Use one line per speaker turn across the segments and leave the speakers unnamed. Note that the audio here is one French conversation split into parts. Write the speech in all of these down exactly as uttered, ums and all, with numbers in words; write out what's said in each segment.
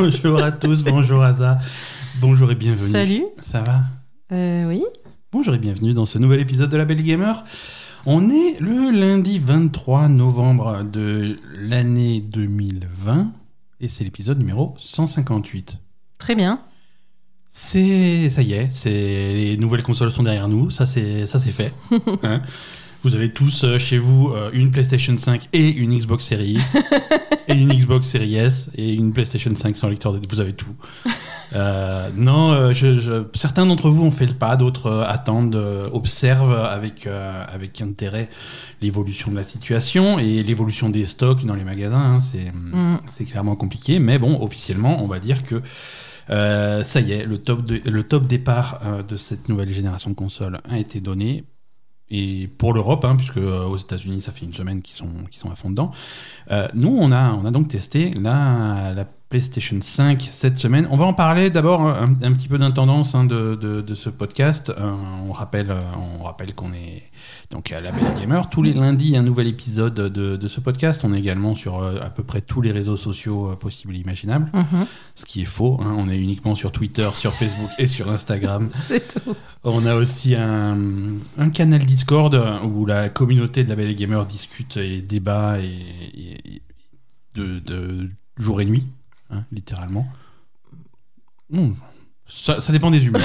Bonjour à tous, bonjour Aza, bonjour et bienvenue.
Salut.
Ça va ?
Euh, oui.
Bonjour et bienvenue dans ce nouvel épisode de La Belle Gamer. On est le lundi vingt-trois novembre de l'année deux mille vingt et c'est l'épisode numéro cent cinquante-huit.
Très bien.
C'est, ça y est, c'est, les nouvelles consoles sont derrière nous, ça c'est, ça c'est fait. Hein, vous avez tous euh, chez vous euh, une PlayStation cinq et une Xbox Series X et une Xbox Series S et une PlayStation cinq sans lecteur de... Vous avez tout. Euh, non, euh, je, je... certains d'entre vous ont fait le pas, d'autres euh, attendent, euh, observent avec, euh, avec intérêt l'évolution de la situation et l'évolution des stocks dans les magasins. Hein, c'est, mm. c'est clairement compliqué, mais bon, officiellement, on va dire que euh, ça y est, le top, de, le top départ euh, de cette nouvelle génération de consoles a été donné. Et pour l'Europe, hein, puisque euh, aux États-Unis, ça fait une semaine qu'ils sont, qu'ils sont à fond dedans. Euh, nous, on a, on a donc testé la, la PlayStation cinq cette semaine. On va en parler d'abord un, un petit peu d'intendance hein, de, de, de ce podcast. Euh, on, rappelle, on rappelle qu'on est donc à La Belle Gamer. Tous les lundis, un nouvel épisode de, de ce podcast. On est également sur euh, à peu près tous les réseaux sociaux euh, possibles et imaginables. Mm-hmm. Ce qui est faux. Hein. On est uniquement sur Twitter, sur Facebook et sur Instagram.
C'est tout. On
a aussi un, un canal Discord où la communauté de La Belle Gamer discute et débat et, et, et de, de jour et nuit. Hein, littéralement. Mmh. Ça, ça dépend des humeurs.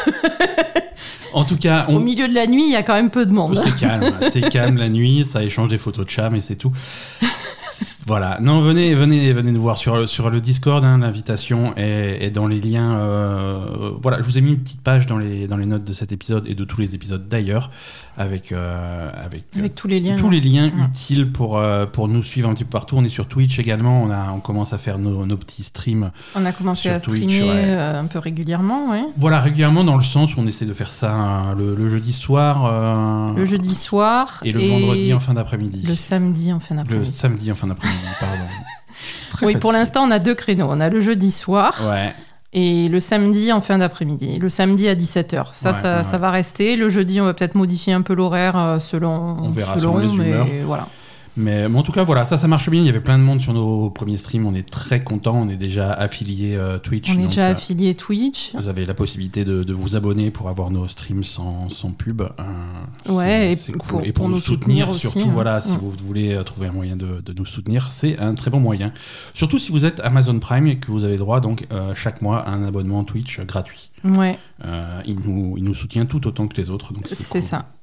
En tout cas, on...
au milieu de la nuit, il y a quand même peu de monde.
C'est calme, c'est calme la nuit, ça échange des photos de chats, mais c'est tout. Voilà. Non, venez, venez, venez nous voir sur, sur le Discord. Hein, l'invitation est, est dans les liens. Euh, voilà, je vous ai mis une petite page dans les, dans les notes de cet épisode et de tous les épisodes d'ailleurs, avec, euh, avec,
avec tous les liens,
tous les liens ouais. utiles pour, euh, pour nous suivre un petit peu partout. On est sur Twitch également. On, a, on commence à faire nos, nos petits streams.
On a commencé à
Twitch,
streamer
ouais.
euh, un peu régulièrement, ouais.
Voilà, régulièrement dans le sens où on essaie de faire ça hein, le, le jeudi soir. Euh,
le jeudi soir.
Et le et vendredi en fin d'après-midi.
Le samedi en fin d'après-midi.
Le samedi en fin d'après-midi, pardon.
Très oui, fatigué. Pour l'instant, on a deux créneaux. On a le jeudi soir
ouais.
et le samedi en fin d'après-midi. Le samedi à dix-sept heures. Ça, ouais, ça, ouais. ça va rester. Le jeudi, on va peut-être modifier un peu l'horaire selon.
On verra
selon,
selon les
mais
humeurs.
Voilà.
Mais, mais en tout cas, voilà, ça, ça marche bien. Il y avait plein de monde sur nos premiers streams. On est très contents. On est déjà affilié euh, Twitch.
On est
donc,
déjà
euh,
affilié Twitch.
Vous avez la possibilité de, de vous abonner pour avoir nos streams sans, sans pub. Euh,
ouais,
c'est,
et,
c'est cool.
pour,
et pour,
pour
nous soutenir,
soutenir
surtout,
aussi,
voilà,
hein.
si mmh. vous voulez trouver un moyen de, de nous soutenir, c'est un très bon moyen. Surtout si vous êtes Amazon Prime et que vous avez droit donc euh, chaque mois à un abonnement Twitch gratuit.
Ouais.
Euh, il, nous, il nous soutient tout autant que les autres. Donc c'est
c'est
cool.
ça.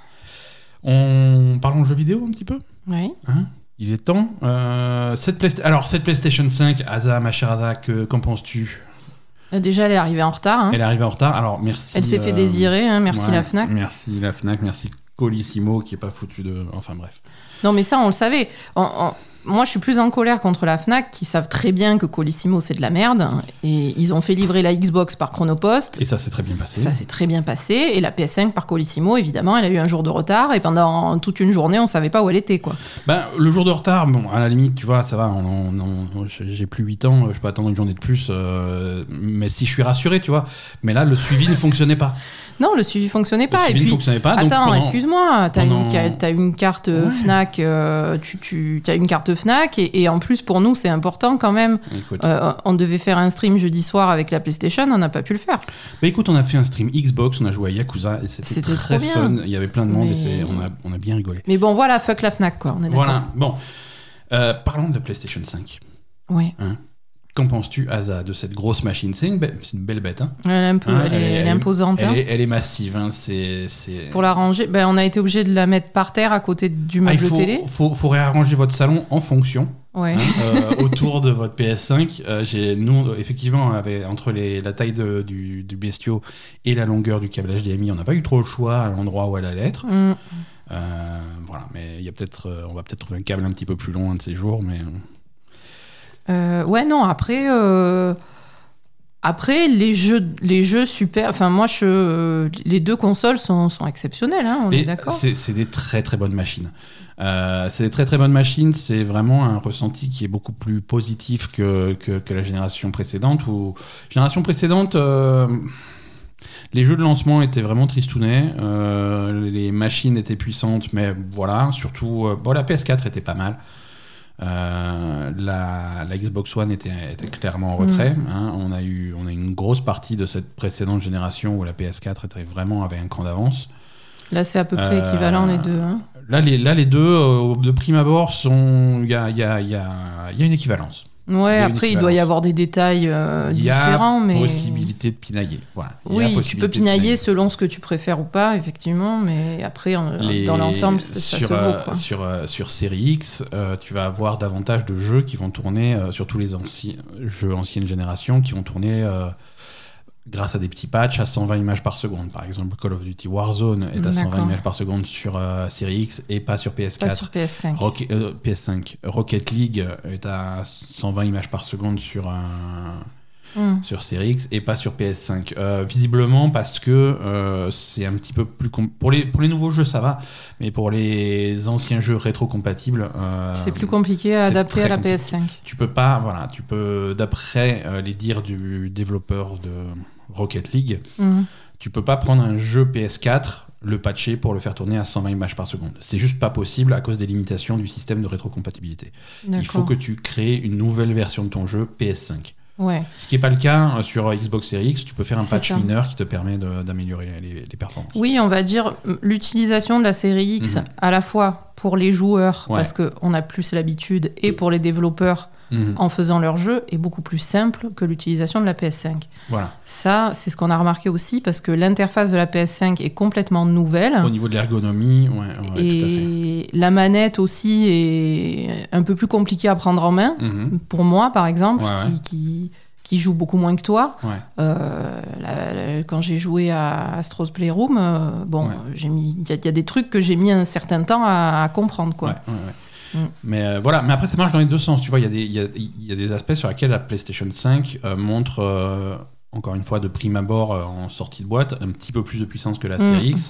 On parlons de jeux vidéo un petit peu.
Oui.
Hein Il est temps. Euh, cette Play... Alors, cette PlayStation cinq, Aza, ma chère Aza, que, qu'en penses-tu ?
Déjà, elle est arrivée en retard. Hein.
Elle est arrivée en retard. Alors, merci.
Elle s'est fait euh... désirer. Hein. Merci
ouais,
la Fnac.
Merci la Fnac. Merci Colissimo qui n'est pas foutu de. Enfin, bref.
Non, mais ça, on le savait. On, on... Moi, je suis plus en colère contre la Fnac qui savent très bien que Colissimo, c'est de la merde. Et ils ont fait livrer la Xbox par Chronopost.
Et ça s'est très bien passé.
Ça s'est très bien passé. Et la P S cinq par Colissimo, évidemment, elle a eu un jour de retard. Et pendant toute une journée, on ne savait pas où elle était, quoi.
Ben, le jour de retard, bon, à la limite, tu vois, ça va. On, on, on, j'ai plus huit ans, je peux attendre une journée de plus. Euh, mais si je suis rassuré, tu vois. Mais là, le suivi ne fonctionnait pas.
Non, le suivi fonctionnait pas.
Le suivi
et puis,
ne fonctionnait pas. Donc
attends,
pendant...
excuse-moi, t'as,
pendant...
une, t'as une carte ouais. Fnac, euh, tu, tu as une carte Fnac, et, et en plus pour nous c'est important quand même. Euh, on devait faire un stream jeudi soir avec la PlayStation, on n'a pas pu le faire.
Bah écoute, on a fait un stream Xbox, on a joué à Yakuza et c'était,
c'était
très
trop
fun.
Bien.
Il y avait plein de monde
Mais...
et c'est, on a on a bien rigolé.
Mais bon voilà, fuck la Fnac quoi. On est d'accord.
Voilà. Bon, euh, parlons de la PlayStation cinq.
Ouais.
Hein Qu'en penses-tu, Aza, de cette grosse machine ? C'est une, be- c'est une belle bête. Hein
elle est, un peu, hein, elle, elle, est, elle est imposante.
Elle,
hein.
est, elle est massive. Hein. C'est, c'est...
c'est pour la ranger. Ben, on a été obligé de la mettre par terre à côté du meuble
ah, il faut,
télé.
Il faut, faut réarranger votre salon en fonction.
Ouais.
Hein, euh, autour de votre P S cinq. Euh, j'ai, nous, effectivement, avait, entre les, la taille de, du, du bestiau et la longueur du câble H D M I, on n'a pas eu trop le choix à l'endroit où elle allait être. Mm. Euh, voilà, mais il y a peut-être, euh, on va peut-être trouver un câble un petit peu plus long un de ces jours, mais...
Euh, ouais, non, après, euh, après les, jeux, les jeux super. Enfin, moi, je, les deux consoles sont, sont exceptionnelles, hein, on
Et
est d'accord.
C'est, c'est des très très bonnes machines. Euh, c'est des très très bonnes machines. C'est vraiment un ressenti qui est beaucoup plus positif que, que, que la génération précédente. Où, génération précédente, euh, les jeux de lancement étaient vraiment tristounets. Euh, les machines étaient puissantes, mais voilà, surtout, euh, bon, la P S quatre était pas mal. Euh, la, la Xbox One était, était clairement en retrait. Mmh. Hein. On a eu, on a eu une grosse partie de cette précédente génération où la P S quatre était vraiment avait un cran d'avance.
Là, c'est à peu près euh, équivalent les deux. Hein.
Là, les, là, les deux, euh, de prime abord, sont, il y a, y a, y a, y a une équivalence.
Ouais, après, il doit y avoir des détails euh, différents, mais...
Il y a possibilité de pinailler. Voilà.
Oui, tu peux pinailler selon ce que tu préfères ou pas, effectivement, mais après, en, Les... dans l'ensemble, ça, ça
sur,
se vaut. Quoi.
Sur, euh, sur Série X, euh, tu vas avoir davantage de jeux qui vont tourner, euh, sur tous les anci... jeux ancienne génération, qui vont tourner... Euh, grâce à des petits patchs à cent vingt images par seconde. Par exemple, Call of Duty Warzone est à D'accord. cent vingt images par seconde sur euh, Série X et pas sur P S quatre.
Pas sur P S cinq.
Rock, euh, P S cinq. Rocket League est à cent vingt images par seconde sur, un, mm. sur Série X et pas sur P S cinq. Euh, visiblement parce que euh, c'est un petit peu plus... Com- pour, les, pour les nouveaux jeux, ça va, mais pour les anciens jeux rétro-compatibles... Euh,
c'est plus compliqué à adapter à la compliqué. P S cinq.
Tu peux pas... Voilà, tu peux, d'après euh, les dires du développeur de... Rocket League, mmh. tu peux pas prendre un jeu P S quatre, le patcher pour le faire tourner à cent vingt images par seconde. C'est juste pas possible à cause des limitations du système de rétrocompatibilité. D'accord. Il faut que tu crées une nouvelle version de ton jeu P S cinq.
Ouais.
Ce qui n'est pas le cas sur Xbox Series X, tu peux faire un C'est patch ça. mineur qui te permet de, d'améliorer les, les performances.
Oui, on va dire l'utilisation de la série X mmh. à la fois pour les joueurs, ouais. parce qu'on a plus l'habitude, et pour les développeurs, Mmh. en faisant leur jeu est beaucoup plus simple que l'utilisation de la P S cinq.
Voilà.
Ça, c'est ce qu'on a remarqué aussi parce que l'interface de la P S cinq est complètement nouvelle.
Au niveau de l'ergonomie, ouais, ouais,
et
tout à fait.
La manette aussi est un peu plus compliquée à prendre en main. Mmh. Pour moi, par exemple, ouais, qui, ouais. qui, qui joue beaucoup moins que toi.
Ouais.
Euh, la, la, quand j'ai joué à Astro's Playroom, euh, bon, ouais. j'ai mis, il y, y a des trucs que j'ai mis un certain temps à, à comprendre, quoi.
Ouais, ouais, ouais. Mais euh, voilà, mais après ça marche dans les deux sens. Tu vois, il y a des il y a, y a des aspects sur lesquels la PlayStation cinq euh, montre euh, encore une fois de prime abord euh, en sortie de boîte un petit peu plus de puissance que la Series mmh. X.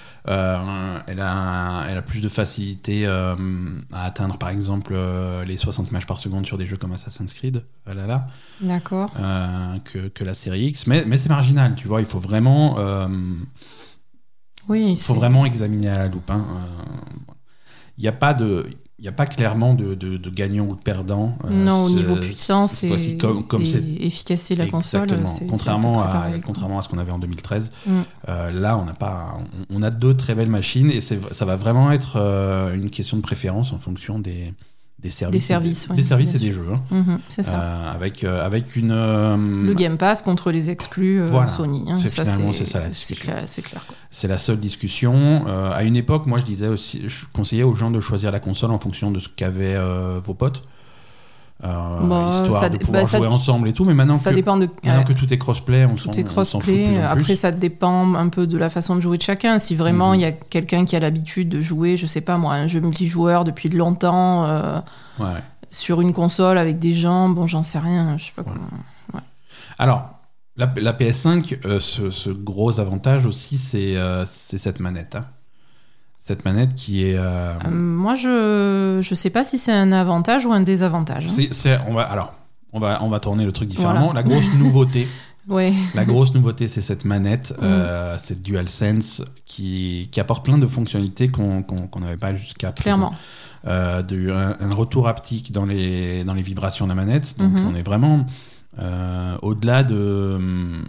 Euh, elle a elle a plus de facilité euh, à atteindre par exemple euh, les soixante images par seconde sur des jeux comme Assassin's Creed. Voilà là.
D'accord.
Euh, que que la Series X, mais mais c'est marginal. Tu vois, il faut vraiment euh,
oui,
il faut c'est... vraiment examiner à la loupe. Hein. Il n'y a pas de Il n'y a pas clairement de, de, de gagnant ou de perdant.
Euh, non, au niveau puissance et,
comme, comme
et
c'est...
efficacité de la console. C'est,
contrairement,
c'est
à,
pareil,
contrairement à ce qu'on avait en deux mille treize,
mm.
euh, là, on a, pas, on, on a deux très belles machines et c'est, ça va vraiment être euh, une question de préférence en fonction des, des services.
Des services,
et,
oui,
des, services et des jeux. Hein.
Mm-hmm, c'est ça.
Euh, avec, euh, avec une... Euh,
le Game Pass contre les exclus euh,
voilà,
Sony. Hein.
C'est,
ça,
finalement,
c'est,
c'est ça la discussion.
C'est clair. C'est, clair, quoi.
C'est la seule discussion. Euh, à une époque, moi, je disais aussi, je conseillais aux gens de choisir la console en fonction de ce qu'avaient euh, vos potes. Euh,
bah,
histoire
ça,
de pouvoir
bah,
jouer ça, ensemble et tout, mais maintenant,
ça
que,
dépend de,
maintenant
euh,
que tout est crossplay, on,
tout
s'en,
est crossplay.
on s'en fout de plus en
Après,
plus.
ça dépend un peu de la façon de jouer de chacun. Si vraiment il mm-hmm. y a quelqu'un qui a l'habitude de jouer, je sais pas moi, un jeu multijoueur depuis longtemps euh,
ouais.
sur une console avec des gens, bon, j'en sais rien, je sais pas ouais. comment. Ouais.
Alors, la, la P S cinq, euh, ce, ce gros avantage aussi, c'est, euh, c'est cette manette. Hein. Cette manette qui est... Euh...
Euh, moi, je je sais pas si c'est un avantage ou un désavantage. Hein.
C'est, c'est, on va, alors, on va, on va tourner le truc différemment.
Voilà.
La grosse nouveauté,
ouais.
la grosse nouveauté, c'est cette manette, mm. euh, cette DualSense qui, qui apporte plein de fonctionnalités qu'on qu'on, qu'on n'avait pas jusqu'à présent.
Clairement.
Euh, de, un, un retour haptique dans les, dans les vibrations de la manette. Donc, mm-hmm. on est vraiment euh, au-delà de...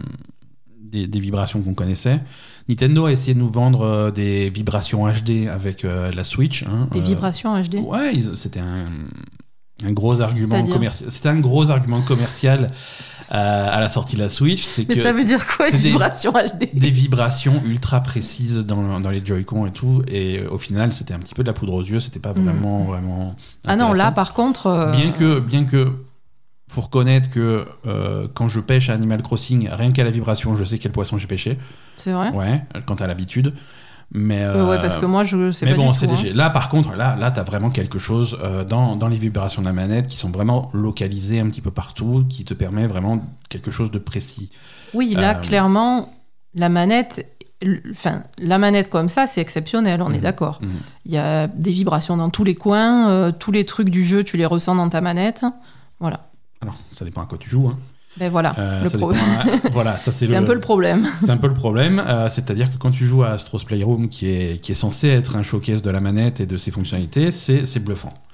Des, des vibrations qu'on connaissait. Nintendo a essayé de nous vendre euh, des vibrations H D avec euh, la Switch. Hein,
des
euh,
vibrations H D.
Ouais, ils, c'était un, un gros argument commercial. C'était un gros argument commercial euh, à la sortie de la Switch. C'est
Mais
que
ça veut dire quoi, des vibrations H D?
Des vibrations ultra précises dans, dans les Joy-Con et tout. Et au final, c'était un petit peu de la poudre aux yeux. C'était pas vraiment, mmh. vraiment.
Ah non, là, par contre. Euh...
Bien que, bien que. Faut reconnaître que euh, quand je pêche à Animal Crossing, rien qu'à la vibration, je sais quel poisson j'ai pêché.
C'est vrai ?
Ouais, quand t'as l'habitude. Mais euh,
euh, ouais, parce que moi, je sais
mais
pas
bon,
du
c'est
tout.
léger.
Hein.
Là, par contre, là, là, t'as vraiment quelque chose euh, dans, dans les vibrations de la manette qui sont vraiment localisées un petit peu partout, qui te permet vraiment quelque chose de précis.
Oui, là, euh, clairement, la manette... Enfin, la manette comme ça, c'est exceptionnel, on mmh, est d'accord. Il mmh. y a des vibrations dans tous les coins, euh, tous les trucs du jeu, tu les ressens dans ta manette. Voilà.
Alors, ça dépend à quoi tu joues. Hein.
Ben voilà,
euh,
le problème.
À... voilà, ça c'est,
c'est
le...
un peu le problème.
C'est un peu le problème. Euh, c'est-à-dire que quand tu joues à Astro's Playroom, qui est, qui est censé être un showcase de la manette et de ses fonctionnalités, c'est, c'est bluffant.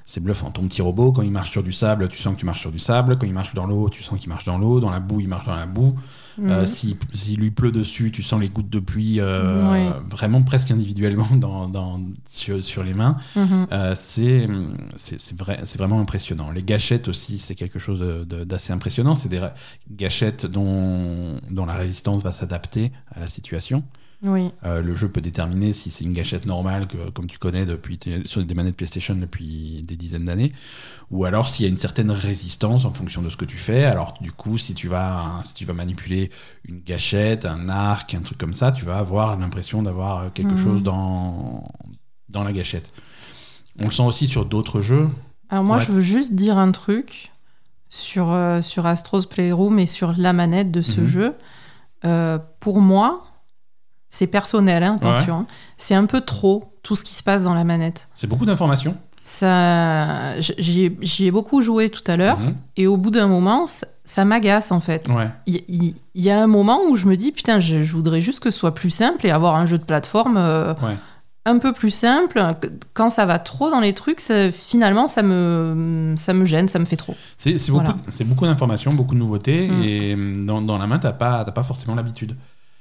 c'est bluffant. Ton petit robot, quand il marche sur du sable, tu sens que tu marches sur du sable. Quand il marche dans l'eau, tu sens qu'il marche dans l'eau. Dans la boue, il marche dans la boue. Mmh. Euh, s'il, s'il lui pleut dessus, tu sens les gouttes de pluie euh, oui. vraiment presque individuellement dans, dans, sur, sur les mains. Mmh. Euh, c'est, c'est, c'est, vrai, c'est vraiment impressionnant. Les gâchettes aussi, c'est quelque chose de, de, d'assez impressionnant. C'est des gâchettes dont, dont la résistance va s'adapter à la situation.
Oui.
Euh, le jeu peut déterminer si c'est une gâchette normale, que, comme tu connais depuis t- sur des manettes PlayStation depuis des dizaines d'années, ou alors s'il y a une certaine résistance en fonction de ce que tu fais. Alors du coup, si tu vas, si tu vas manipuler une gâchette, un arc, un truc comme ça, tu vas avoir l'impression d'avoir quelque mmh. chose dans, dans la gâchette. On le sent aussi sur d'autres jeux.
Alors moi,
ouais.
je veux juste dire un truc sur, euh, sur Astro's Playroom et sur la manette de ce mmh. jeu. Euh, pour moi... C'est personnel, hein, attention. Ouais. C'est un peu trop, tout ce qui se passe dans la manette.
C'est beaucoup d'informations.
Ça, j'y, ai, j'y ai beaucoup joué tout à l'heure, mmh. et au bout d'un moment, ça, ça m'agace, en fait.
Ouais.
Il, il, il y a un moment où je me dis, putain, je, je voudrais juste que ce soit plus simple et avoir un jeu de plateforme euh, ouais. un peu plus simple. Quand ça va trop dans les trucs, ça, finalement, ça me, ça me gêne, ça me fait trop.
C'est, c'est, beaucoup, voilà. c'est beaucoup d'informations, beaucoup de nouveautés, mmh. et dans, dans la main, t'as pas, t'as pas forcément l'habitude.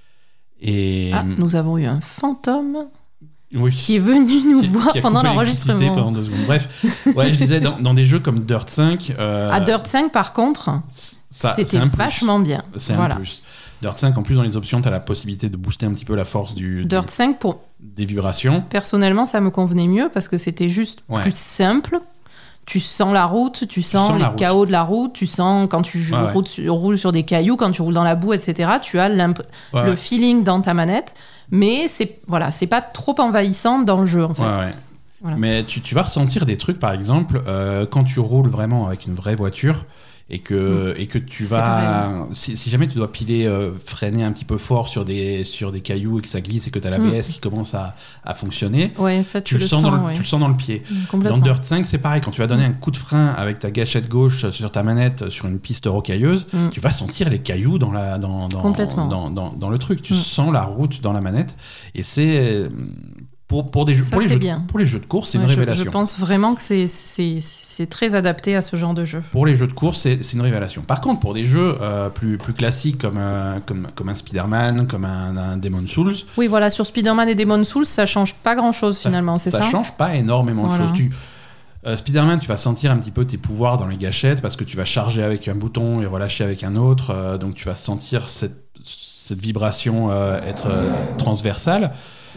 Et...
Ah, nous avons eu un fantôme
oui.
qui est venu nous
qui,
voir
qui
pendant l'enregistrement.
Pendant deux secondes. Bref, ouais, je disais, dans, dans des jeux comme Dirt cinq... Euh,
à Dirt cinq, par contre, ça, c'était vachement bien.
C'est
voilà.
un plus. Dirt cinq, en plus, dans les options, tu as la possibilité de booster un petit peu la force du,
Dirt
du,
cinq, pour...
des vibrations.
Personnellement, ça me convenait mieux parce que c'était juste ouais. plus simple. Tu sens la route, tu sens, tu sens les chaos de la route, tu sens quand tu joues, ouais, ouais. Sur, roules sur des cailloux, quand tu roules dans la boue, et cetera. Tu as ouais, le ouais. feeling dans ta manette, mais c'est, voilà, c'est pas trop envahissant dans le jeu, en fait.
Ouais, ouais. Voilà. Mais tu, tu vas ressentir des trucs, par exemple, euh, quand tu roules vraiment avec une vraie voiture, et que, mmh. et que tu
c'est
vas... Si, si jamais tu dois piler, euh, freiner un petit peu fort sur des, sur des cailloux et que ça glisse et que tu as l'A B S mmh. qui commence à, à fonctionner,
ouais, ça, tu,
tu, le sens
sens,
dans le,
ouais.
tu le sens dans le pied. Mmh, dans Dirt cinq, c'est pareil. Quand tu vas donner mmh. un coup de frein avec ta gâchette gauche sur ta manette sur une piste rocailleuse, mmh. tu vas sentir les cailloux dans, la, dans, dans, dans, dans, dans le truc. Tu mmh. sens la route dans la manette. Et c'est... Pour, pour, des jeux,
ça,
pour, les jeux,
bien.
pour les jeux de course, c'est
ouais,
une
je,
révélation.
Je pense vraiment que c'est, c'est, c'est très adapté à ce genre de jeu.
Pour les jeux de course, c'est, c'est une révélation. Par contre, pour des jeux euh, plus, plus classiques comme, euh, comme, comme un Spider-Man, comme un, un Demon's Souls...
Oui, voilà, sur Spider-Man et Demon's Souls, ça change pas grand-chose finalement,
ça,
c'est ça ?
Ça change pas énormément
voilà.
de choses. Tu, euh, Spider-Man, tu vas sentir un petit peu tes pouvoirs dans les gâchettes parce que tu vas charger avec un bouton et relâcher avec un autre. Euh, donc tu vas sentir cette, cette vibration euh, être euh, transversale.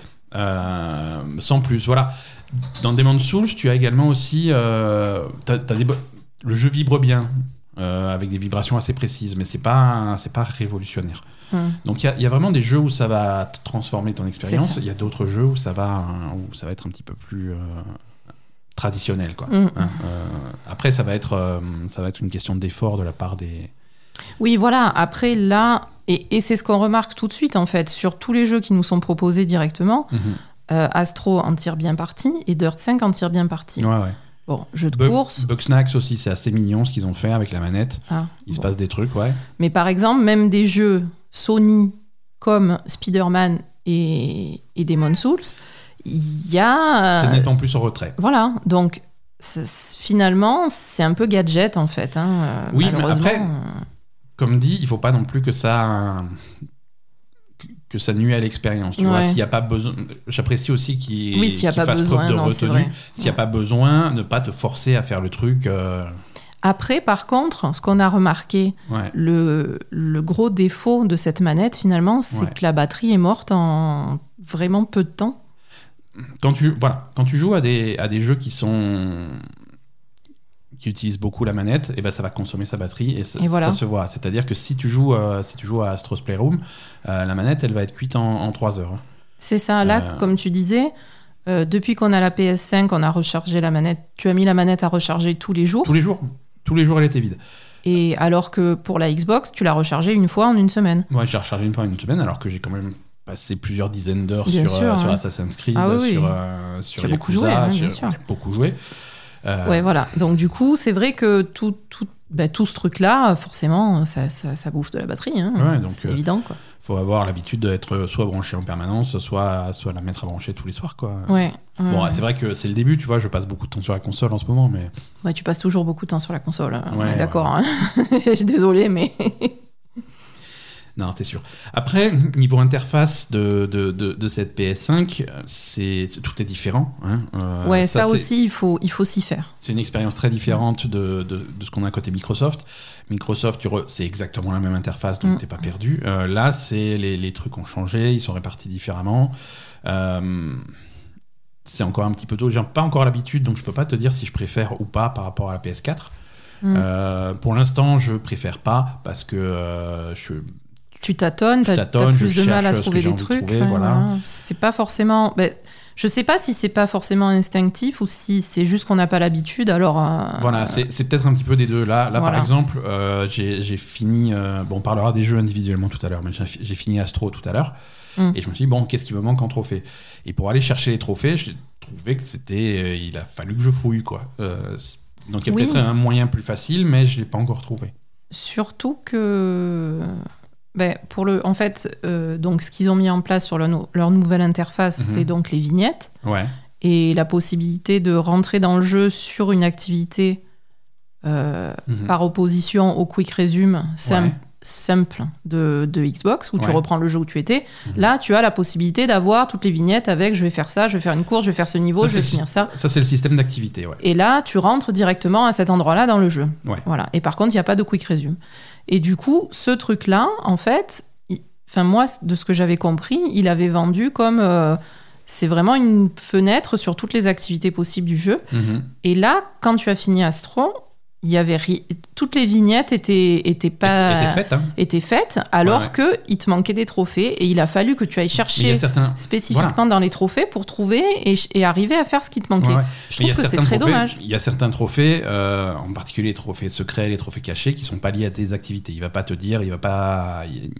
Euh, sans plus, voilà. Dans Demon's Souls, tu as également aussi, euh, t'as, t'as des bo- le jeu vibre bien euh, avec des vibrations assez précises, mais c'est pas, c'est pas révolutionnaire. Mmh. Donc il y, y a vraiment des jeux où ça va transformer ton expérience. Il y a d'autres jeux où ça va, où ça va être un petit peu plus euh, traditionnel, quoi. Mmh. Hein, euh, après, ça va être, euh, ça va être une question d'effort de la part des.
Oui, voilà. Après, là, et, et c'est ce qu'on remarque tout de suite, en fait, sur tous les jeux qui nous sont proposés directement, mmh. euh, Astro en tire bien parti et Dirt cinq en tire bien parti.
Ouais, ouais.
Bon, jeu de
Bug,
course.
Bugsnax aussi, c'est assez mignon ce qu'ils ont fait avec la manette. Ah, Il bon. se passe des trucs, ouais.
Mais par exemple, même des jeux Sony comme Spider-Man et, et Demon's Souls, il y a...
C'est nettement plus en retrait.
Voilà, donc c'est, finalement, c'est un peu gadget, en fait. Hein,
oui, mais après... Comme dit, il ne faut pas non plus que ça, que ça nuit à l'expérience. Tu ouais. vois, s'il y a pas besoin, j'apprécie aussi qu'il,
oui, s'il y a
qu'il
pas
fasse
besoin,
preuve de
non,
retenue. S'il n'y a ouais. pas besoin, ne pas te forcer à faire le truc. Euh...
Après, par contre, ce qu'on a remarqué, ouais. le, le gros défaut de cette manette, finalement, c'est ouais. que la batterie est morte en vraiment peu de temps.
Quand tu, voilà, quand tu joues à des, à des jeux qui sont... qui utilisent beaucoup la manette, et ben ça va consommer sa batterie et ça, et voilà. ça se voit. C'est-à-dire que si tu joues, euh, si tu joues à Astro's Playroom, euh, la manette, elle va être cuite en, en trois heures.
C'est ça. Là, euh... comme tu disais, euh, depuis qu'on a la P S cinq, on a rechargé la manette. Tu as mis la manette à recharger tous les jours.
Tous les jours. Tous les jours, elle était vide.
Et alors que pour la Xbox, tu l'as rechargée une fois en une semaine.
Moi, ouais, j'ai rechargé une fois en une semaine, alors que j'ai quand même passé plusieurs dizaines d'heures
bien
sur,
sûr,
euh,
hein.
sur Assassin's Creed,
ah, oui,
sur,
oui.
euh, sur
tu as
Yakuza,
beaucoup joué, hein, bien
sur,
sûr.
J'ai beaucoup joué.
Euh... Ouais, voilà. Donc du coup, c'est vrai que tout, tout, bah, tout ce truc-là, forcément, ça, ça, ça bouffe de la batterie. Hein.
Ouais, donc,
c'est
euh,
évident, quoi.
faut avoir l'habitude d'être soit branché en permanence, soit, soit la mettre à brancher tous les soirs, quoi.
Ouais.
Bon,
ouais.
c'est vrai que c'est le début, tu vois, je passe beaucoup de temps sur la console en ce moment, mais...
Ouais, tu passes toujours beaucoup de temps sur la console.
Ouais,
ouais, d'accord,
ouais.
hein. Je suis désolée, mais...
Non, c'est sûr. Après, niveau interface de, de, de, de cette P S cinq, c'est, c'est, tout est différent. Hein. Euh,
ouais, ça, ça
c'est,
aussi, il faut, il faut s'y faire.
C'est une expérience très différente de, de, de ce qu'on a côté Microsoft. Microsoft, tu re, c'est exactement la même interface, donc mm. t'es pas perdu. Euh, là, c'est les, les trucs ont changé, ils sont répartis différemment. Euh, c'est encore un petit peu tôt. J'ai pas encore l'habitude, donc je peux pas te dire si je préfère ou pas par rapport à la P S quatre. Mm. Euh, pour l'instant, je préfère pas parce que euh, je
tu tâtonnes, tu as plus de mal à trouver des trucs.
Trouver,
ouais,
voilà.
Voilà. C'est pas forcément. Ben, je sais pas si c'est pas forcément instinctif ou si c'est juste qu'on n'a pas l'habitude. Alors. Euh,
voilà, c'est, c'est peut-être un petit peu des deux. Là, là
voilà.
par exemple, euh, j'ai, j'ai fini. Euh, bon, on parlera des jeux individuellement tout à l'heure, mais j'ai, j'ai fini Astro tout à l'heure. Mm. Et je me suis dit, bon, qu'est-ce qui me manque en trophée ? Et pour aller chercher les trophées, j'ai trouvé que c'était. Euh, il a fallu que je fouille, quoi. Euh, donc il y a oui. peut-être un moyen plus facile, mais je l'ai pas encore trouvé.
Surtout que. Ben, pour le, en fait, euh, donc, ce qu'ils ont mis en place sur leur, no- leur nouvelle interface, mm-hmm. c'est donc les vignettes.
Ouais.
Et la possibilité de rentrer dans le jeu sur une activité euh, mm-hmm. par opposition au quick resume sim- ouais. simple de, de Xbox, où ouais. tu reprends le jeu où tu étais. Mm-hmm. Là, tu as la possibilité d'avoir toutes les vignettes avec je vais faire ça, je vais faire une course, je vais faire ce niveau, ça, je vais finir ça.
Ça, c'est le système d'activité. Ouais.
Et là, tu rentres directement à cet endroit-là dans le jeu.
Ouais.
Voilà. Et par contre, il n'y a pas de quick resume. Et du coup, ce truc-là, en fait, enfin moi, de ce que j'avais compris, il avait vendu comme... Euh, c'est vraiment une fenêtre sur toutes les activités possibles du jeu. Mm-hmm. Et là, quand tu as fini Astro, il y avait ri- toutes les vignettes étaient, étaient, pas...
étaient faites, hein.
étaient faites alors
ouais, ouais.
qu'il te manquait des trophées. Et il a fallu que tu ailles chercher
certains...
spécifiquement
voilà.
dans les trophées pour trouver et, et arriver à faire ce qui te manquait. Ouais, ouais. Je trouve que c'est très
trophées,
dommage.
Il y a certains trophées, euh, en particulier les trophées secrets, les trophées cachés, qui ne sont pas liés à tes activités. Il ne va pas te dire, il ne va pas... Il...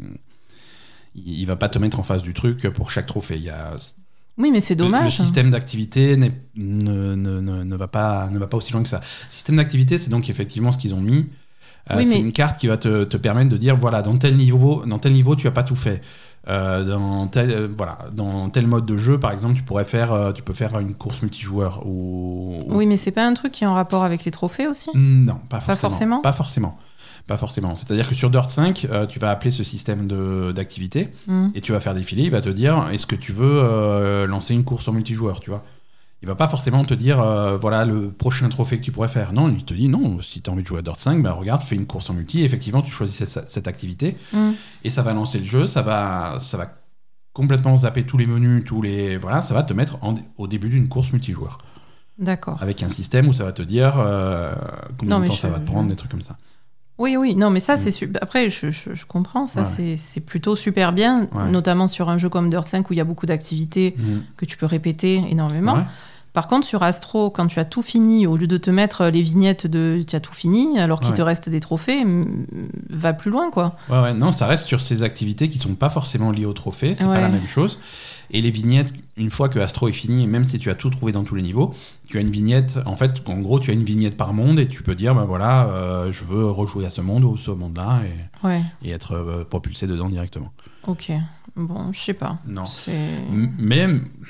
il va pas te mettre en face du truc pour chaque trophée. Il y a...
Oui, mais c'est dommage.
Le, le système d'activité n'est, ne, ne, ne, ne, va pas, ne va pas aussi loin que ça. Le système d'activité, c'est donc effectivement ce qu'ils ont mis. Euh, oui, c'est mais... une carte qui va te, te permettre de dire, voilà, dans tel niveau, dans tel niveau tu n'as pas tout fait. Euh, dans, tel, euh, voilà, dans tel mode de jeu, par exemple, tu pourrais faire, euh, tu peux faire une course multijoueur. Ou, ou...
Oui, mais c'est pas un truc qui est en rapport avec les trophées aussi ?
Non, pas forcément.
Pas forcément.
Pas forcément. Pas forcément. C'est-à-dire que sur Dirt cinq, euh, tu vas appeler ce système de, d'activité mmh. et tu vas faire défiler. Il va te dire est-ce que tu veux euh, lancer une course en multijoueur, tu vois. Il va pas forcément te dire euh, voilà le prochain trophée que tu pourrais faire. Non, il te dit non, si tu as envie de jouer à Dirt cinq, bah, regarde, fais une course en multi. Et effectivement, tu choisis cette, cette activité mmh. et ça va lancer le jeu. Ça va, ça va complètement zapper tous les menus, tous les voilà, ça va te mettre en, au début d'une course multijoueur.
D'accord.
Avec un système où ça va te dire euh, combien
non,
de temps
je...
ça va te prendre, des trucs comme ça.
Oui, oui, non, mais ça, mmh. c'est su- après, je, je, je comprends, ça, ouais. c'est, c'est plutôt super bien, ouais. notamment sur un jeu comme Dirt cinq où il y a beaucoup d'activités mmh. que tu peux répéter énormément. Ouais. Par contre, sur Astro, quand tu as tout fini, au lieu de te mettre les vignettes de tu as tout fini, alors qu'il ouais. te reste des trophées, m- va plus loin, quoi.
Ouais, ouais, non, ça reste sur ces activités qui sont pas forcément liées aux trophées, c'est ouais. pas la même chose. Et les vignettes, une fois que Astro est fini, et même si tu as tout trouvé dans tous les niveaux, tu as une vignette, en fait, en gros, tu as une vignette par monde et tu peux dire, ben voilà, euh, je veux rejouer à ce monde ou ce monde-là et,
ouais.
et être euh, propulsé dedans directement.
Ok, bon, je sais pas.
Non.
C'est...
Mais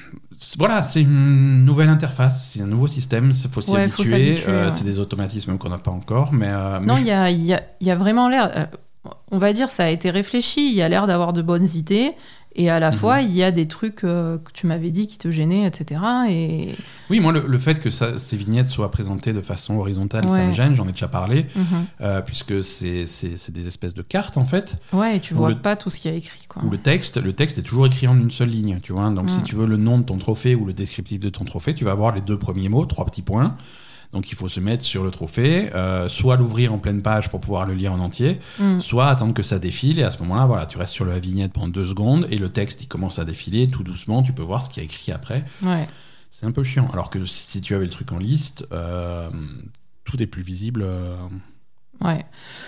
voilà, c'est une nouvelle interface, c'est un nouveau système, il faut s'y
ouais,
habituer.
Faut s'habituer
euh,
ouais.
C'est des automatismes qu'on n'a pas encore, mais... Euh,
non, il
je...
y, a, y, a, y a vraiment l'air... Euh, on va dire, ça a été réfléchi, il y a l'air d'avoir de bonnes idées. Et à la mmh. fois, il y a des trucs euh, que tu m'avais dit qui te gênaient, et cetera. Et...
Oui, moi, le, le fait que ça, ces vignettes soient présentées de façon horizontale, ouais. ça me gêne, j'en ai déjà parlé, mmh. euh, puisque c'est, c'est, c'est des espèces de cartes, en fait.
Ouais, et tu vois
le,
pas tout ce qu'il y a écrit, quoi.
Où le texte, le texte est toujours écrit en une seule ligne, tu vois. Donc, mmh. si tu veux le nom de ton trophée ou le descriptif de ton trophée, tu vas avoir les deux premiers mots, trois petits points. Donc il faut se mettre sur le trophée, euh, soit l'ouvrir en pleine page pour pouvoir le lire en entier, mm. soit attendre que ça défile, et à ce moment-là, voilà, tu restes sur la vignette pendant deux secondes, et le texte il commence à défiler tout doucement, tu peux voir ce qu'il y a écrit après.
Ouais.
C'est un peu chiant, alors que si tu avais le truc en liste, euh, tout est plus visible. Euh...
Ouais.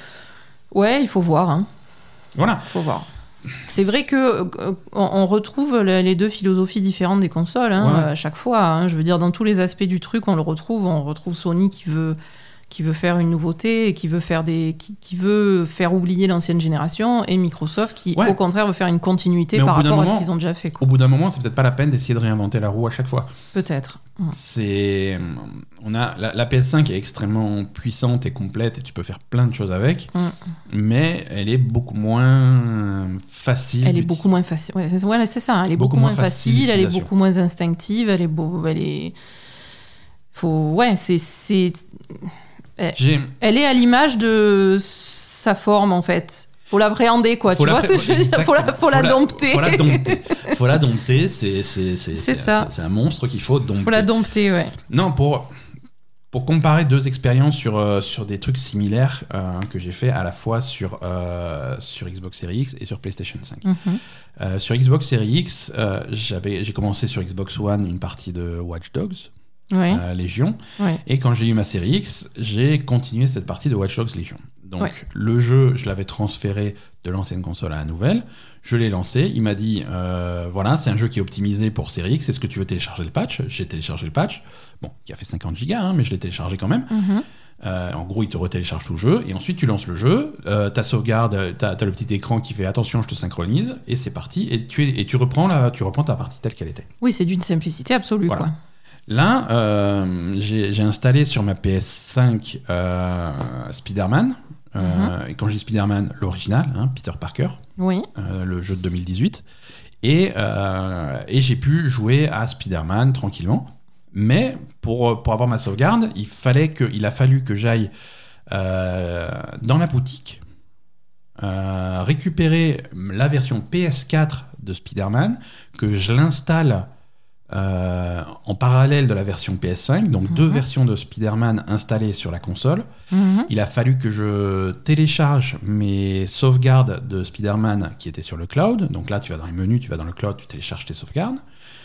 Ouais, il faut voir. Hein.
Voilà.
Il faut voir. C'est vrai que euh, on retrouve les deux philosophies différentes des consoles hein, ouais. à chaque fois. Hein. Je veux dire, dans tous les aspects du truc, on le retrouve. On retrouve Sony qui veut, qui veut faire une nouveauté et qui veut faire, des, qui, qui veut faire oublier l'ancienne génération, et Microsoft qui, ouais. au contraire, veut faire une continuité Mais par rapport moment, à ce qu'ils ont déjà fait. Quoi.
Au bout d'un moment, c'est peut-être pas la peine d'essayer de réinventer la roue à chaque fois.
Peut-être.
C'est... On a... la, la P S cinq est extrêmement puissante et complète et tu peux faire plein de choses avec, mm. mais elle est beaucoup moins facile.
Elle est beaucoup moins facile. Ouais, c'est, ouais, c'est ça. Elle est beaucoup, beaucoup moins facile, facile elle est beaucoup moins instinctive, elle est beau... elle est... Faut... Ouais, c'est... c'est... Elle... elle est à l'image de sa forme, en fait. Faut l'appréhender, quoi.
Faut
tu vois ce que je veux dire ? Faut la, faut la dompter.
Faut la dompter. Faut la dompter. C'est, c'est, c'est,
c'est,
c'est,
ça.
C'est, c'est un monstre qu'il faut dompter.
Faut la dompter, ouais.
Non, pour, pour comparer deux expériences sur, euh, sur des trucs similaires euh, que j'ai fait à la fois sur, euh, sur Xbox Series X et sur PlayStation cinq. Mm-hmm. Euh, sur Xbox Series X, euh, j'avais, j'ai commencé sur Xbox One une partie de Watch Dogs.
Ouais.
Euh, Légion.
Ouais.
Et quand j'ai eu ma série X, j'ai continué cette partie de Watch Dogs Légion. Donc ouais. le jeu, je l'avais transféré de l'ancienne console à la nouvelle. Je l'ai lancé. Il m'a dit euh, voilà, c'est un jeu qui est optimisé pour série X. Est-ce que tu veux télécharger le patch ? J'ai téléchargé le patch. Bon, qui a fait cinquante gigas, hein, mais je l'ai téléchargé quand même.
Mm-hmm.
Euh, en gros, il te retélécharge tout le jeu. Et ensuite, tu lances le jeu. Euh, ta sauvegarde, t'as, t'as le petit écran qui fait attention, je te synchronise. Et c'est parti. Et tu, es, et tu, reprends, la, tu reprends ta partie telle qu'elle était.
Oui, c'est d'une simplicité absolue,
voilà.
quoi.
Là, euh, j'ai, j'ai installé sur ma P S cinq euh, Spider-Man. Euh, mm-hmm. Et quand je dis Spider-Man, l'original, hein, Peter Parker,
oui.
euh, le jeu de deux mille dix-huit. Et, euh, et j'ai pu jouer à Spider-Man tranquillement. Mais pour, pour avoir ma sauvegarde, il, fallait que, il a fallu que j'aille euh, dans la boutique, euh, récupérer la version P S quatre de Spider-Man, que je l'installe Euh, en parallèle de la version P S cinq, donc mmh. deux versions de Spider-Man installées sur la console. Mmh. Il a fallu que je télécharge mes sauvegardes de Spider-Man qui étaient sur le cloud. Donc là, tu vas dans les menus, tu vas dans le cloud, tu télécharges tes sauvegardes.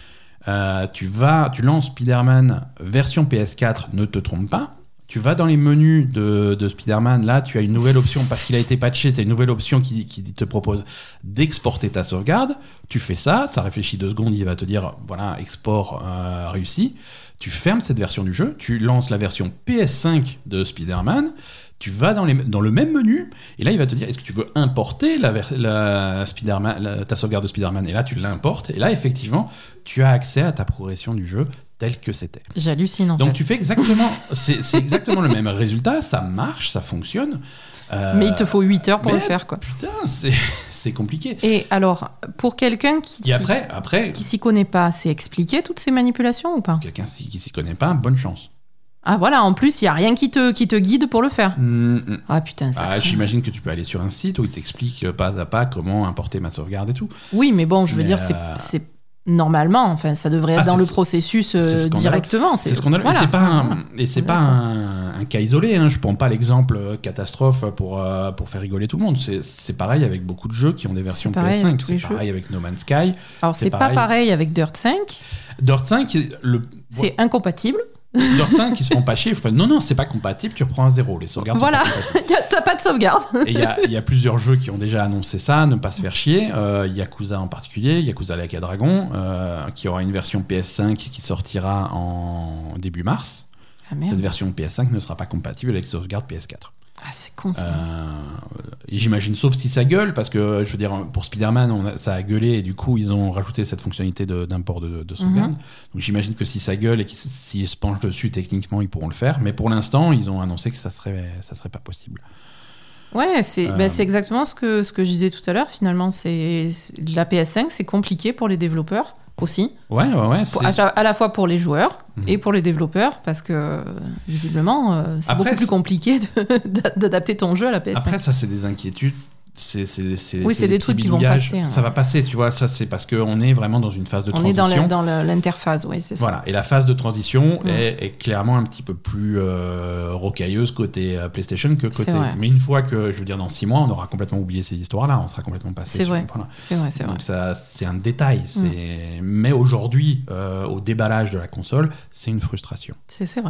Euh, tu, vas, tu lances Spider-Man version P S quatre, ne te trompe pas. Tu vas dans les menus de, de Spider-Man, là tu as une nouvelle option, parce qu'il a été patché, tu as une nouvelle option qui, qui te propose d'exporter ta sauvegarde. Tu fais ça, ça réfléchit deux secondes, il va te dire, voilà, export euh, réussi. Tu fermes cette version du jeu, tu lances la version P S cinq de Spider-Man, tu vas dans, les, dans le même menu, et là il va te dire, est-ce que tu veux importer la, la Spider-Man, la, ta sauvegarde de Spider-Man ? Et là tu l'importes, et là effectivement, tu as accès à ta progression du jeu tel que c'était.
J'hallucine en
Donc
fait.
tu fais exactement, c'est, c'est exactement le même résultat, ça marche, ça fonctionne.
Euh, mais il te faut huit heures pour le faire, quoi.
Putain, c'est, c'est compliqué.
Et alors, pour quelqu'un qui,
Et après, s'y, après,
qui s'y connaît pas, c'est expliqué toutes ces manipulations ou pas ?
Quelqu'un qui s'y connaît pas, bonne chance.
Ah voilà, en plus, il n'y a rien qui te, qui te guide pour le faire.
Mmh.
Ah putain, ça
ah, j'imagine que tu peux aller sur un site où il t'explique pas à pas comment importer ma sauvegarde et tout.
Oui, mais bon, je veux mais dire, euh... c'est... c'est... Normalement, enfin, ça devrait être ah, dans le processus euh, directement.
C'est, c'est scandaleux. Voilà. Et c'est pas un, et c'est pas un, un cas isolé. Hein. Je prends pas l'exemple catastrophe pour, euh, pour faire rigoler tout le monde. C'est, c'est pareil avec beaucoup de jeux qui ont des versions P S cinq. C'est pareil jeux. Avec No Man's Sky.
Alors, c'est, c'est pareil. Pas pareil avec Dirt cinq.
Dirt cinq, le...
c'est ouais. incompatible.
Dirt cinq, ils se font pas chier. Enfin, non, non, c'est pas compatible, tu reprends un zéro. Les sauvegardes
voilà.
sont pas
T'as pas de sauvegarde.
Et il y, y a plusieurs jeux qui ont déjà annoncé ça, ne pas se faire chier. Euh, Yakuza en particulier, Yakuza Like a Dragon, euh, qui aura une version P S cinq qui sortira en début mars.
Ah, merde.
Cette version P S cinq ne sera pas compatible avec sauvegarde P S quatre.
Ah, c'est con ça.
Euh, et j'imagine, sauf si ça gueule, parce que je veux dire, pour Spider-Man, on a, ça a gueulé et du coup, ils ont rajouté cette fonctionnalité de, d'import de, de sauvegarde. Mm-hmm. Donc j'imagine que si ça gueule et qu'ils s'ils se penchent dessus, techniquement, ils pourront le faire. Mais pour l'instant, ils ont annoncé que ça serait, ça serait pas possible.
Ouais, c'est, euh... bah, c'est exactement ce que, ce que je disais tout à l'heure. Finalement, c'est, c'est, la P S cinq, c'est compliqué pour les développeurs aussi.
Ouais, ouais, ouais.
Pour, à, à la fois pour les joueurs mmh. et pour les développeurs, parce que visiblement, euh, c'est Après, beaucoup plus compliqué de, d'adapter ton jeu à la P S cinq.
Après, ça, c'est des inquiétudes. C'est, c'est, c'est,
oui,
c'est
c'est des, des trucs qui vont passer. Hein.
Ça va passer, tu vois. Ça, c'est parce qu'on est vraiment dans une phase de
on
transition.
On est dans, la, dans l'interface, oui, c'est ça.
Voilà. Et la phase de transition mmh. est, est clairement un petit peu plus euh, rocailleuse côté euh, PlayStation que côté. Mais une fois que, je veux dire, dans six mois, on aura complètement oublié ces histoires-là. On sera complètement passé.
C'est
sur,
vrai.
Voilà.
C'est vrai, c'est
Donc
vrai.
Ça, c'est un détail. C'est...
Mmh.
Mais aujourd'hui, euh, au déballage de la console, c'est une frustration.
C'est, c'est vrai.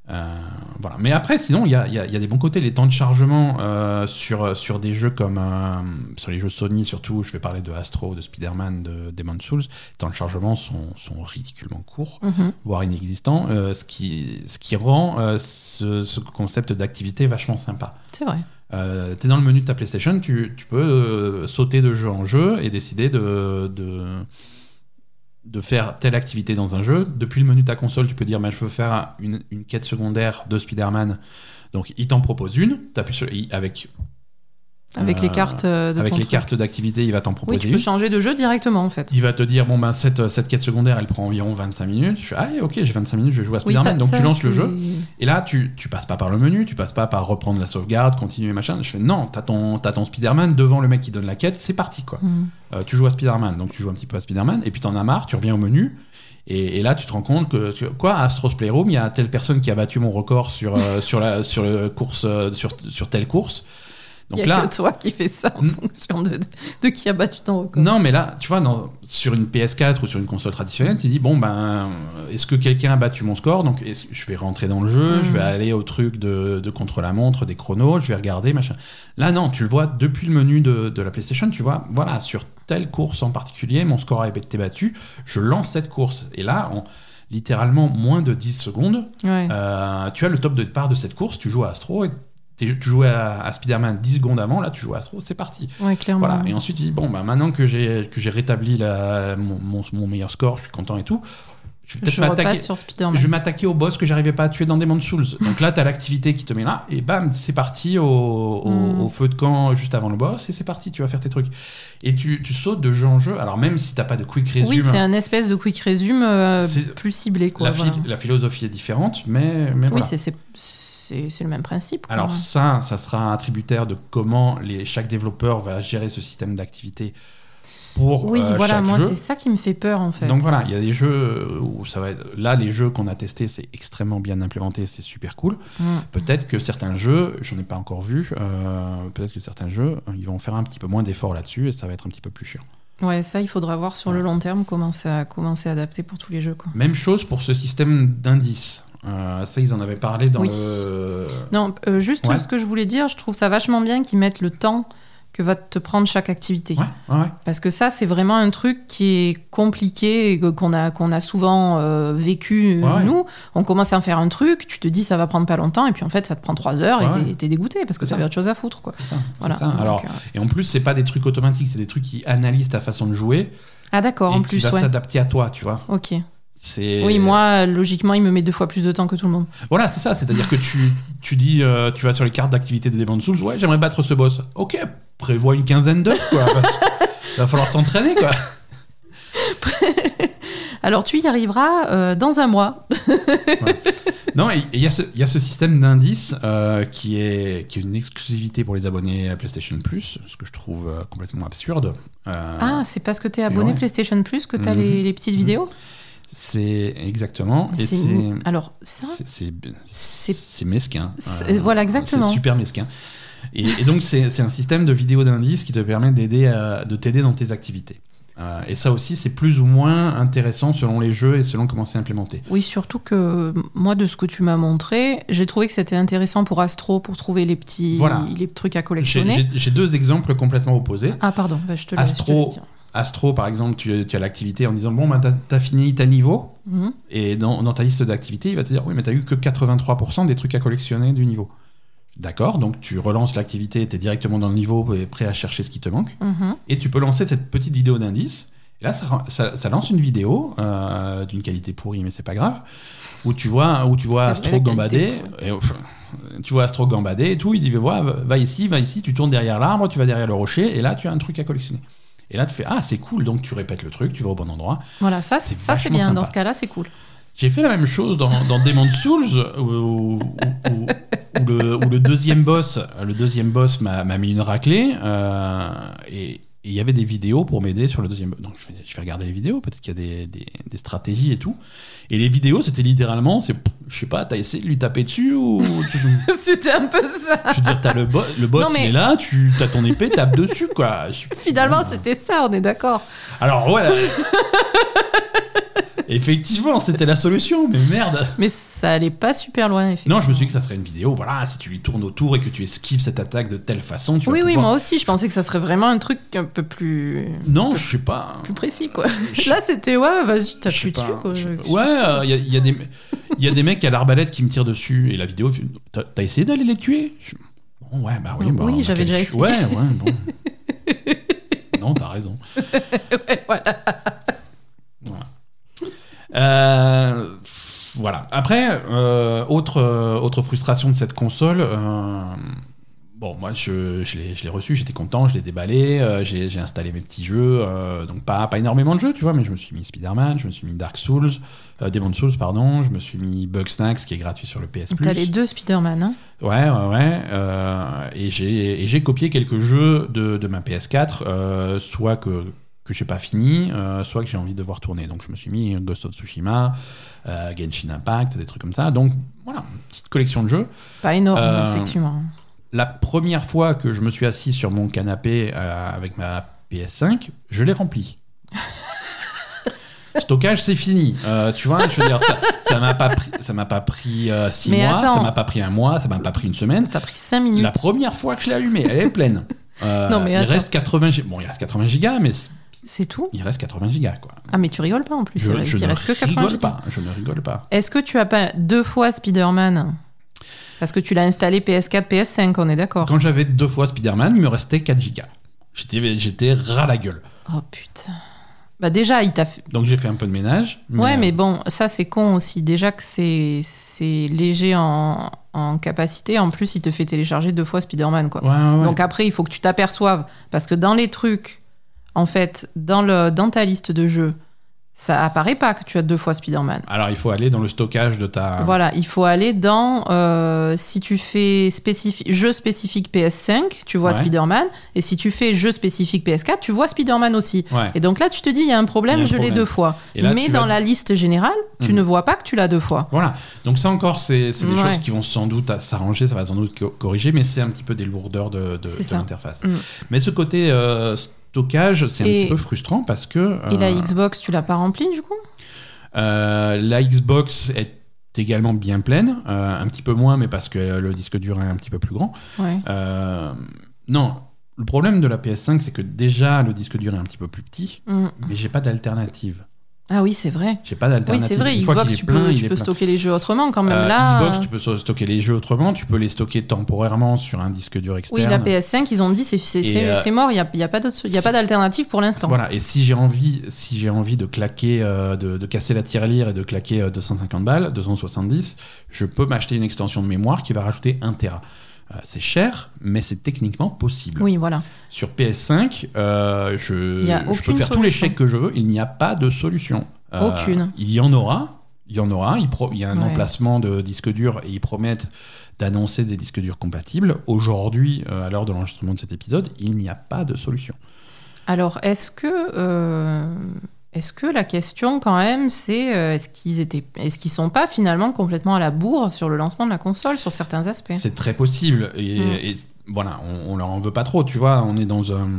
Euh, voilà. Mais après, sinon, il y a, y, a, y a des bons côtés. Les temps de chargement euh, sur, sur des jeux comme euh, sur les jeux Sony, surtout, je vais parler de Astro, de Spider-Man, de Demon's Souls. Les temps de chargement sont, sont ridiculement courts, mm-hmm. voire inexistants, euh, ce, qui, ce qui rend euh, ce, ce concept d'activité vachement sympa.
C'est vrai.
Euh, tu es dans le menu de ta PlayStation, tu, tu peux euh, sauter de jeu en jeu et décider de. de de faire telle activité dans un jeu. Depuis le menu de ta console, tu peux dire bah, je peux faire une, une quête secondaire de Spider-Man. Donc, il t'en propose une. T'appuies sur, avec
avec euh, les cartes de
avec
ton
les
truc.
cartes d'activité, il va t'en proposer
une. Oui, tu peux
une.
changer de jeu directement, en fait.
Il va te dire bon, ben, cette, cette quête secondaire, elle prend environ vingt-cinq minutes. Je fais allez, ok, j'ai vingt-cinq minutes, je vais jouer à Spider-Man. Oui, ça, Donc, ça, tu lances c'est... le jeu. Et là, tu, tu passes pas par le menu, tu passes pas par reprendre la sauvegarde, continuer, machin. Je fais non, t'as ton, t'as ton Spider-Man devant le mec qui donne la quête, c'est parti, quoi. Mm. Euh, tu joues à Spider-Man, donc tu joues un petit peu à Spider-Man, et puis t'en as marre, tu reviens au menu. Et, et là, tu te rends compte que, tu, quoi, à Astro's Playroom, il y a telle personne qui a battu mon record sur, euh, sur, la, sur, le course, euh, sur, sur telle course. Donc
il n'y a
là,
que toi qui fais ça en n- fonction de, de qui a battu ton record.
Non, mais là, tu vois, dans, sur une P S quatre ou sur une console traditionnelle, tu dis, bon, ben, est-ce que quelqu'un a battu mon score ? Donc, je vais rentrer dans le jeu, mmh. je vais aller au truc de, de contre-la-montre, des chronos, je vais regarder, machin. Là, non, tu le vois depuis le menu de, de la PlayStation, tu vois, voilà, sur telle course en particulier, mon score a été battu, je lance cette course. Et là, en littéralement moins de dix secondes, ouais. euh, tu as le top de départ de cette course, tu joues à Astro et tu jouais à, à Spider-Man dix secondes avant, là tu joues à Astro, c'est parti.
Ouais, clairement.
Voilà. Et ensuite tu dis, bon, bah, maintenant que j'ai, que j'ai rétabli la, mon, mon, mon meilleur score, je suis content et tout, je vais peut-être
je
m'attaquer,
sur Spider-Man.
Je vais m'attaquer au boss que j'arrivais pas à tuer dans Demon's Souls. Donc là tu as l'activité qui te met là, et bam, c'est parti au, au, mm. au feu de camp juste avant le boss, et c'est parti, tu vas faire tes trucs. Et tu, tu sautes de jeu en jeu, alors même si t'as pas de quick resume.
Oui, c'est un espèce de quick resume euh, plus ciblé. Quoi,
la,
voilà.
fi- la philosophie est différente, mais, mais
oui,
voilà.
c'est... c'est... C'est, c'est le même principe. Quoi.
Alors ça, ça sera un tributaire de comment les, chaque développeur va gérer ce système d'activité pour
oui,
euh,
voilà,
chaque
moi
jeu.
C'est ça qui me fait peur en fait.
Donc voilà, il y a des jeux où ça va être... Là, les jeux qu'on a testés, c'est extrêmement bien implémenté, c'est super cool. Mm. Peut-être que certains jeux, j'en ai pas encore vu, euh, peut-être que certains jeux, ils vont faire un petit peu moins d'efforts là-dessus et ça va être un petit peu plus chiant.
Ouais, ça, il faudra voir sur ouais. le long terme comment ça, comment c'est adapté pour tous les jeux. Quoi.
Même chose pour ce système d'indices. Euh, ça, ils en avaient parlé dans
oui.
le...
Non, euh, juste ouais. ce que je voulais dire, je trouve ça vachement bien qu'ils mettent le temps que va te prendre chaque activité.
Ouais, ouais, ouais.
Parce que ça, c'est vraiment un truc qui est compliqué et qu'on a, qu'on a souvent euh, vécu,
ouais,
nous.
Ouais.
On commence à faire un truc, tu te dis ça va prendre pas longtemps, et puis en fait, ça te prend trois heures,
ouais,
et t'es,
ouais.
t'es dégoûté parce que t'avais autre chose à foutre. Quoi.
C'est ça,
voilà.
c'est ça. Alors,
Donc, euh...
et en plus, c'est pas des trucs automatiques, c'est des trucs qui analysent ta façon de jouer.
Ah d'accord,
et
en plus,
qui va
ouais.
s'adapter à toi, tu vois.
Ok.
C'est...
Oui, moi, logiquement, il me met deux fois plus de temps que tout le monde.
Voilà, c'est ça. C'est-à-dire que tu, tu dis, euh, tu vas sur les cartes d'activité de Demon's Souls, ouais, j'aimerais battre ce boss. Ok, prévois une quinzaine d'heures, quoi. Il va falloir s'entraîner, quoi.
Alors, tu y arriveras euh, dans un mois.
Ouais. Non, et il y, y a ce système d'indices euh, qui, est, qui est une exclusivité pour les abonnés à PlayStation Plus, ce que je trouve euh, complètement absurde. Euh,
ah, c'est parce que t'es abonné ouais. PlayStation Plus que t'as mmh. les, les petites vidéos ?
C'est exactement.
Et
c'est,
c'est... Alors, ça.
C'est, c'est,
c'est...
c'est mesquin.
C'est... Euh, voilà, exactement.
C'est super mesquin. Et, et donc, c'est, c'est un système de vidéos d'indices qui te permet d'aider à, de t'aider dans tes activités. Euh, et ça aussi, c'est plus ou moins intéressant selon les jeux et selon comment c'est implémenté.
Oui, surtout que moi, de ce que tu m'as montré, j'ai trouvé que c'était intéressant pour Astro, pour trouver les petits
voilà.
les trucs à collectionner.
J'ai, j'ai, j'ai deux exemples complètement opposés.
Ah, pardon, bah, je te laisse.
Astro, Astro, par exemple, tu, tu as l'activité en disant bon, bah, t'as, t'as fini tel niveau, mm-hmm. et dans, dans ta liste d'activités, il va te dire oui, mais t'as eu que quatre-vingt-trois pour cent des trucs à collectionner du niveau. D'accord, donc tu relances l'activité, tu es directement dans le niveau, et prêt à chercher ce qui te manque, mm-hmm. et tu peux lancer cette petite vidéo d'indice. Et là, ça, ça, ça lance une vidéo euh, d'une qualité pourrie, mais c'est pas grave, où tu vois, où tu vois Astro gambader, et, euh, tu vois Astro gambader et tout. Il dit va, va ici, va ici, tu tournes derrière l'arbre, tu vas derrière le rocher, et là tu as un truc à collectionner. Et là tu fais ah c'est cool, donc tu répètes le truc, tu vas au bon endroit.
Voilà, ça c'est, ça, c'est bien. Sympa. Dans ce cas-là, c'est cool.
J'ai fait la même chose dans, dans Demon's Souls où, où, où, où, le, où le deuxième boss, le deuxième boss m'a, m'a mis une raclée euh, et il y avait des vidéos pour m'aider sur le deuxième. Donc je vais, je vais regarder les vidéos, peut-être qu'il y a des, des, des stratégies et tout. Et les vidéos, c'était littéralement, c'est, je sais pas, t'as essayé de lui taper dessus ou tu...
C'était un peu ça.
Je veux dire, t'as le, bo- le boss, non, mais... il est là, tu as ton épée, tapes dessus, quoi.
Finalement, c'était ça, on est d'accord.
Alors voilà. Effectivement, c'était la solution, mais merde.
Mais ça allait pas super loin, effectivement.
Non, je me suis dit que ça serait une vidéo, voilà, si tu lui tournes autour et que tu esquives cette attaque de telle façon, tu
Oui,
vas
oui,
pouvoir...
moi aussi, je pensais que ça serait vraiment un truc un peu plus...
Non, je sais pas.
Plus précis, quoi. Là, c'était, ouais, vas-y, t'appuies dessus, quoi.
Ouais, il euh, y, y a des... Il y a des mecs à l'arbalète qui me tirent dessus et la vidéo, t'as, t'as essayé d'aller les tuer? Bon, ouais, bah oui, bah,
oui, j'avais déjà essayé.
Ouais, ouais, bon. Non, t'as raison.
Ouais, voilà.
Voilà. Euh, voilà. Après, euh, autre, euh, autre frustration de cette console. Euh, bon, moi, je, je, l'ai, je l'ai reçu, j'étais content, je l'ai déballé, euh, j'ai, j'ai installé mes petits jeux. Euh, donc, pas, pas énormément de jeux, tu vois, mais je me suis mis Spider-Man, je me suis mis Dark Souls, euh, Demon's Souls, pardon, je me suis mis Bugsnax, qui est gratuit sur le P S Plus.
T'as les deux Spider-Man, hein?
Ouais, ouais, ouais. Euh, et, j'ai, et j'ai copié quelques jeux de, de ma P S quatre, euh, soit que. que j'ai pas fini, euh, soit que j'ai envie de voir tourner. Donc je me suis mis Ghost of Tsushima, euh, Genshin Impact, des trucs comme ça. Donc voilà, une petite collection de jeux.
Pas énorme,
euh,
effectivement.
La première fois que je me suis assis sur mon canapé euh, avec ma P S cinq, je l'ai rempli. Stockage, c'est fini. Euh, tu vois, je veux dire, ça, ça m'a pas pris, ça m'a pas pris euh, six
Mais
mois,
attends.
ça m'a pas pris un mois, ça m'a pas pris une semaine.
Ça t'a pris cinq minutes.
La première fois que je l'ai allumé, elle est pleine. Euh,
non, mais
il
attends.
reste quatre-vingts gigas. Bon, il reste quatre-vingts gigas, mais
c'est tout.
Il reste quatre-vingts gigas, quoi.
Ah, mais tu rigoles pas en plus.
Je,
il
je
il
ne
reste que quatre-vingts
rigole
gigas.
pas. Je ne rigole pas.
Est-ce que tu as pas deux fois Spider-Man? Parce que tu l'as installé P S quatre, P S cinq, on est d'accord.
Quand j'avais deux fois Spider-Man, il me restait quatre gigas. J'étais, j'étais ras la gueule.
Oh putain. Bah déjà, il t'a fait...
Donc j'ai fait un peu de ménage. Mais
Ouais, mais bon, ça c'est con aussi. Déjà que c'est, c'est léger en, en capacité, en plus il te fait télécharger deux fois Spider-Man, quoi.
Ouais, ouais, ouais.
Donc après, il faut que tu t'aperçoives, parce que dans les trucs, en fait, dans, le, dans ta liste de jeux, ça apparaît pas que tu as deux fois Spider-Man.
Alors il faut aller dans le stockage de ta...
Voilà, il faut aller dans... Euh, si tu fais spécifi- jeu spécifique P S cinq, tu vois
Ouais.
Spider-Man. Et si tu fais jeu spécifique P S quatre, tu vois Spider-Man aussi.
Ouais.
Et donc là, tu te dis, il y a un problème,
Il y a un
je l'ai
problème.
deux fois.
Et là,
Mais
tu
dans
vas-
la liste générale, tu
Mhm.
ne vois pas que tu l'as deux fois.
Voilà. Donc ça encore, c'est, c'est des
Ouais.
choses qui vont sans doute à s'arranger, ça va sans doute co- corriger, mais c'est un petit peu des lourdeurs de, de,
C'est
de
ça.
l'interface.
Mhm.
Mais ce côté euh, stockage, c'est un
Et-
petit peu frustrant parce que...
Et la
euh,
Xbox, tu l'as pas remplie du coup?
Euh, la Xbox est également bien pleine, euh, un petit peu moins, mais parce que le disque dur est un petit peu plus grand.
Ouais.
Euh, non, le problème de la P S cinq, c'est que déjà le disque dur est un petit peu plus petit,
Mhm.
mais j'ai pas d'alternative.
Ah oui, c'est vrai.
J'ai pas
Oui,
d'alternative.
c'est vrai.
Une fois
Xbox,
qu'il est
tu
plein,
peux,
il
tu
est
peux
plein.
stocker les jeux autrement quand même.
Euh,
là,
Xbox,
euh,
tu peux so- stocker les jeux autrement, tu peux les stocker temporairement sur un disque dur externe.
Oui, la P S cinq, ils ont dit c'est, c'est,
Et,
c'est,
euh,
c'est mort, il n'y a, il y a pas, d'autre- il y a
si-
pas d'alternative pour l'instant.
Voilà, et si j'ai envie, si j'ai envie de claquer, euh, de, de casser la tirelire et de claquer euh, deux cent cinquante balles, deux cent soixante-dix, je peux m'acheter une extension de mémoire qui va rajouter un téra. Euh, c'est cher, mais c'est techniquement possible.
Oui, voilà.
Sur P S cinq, euh, je,
Il y a
je peux
aucune
faire tous les
solution.
chèques que je veux, il n'y a pas de solution. Euh,
Aucune.
Il y en aura, il y en aura, il, pro- il y a un
Ouais.
emplacement de disques durs et ils promettent d'annoncer des disques durs compatibles. Aujourd'hui, euh, à l'heure de l'enregistrement de cet épisode, il n'y a pas de solution.
Alors, est-ce que, euh, est-ce que la question, quand même, c'est euh, est-ce qu'ils étaient, est-ce qu'ils sont pas finalement complètement à la bourre sur le lancement de la console, sur certains aspects?
C'est très possible. Et,
Mm.
et voilà, on, on leur en veut pas trop, tu vois. On est dans un,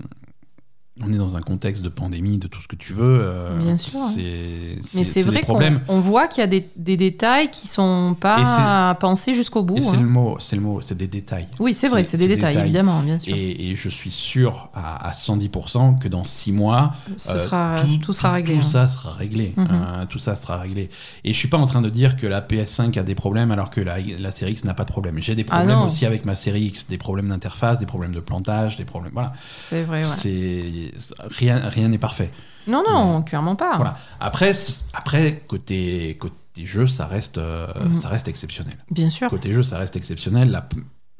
on est dans un contexte de pandémie, de tout ce que tu veux. euh,
Bien sûr, ouais.
C'est,
Mais c'est
des
vrai qu'on
problèmes.
on voit qu'il y a des, des détails qui sont pas pensés jusqu'au bout.
Et c'est
hein.
le mot, c'est le mot, c'est des détails.
Oui, c'est vrai,
c'est-
c'est des
c'est des
détails,
détails.
évidemment, bien sûr.
Et, et je suis sûr à, à cent dix pour cent que dans six mois,
Ce
euh,
sera, tout, sera réglé.
Tout
hein.
ça sera réglé.
Mhm.
Euh, tout ça sera réglé. Et je suis pas en train de dire que la P S cinq a des problèmes alors que la, la série X n'a pas de problème. J'ai des
Ah
problèmes
non.
aussi avec ma série X, des problèmes d'interface, des problèmes de plantage, des problèmes. Voilà.
C'est vrai, ouais.
C'est rien, rien n'est parfait.
Non, non, clairement pas.
Voilà. Après, c'est- après côté côté jeu, ça reste, euh,
Mhm.
ça reste exceptionnel.
Bien sûr.
Côté jeu, ça reste exceptionnel. La-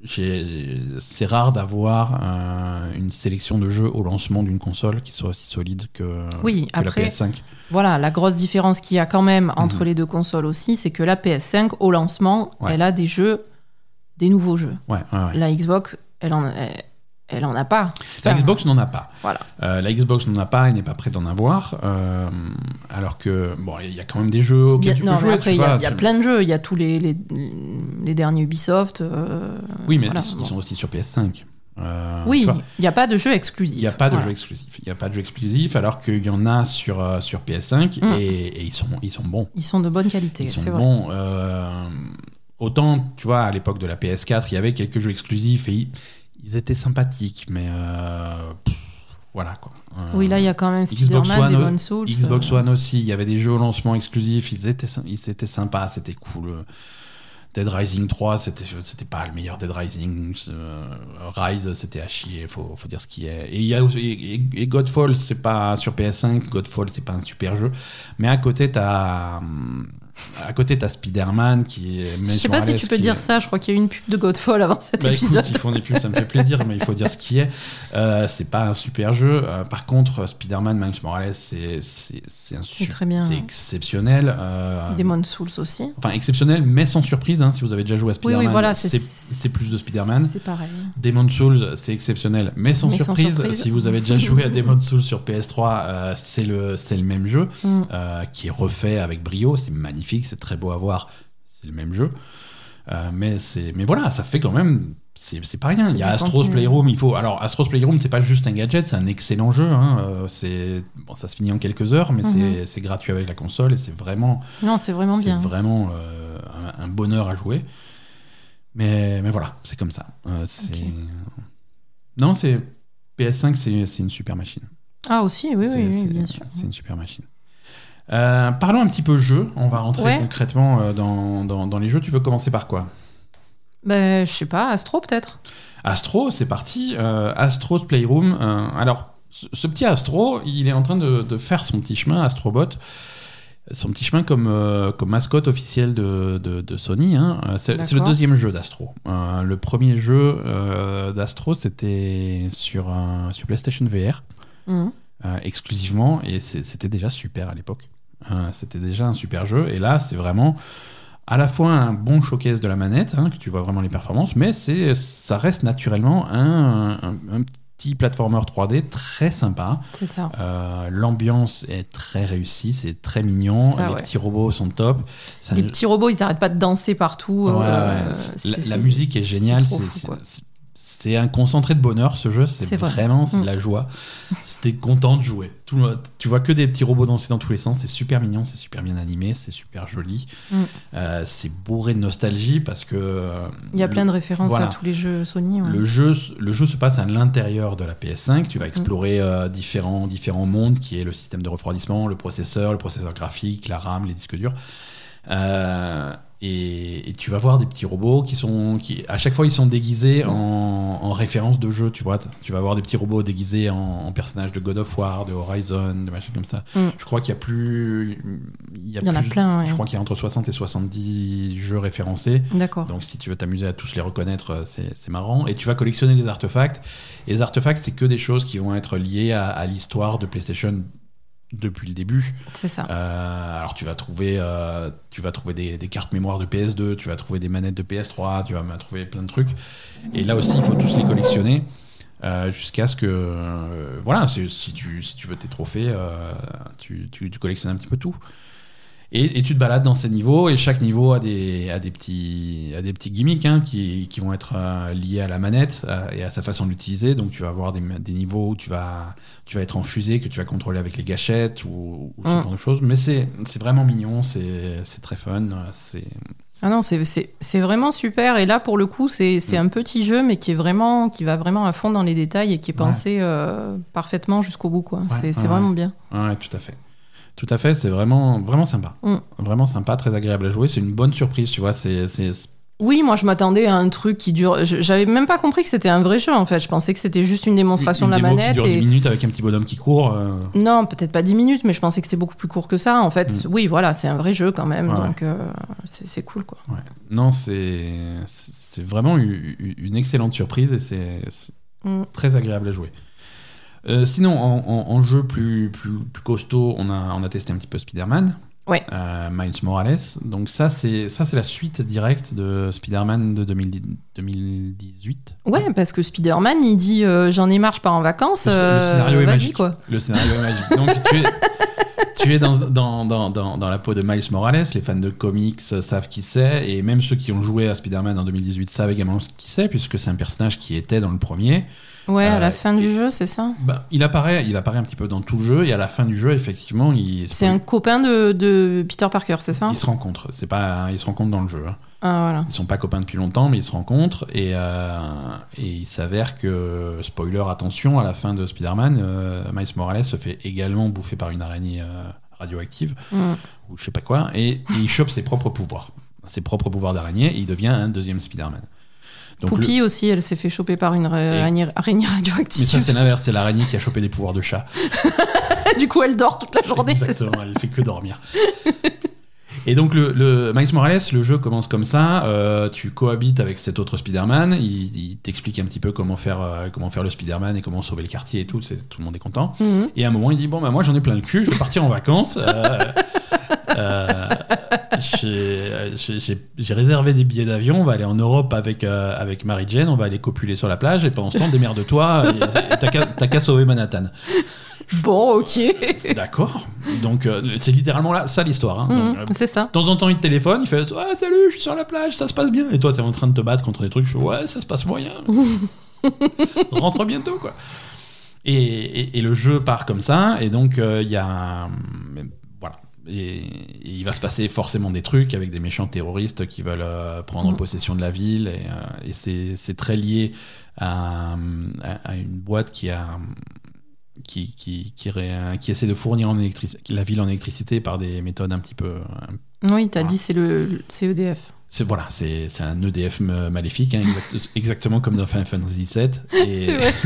j'ai- c'est rare d'avoir euh, une sélection de jeux au lancement d'une console qui soit aussi solide que,
Oui,
que
après-
la P S cinq.
Voilà, la grosse différence qu'il y a quand même entre
Mhm.
les deux consoles aussi, c'est que la P S cinq, au lancement,
Ouais.
elle a des jeux, des nouveaux jeux.
Ouais, ouais, ouais.
La Xbox, elle en, elle, elle en a pas.
La
Enfin,
Xbox n'en a pas.
Voilà.
Euh, la Xbox n'en a pas, elle n'est pas prête d'en avoir. euh, alors que, bon, il y a quand même des jeux auxquels
Bien-
tu
non,
peux
mais
jouer.
après,
tu
il y, a-
vois,
il y a
tu-
plein de jeux. Il y a tous les, les, les derniers Ubisoft. euh,
Oui, mais
voilà,
ils,
bon.
ils sont aussi sur P S cinq. Euh,
oui, il n'y a pas de jeu exclusif.
Il n'y a pas de
voilà.
jeu exclusif. Il n'y a pas de jeu exclusif, alors qu'il y en a sur, euh, sur P S cinq mm. et, et ils, sont, ils sont bons.
Ils sont de bonne qualité,
ils sont
c'est
bons.
vrai.
Euh, autant, tu vois, à l'époque de la P S quatre, il y avait quelques jeux exclusifs et ils, ils étaient sympathiques, mais euh, pff, voilà quoi. Euh,
oui, là, il y a quand même Spider-Man, Demon's Souls.
Xbox
euh...
One aussi, il y avait des jeux au lancement exclusifs, ils étaient, ils étaient sympas, c'était cool. Dead Rising trois, c'était, c'était pas le meilleur Dead Rising. Euh, Rise, c'était à chier, faut, faut dire ce qui est. Et, il y a, et, et Godfall, c'est pas sur P S cinq, Godfall, c'est pas un super jeu. Mais à côté, t'as. À côté, t'as Spider-Man qui est.
Je sais pas si tu peux dire est... ça, je crois qu'il y a eu une pub de Godfall avant cet
bah,
épisode.
Écoute, ils font des pubs, ça me fait plaisir, mais il faut dire ce qui est. Euh, c'est pas un super jeu. Euh, par contre, Spider-Man, Miles Morales, c'est, c'est, c'est un
c'est très bien.
C'est exceptionnel. Euh,
Demon's Souls aussi.
Enfin, exceptionnel, mais sans surprise. Hein, si vous avez déjà joué à Spider-Man,
oui, oui, voilà,
c'est,
c'est,
c'est plus de Spider-Man.
C'est pareil.
Demon's Souls, c'est exceptionnel, mais sans,
mais
surprise.
sans surprise.
Si vous avez déjà joué à Demon's Souls sur P S trois, euh, c'est, le, c'est le même jeu mm. euh, qui est refait avec brio. C'est magnifique, c'est très beau à voir. C'est le même jeu, euh, mais c'est, mais voilà, ça fait quand même, c'est, c'est pas rien. C'est il y a Astro's Playroom. Il faut, alors Astro's Playroom, c'est pas juste un gadget, c'est un excellent jeu. Hein, euh, c'est, bon, ça se finit en quelques heures, mais mm-hmm. c'est, c'est gratuit avec la console et c'est vraiment,
non, c'est vraiment
c'est
bien.
C'est vraiment euh, un, un bonheur à jouer. Mais, mais voilà, c'est comme ça. Euh, c'est... Okay. Non, c'est P S cinq, c'est, c'est une super machine.
Ah aussi, oui,
c'est,
oui,
c'est,
oui, bien sûr.
C'est une super machine. Euh, parlons un petit peu jeu. On va rentrer ouais. concrètement euh, dans, dans, dans les jeux. Tu veux commencer par quoi ?
Ben, je sais pas, Astro peut-être.
Astro, c'est parti. Euh, Astro's Playroom. Euh, alors, ce, ce petit Astro, il est en train de, de faire son petit chemin, Astrobot. Son petit chemin comme, euh, comme mascotte officielle de, de, de Sony. Hein. C'est, c'est le deuxième jeu d'Astro. Euh, le premier jeu euh, d'Astro, c'était sur, un, sur PlayStation V R, mmh. euh, exclusivement, et c'est, c'était déjà super à l'époque. Euh, c'était déjà un super jeu, et là, c'est vraiment à la fois un bon showcase de la manette, hein, que tu vois vraiment les performances, mais c'est, ça reste naturellement un, un, un petit platformer trois D très sympa.
C'est ça.
Euh, l'ambiance est très réussie, c'est très mignon. Ça, les ouais. petits robots sont top. Ça
les
ne...
petits robots, ils n'arrêtent pas de danser partout.
Ouais,
euh,
ouais. C'est, la, c'est, la musique est géniale.
C'est, trop
c'est,
fou,
c'est, c'est un concentré de bonheur, ce jeu. C'est, c'est vraiment c'est mmh. de la joie. C'était content de jouer. Tout, tu vois que des petits robots danser dans tous les sens. C'est super mignon, c'est super bien animé, c'est super joli. Mmh. Euh, c'est bourré de nostalgie parce que... Euh,
il y a le, plein de références voilà. à tous les jeux Sony. Ouais.
Le, jeu, le jeu se passe à l'intérieur de la P S cinq. Tu vas explorer mmh. euh, différents, différents mondes, qui est le système de refroidissement, le processeur, le processeur graphique, la RAM, les disques durs. Euh, et, et tu vas voir des petits robots qui sont, qui, à chaque fois, ils sont déguisés en, en référence de jeu. Tu vois, tu vas voir des petits robots déguisés en, en personnages de God of War, de Horizon, de machins comme ça. Mm. Je crois qu'il y a plus, il y, a
il y en
plus,
a plein. Ouais.
Je crois qu'il y a entre soixante et soixante-dix jeux référencés.
D'accord.
Donc, si tu veux t'amuser à tous les reconnaître, c'est, c'est marrant. Et tu vas collectionner des artefacts. Et les artefacts, c'est que des choses qui vont être liées à, à l'histoire de PlayStation depuis le début.
C'est ça.
Euh, alors tu vas trouver, euh, tu vas trouver des, des cartes mémoire de P S deux, tu vas trouver des manettes de P S trois, tu vas trouver plein de trucs. Et là aussi, il faut tous les collectionner euh, jusqu'à ce que, euh, voilà, si tu, si tu veux tes trophées, euh, tu, tu, tu collectionnes un petit peu tout. Et, et tu te balades dans ces niveaux, et chaque niveau a des, a des, petits, a des petits gimmicks hein, qui, qui vont être euh, liés à la manette euh, et à sa façon de l'utiliser. Donc tu vas avoir des, des niveaux où tu vas, tu vas être en fusée, que tu vas contrôler avec les gâchettes ou, ou ce mmh. genre de choses. Mais c'est, c'est vraiment mignon, c'est, c'est très fun. C'est...
Ah non, c'est, c'est, c'est vraiment super. Et là, pour le coup, c'est, c'est mmh. un petit jeu, mais qui, est vraiment, qui va vraiment à fond dans les détails et qui est ouais. pensé euh, parfaitement jusqu'au bout. Quoi. Ouais, c'est c'est ouais. vraiment bien.
Ouais, tout à fait. Tout à fait, c'est vraiment, vraiment sympa. Mm. Vraiment sympa, très agréable à jouer. C'est une bonne surprise, tu vois. C'est, c'est...
Oui, moi je m'attendais à un truc qui dure. J'avais même pas compris que c'était un vrai jeu en fait. Je pensais que c'était juste une démonstration
une, une
de la manette.
Qui dure
et...
dix minutes avec un petit bonhomme qui court. Euh...
Non, peut-être pas dix minutes, mais je pensais que c'était beaucoup plus court que ça. En fait, mm. oui, voilà, c'est un vrai jeu quand même. Ouais. Donc euh, c'est, c'est cool quoi.
Ouais. Non, c'est, c'est vraiment une excellente surprise et c'est, c'est mm. très agréable à jouer. Euh, sinon, en, en, en jeu plus, plus, plus costaud, on a, on a testé un petit peu Spider-Man.
Ouais.
Euh, Miles Morales. Donc ça c'est ça c'est la suite directe de Spider-Man de deux mille dix-huit.
Ouais, parce que Spider-Man, il dit euh, j'en ai marre, je pars en vacances.
Le,
euh,
le scénario est
vas-y,
magique.
Quoi.
Le scénario est magique. Donc tu es, tu es dans, dans, dans, dans, dans la peau de Miles Morales. Les fans de comics savent qui c'est, et même ceux qui ont joué à Spider-Man en deux mille dix-huit savent également qui c'est, puisque c'est un personnage qui était dans le premier.
Ouais, à
euh,
la fin du jeu, c'est ça.
Bah, il apparaît, il apparaît un petit peu dans tout le jeu, et à la fin du jeu, effectivement, il.
C'est un copain de, de Peter Parker, c'est ça.
Ils se rencontrent. C'est pas, ils se rencontrent dans le jeu. Hein.
Ah, voilà.
Ils sont pas copains depuis longtemps, mais ils se rencontrent, et, euh, et il s'avère que, spoiler, attention, à la fin de Spider-Man, euh, Miles Morales se fait également bouffer par une araignée euh, radioactive, mm. ou je sais pas quoi, et, et il chope ses propres pouvoirs, ses propres pouvoirs d'araignée, et il devient un deuxième Spider-Man.
Donc Poupie le... aussi, elle s'est fait choper par une araignée, araignée radioactive.
Mais ça, c'est l'inverse, c'est l'araignée qui a chopé des pouvoirs de chat.
Du coup, elle dort toute la journée.
Exactement, elle fait que dormir. Et donc, le, le Miles Morales, le jeu commence comme ça. Euh, tu cohabites avec cet autre Spider-Man. Il, il t'explique un petit peu comment faire, euh, comment faire le Spider-Man et comment sauver le quartier et tout. C'est, tout le monde est content. Mm-hmm. Et à un moment, il dit bon, bah, moi, j'en ai plein le cul, je vais partir en vacances. Euh, euh, j'ai, j'ai, j'ai réservé des billets d'avion. On va aller en Europe avec, euh, avec Mary Jane. On va aller copuler sur la plage. Et pendant ce temps, démerde-toi. Et, et t'as, qu'à, t'as qu'à sauver Manhattan.
Bon, ok.
D'accord. Donc, euh, c'est littéralement là, ça l'histoire. Hein.
Mmh,
Donc, euh,
c'est ça.
De temps en temps, il te téléphone, il fait ah, salut, je suis sur la plage, ça se passe bien. Et toi, t'es en train de te battre contre des trucs, je fais ouais, ça se passe moyen. Rentre bientôt, quoi. Et, et, et le jeu part comme ça, et donc, il euh, y a. Euh, voilà. Et, et il va se passer forcément des trucs avec des méchants terroristes qui veulent euh, prendre mmh. possession de la ville, et, euh, et c'est, c'est très lié à, à, à une boîte qui a. Qui, qui, qui, ré, qui essaie de fournir en électric- la ville en électricité par des méthodes un petit peu... Un,
oui, t'as
voilà.
dit c'est le c'est E D F.
C'est, voilà, c'est, c'est un E D F maléfique, hein, exact, exactement comme dans Final Fantasy sept. Et,
c'est vrai.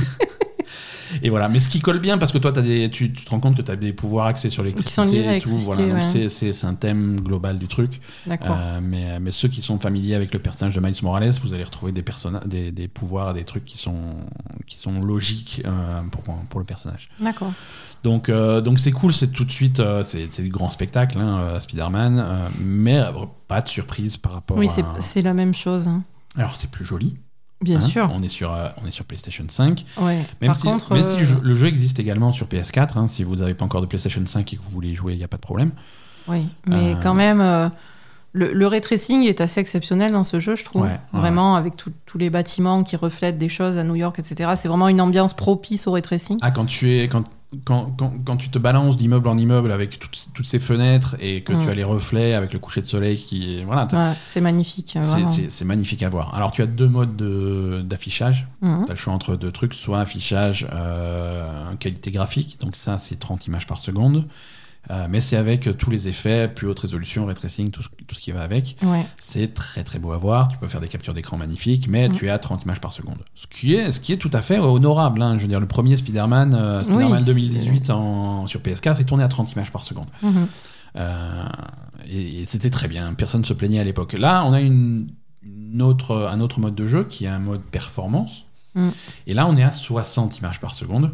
Et voilà, mais ce qui colle bien, parce que toi, t'as des, tu, tu te rends compte que tu as des pouvoirs axés sur l'électricité
qui sont liés à
et tout.
l'électricité,
Voilà,
ouais.
donc c'est, c'est, c'est un thème global du truc.
D'accord.
Euh, mais, mais ceux qui sont familiers avec le personnage de Miles Morales, vous allez retrouver des, personna- des, des pouvoirs, des trucs qui sont, qui sont logiques euh, pour, pour le personnage.
D'accord.
Donc, euh, donc c'est cool, c'est tout de suite, euh, c'est, c'est du grand spectacle, hein, Spider-Man, euh, mais euh, pas de surprise par rapport
oui,
à...
Oui, c'est, c'est la même chose. Hein.
Alors, c'est plus joli.
Bien
hein,
sûr.
On est sur, euh, on est sur PlayStation cinq.
Ouais.
Même
Par
si,
contre,
même
euh...
si le, jeu, le jeu existe également sur P S quatre, hein, si vous n'avez pas encore de PlayStation cinq et que vous voulez y jouer, il n'y a pas de problème.
Oui, mais euh... quand même, euh, le, le ray tracing est assez exceptionnel dans ce jeu, je trouve.
Ouais,
vraiment,
ouais.
avec tous les bâtiments qui reflètent des choses à New York, et cetera. C'est vraiment une ambiance propice au ray tracing.
Ah, quand tu es... Quand... Quand, quand, quand tu te balances d'immeuble en immeuble avec toutes, toutes ces fenêtres et que mmh. tu as les reflets avec le coucher de soleil qui voilà,
ouais, c'est magnifique.
C'est, c'est, c'est magnifique à voir. Alors tu as deux modes de, d'affichage. Mmh. Tu as le choix entre deux trucs, soit affichage euh, qualité graphique, donc ça c'est trente images par seconde. Euh, mais c'est avec tous les effets, plus haute résolution, ray tracing, tout ce, tout ce qui va avec.
Ouais.
C'est très très beau à voir. Tu peux faire des captures d'écran magnifiques, mais mmh. tu es à trente images par seconde. Ce qui est, ce qui est tout à fait honorable. Hein. Je veux dire, le premier Spider-Man, euh, Spider-Man oui, deux mille dix-huit en, sur P S quatre, est tourné à trente images par seconde. Mmh. Euh, et, et c'était très bien. Personne ne se plaignait à l'époque. Là, on a une, une autre, un autre mode de jeu qui est un mode performance. Mmh. Et là, on est à soixante images par seconde.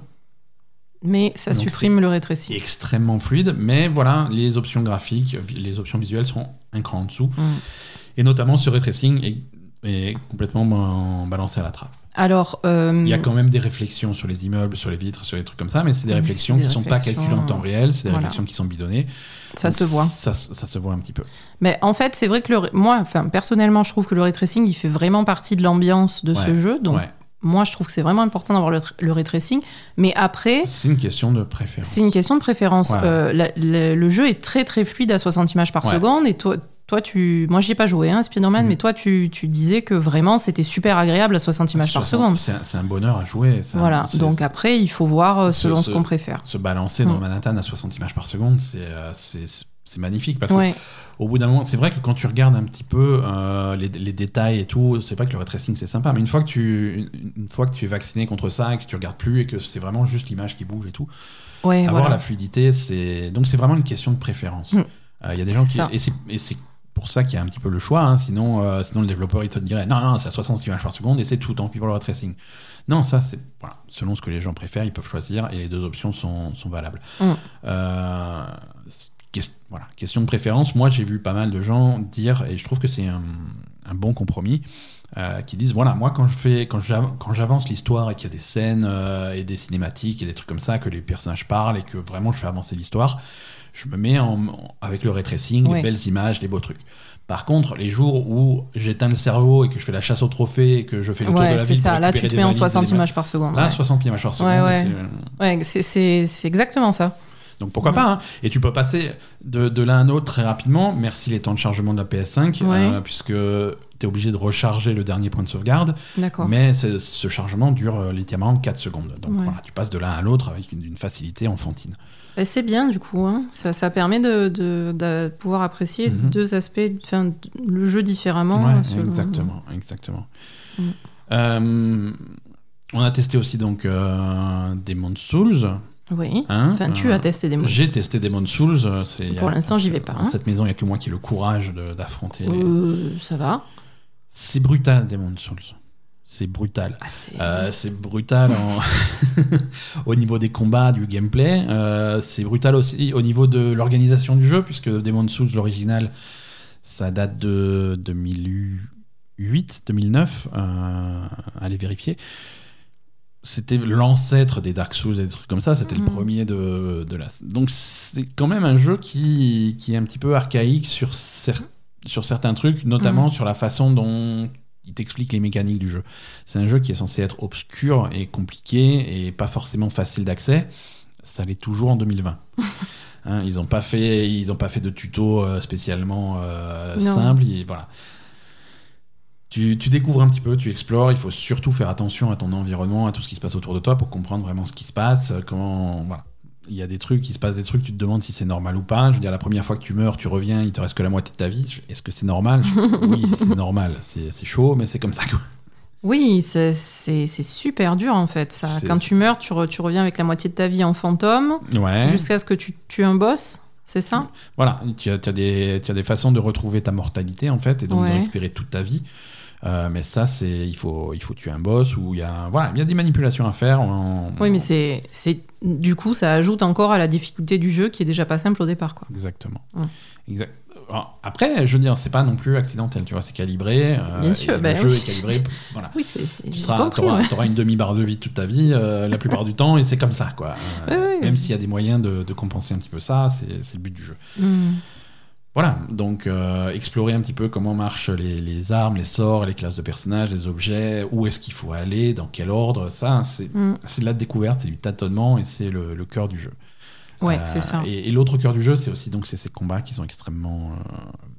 Mais ça donc supprime le ray tracing.
Extrêmement fluide, mais voilà, les options graphiques, les options visuelles sont un cran en dessous. Mm. Et notamment ce ray tracing est, est complètement balancé à la trappe.
Alors, euh...
il y a quand même des réflexions sur les immeubles, sur les vitres, sur les trucs comme ça, mais c'est des réflexions c'est des qui ne sont pas calculées en temps réel, c'est des voilà. réflexions qui sont bidonnées.
Ça
donc
se voit.
Ça, ça se voit un petit peu.
Mais en fait, c'est vrai que le, moi, enfin, personnellement, je trouve que le ray tracing, il fait vraiment partie de l'ambiance de
ouais.
ce jeu. Donc, ouais. moi, je trouve que c'est vraiment important d'avoir le, le ray tracing. Mais après...
C'est une question de préférence.
C'est une question de préférence. Ouais. Euh, la, la, le jeu est très, très fluide à soixante images par ouais. seconde. Et toi, toi tu... moi, j'y ai pas joué, hein, Spider-Man, mmh. mais toi, tu, tu disais que vraiment, c'était super agréable à soixante images par seconde.
C'est un, c'est un bonheur à jouer. Ça,
voilà.
C'est,
Donc
c'est...
après, il faut voir selon
se,
ce qu'on préfère.
Se balancer dans mmh. Manhattan à soixante images par seconde, c'est... c'est, c'est... c'est magnifique parce
ouais.
que au bout d'un moment, c'est vrai que quand tu regardes un petit peu euh, les, les détails et tout, c'est vrai que le ray tracing c'est sympa, mais une fois que tu une, une fois que tu es vacciné contre ça et que tu regardes plus et que c'est vraiment juste l'image qui bouge et tout,
ouais,
avoir
voilà.
la fluidité, c'est donc c'est vraiment une question de préférence. Il mmh. euh, y a des gens
c'est
qui et c'est, et c'est pour ça qu'il y a un petit peu le choix. Hein, sinon, euh, sinon le développeur il te dirait non non c'est à soixante images par seconde et c'est tout, tant pis pour le ray tracing. Non, ça c'est voilà, selon ce que les gens préfèrent, ils peuvent choisir et les deux options sont sont valables. Mmh. Euh, Question, voilà, Question de préférence, moi j'ai vu pas mal de gens dire, et je trouve que c'est un, un bon compromis, euh, qui disent voilà, moi quand je fais, quand, j'av- quand j'avance l'histoire et qu'il y a des scènes euh, et des cinématiques et des trucs comme ça, que les personnages parlent et que vraiment je fais avancer l'histoire, je me mets en, en- avec le ray tracing,
Ouais.
les belles images, les beaux trucs. Par contre, les jours où j'éteins le cerveau et que je fais la chasse au trophée et que je fais le tour de
Ouais,
la
c'est
ville,
ça.
pour
Là, tu
récupérer
te
des
mets en
valises et
soixante
des
images par seconde.
Là,
ouais.
soixante images par seconde.
Ouais, ouais.
c'est-
Ouais, c'est, c'est, c'est exactement ça.
Donc pourquoi
Ouais.
pas, hein. Et tu peux passer de, de l'un à l'autre très rapidement, merci les temps de chargement de la P S cinq,
Ouais.
euh, puisque tu es obligé de recharger le dernier point de sauvegarde,
D'accord.
mais c'est- ce chargement dure euh, littéralement quatre secondes. Donc
Ouais.
voilà, tu passes de l'un à l'autre avec une, une facilité enfantine.
Bah, c'est bien, du coup. Hein. Ça, ça permet de, de, de pouvoir apprécier
Mhm.
deux aspects, enfin, le jeu différemment.
Ouais,
selon-
exactement, exactement.
Mm.
Euh, on a testé aussi donc euh, Demon's Souls.
Oui.
Hein,
Enfin, tu
euh,
as testé des mots.
J'ai testé Demon's Souls. euh, c'est-
Pour l'instant, j'y vais pas,
Dans
hein.
cette maison, il n'y a que moi qui ai le courage de- d'affronter. les-
Euh, ça va.
C'est brutal, Demon's Souls. C'est brutal.
Ah, c'est...
Euh, c'est brutal en- au niveau des combats, du gameplay. Euh, c'est brutal aussi au niveau de l'organisation du jeu, puisque Demon's Souls, l'original, ça date de deux mille huit, deux mille neuf. Euh, allez vérifier. C'était l'ancêtre des Dark Souls et des trucs comme ça. C'était
Mhm.
le premier de, de la. Donc c'est quand même un jeu qui, qui est un petit peu archaïque sur, cer- sur certains trucs, notamment
Mhm.
sur la façon dont il t'explique les mécaniques du jeu. C'est un jeu qui est censé être obscur et compliqué et pas forcément facile d'accès. Ça l'est toujours en deux mille vingt. Hein, ils n'ont pas fait, ils ont pas fait de tuto euh, spécialement euh,
Non.
simple. Et voilà. Tu, tu découvres un petit peu, tu explores. Il faut surtout faire attention à ton environnement, à tout ce qui se passe autour de toi pour comprendre vraiment ce qui se passe. Comment, voilà. Il y a des trucs, il se passe des trucs, tu te demandes si c'est normal ou pas. Je veux dire, la première fois que tu meurs, tu reviens, il te reste que la moitié de ta vie. Est-ce que c'est normal? Oui, c'est normal. C'est, c'est chaud, mais c'est comme ça. Quoi.
Oui, c'est, c'est, c'est super dur en fait. Ça.
C'est-
Quand tu meurs, tu, re- tu reviens avec la moitié de ta vie en fantôme
Ouais.
jusqu'à ce que tu tues un boss, c'est ça?
Voilà, tu as, tu as des, tu as des façons de retrouver ta mortalité en fait et donc
Ouais.
de récupérer toute ta vie. Euh, mais ça, c'est il faut, il faut tuer un boss ou il y a voilà, il y a des manipulations à faire. On-
Oui, mais c'est, c'est du coup, ça ajoute encore à la difficulté du jeu qui est déjà pas simple au départ, quoi.
Exactement.
Ouais.
Exact. Alors, après, je veux dire, c'est pas non plus accidentel, tu vois, c'est calibré. euh,
Bien sûr,
et
ben
le jeu
oui.
est calibré. Voilà.
Oui, c'est, c'est
Tu
j'ai
seras,
compris.
t'auras,
ouais.
t'auras une demi-barre de vie toute ta vie, euh, la plupart du temps, et c'est comme ça, quoi. Euh,
Ouais, ouais.
Même s'il y a des moyens de, de compenser un petit peu ça, c'est, c'est le but du jeu.
Hmm.
Voilà, donc euh, explorer un petit peu comment marchent les, les armes, les sorts, les classes de personnages, les objets, où est-ce qu'il faut aller, dans quel ordre, ça, c'est,
Hmm.
c'est de la découverte, c'est du tâtonnement, et c'est le, le cœur du jeu.
Ouais,
Euh,
c'est ça.
Et, et l'autre cœur du jeu, c'est aussi donc c'est ces combats qui sont extrêmement euh,